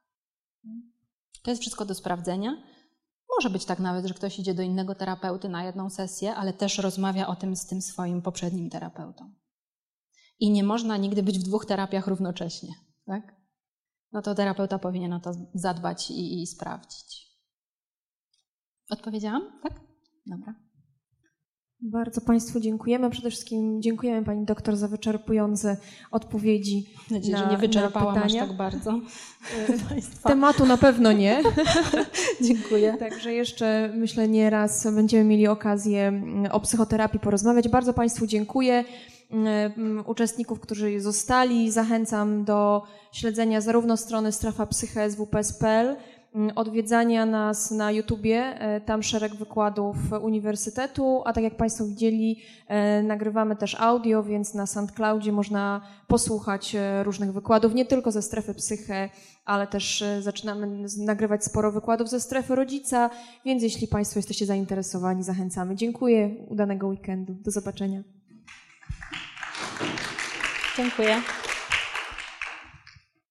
To jest wszystko do sprawdzenia. Może być tak nawet, że ktoś idzie do innego terapeuty na jedną sesję, ale też rozmawia o tym z tym swoim poprzednim terapeutą. I nie można nigdy być w 2 terapiach równocześnie, tak? No to terapeuta powinien o to zadbać i sprawdzić. Odpowiedziałam? Tak? Dobra. Bardzo Państwu dziękujemy. Przede wszystkim dziękujemy Pani doktor za wyczerpujące odpowiedzi. Mam nadzieję, że nie wyczerpałam aż pytania. tak bardzo Tematu na pewno nie. Dziękuję. Także jeszcze myślę nie raz będziemy mieli okazję o psychoterapii porozmawiać. Bardzo Państwu dziękuję. Uczestników, którzy zostali, zachęcam do śledzenia zarówno strony strefapsyche.swps.pl, odwiedzania nas na YouTubie, tam szereg wykładów uniwersytetu, a tak jak Państwo widzieli, nagrywamy też audio, więc na SoundCloudzie można posłuchać różnych wykładów, nie tylko ze strefy psyche, ale też zaczynamy nagrywać sporo wykładów ze strefy rodzica, więc jeśli Państwo jesteście zainteresowani, zachęcamy. Dziękuję, udanego weekendu, do zobaczenia. Dziękuję.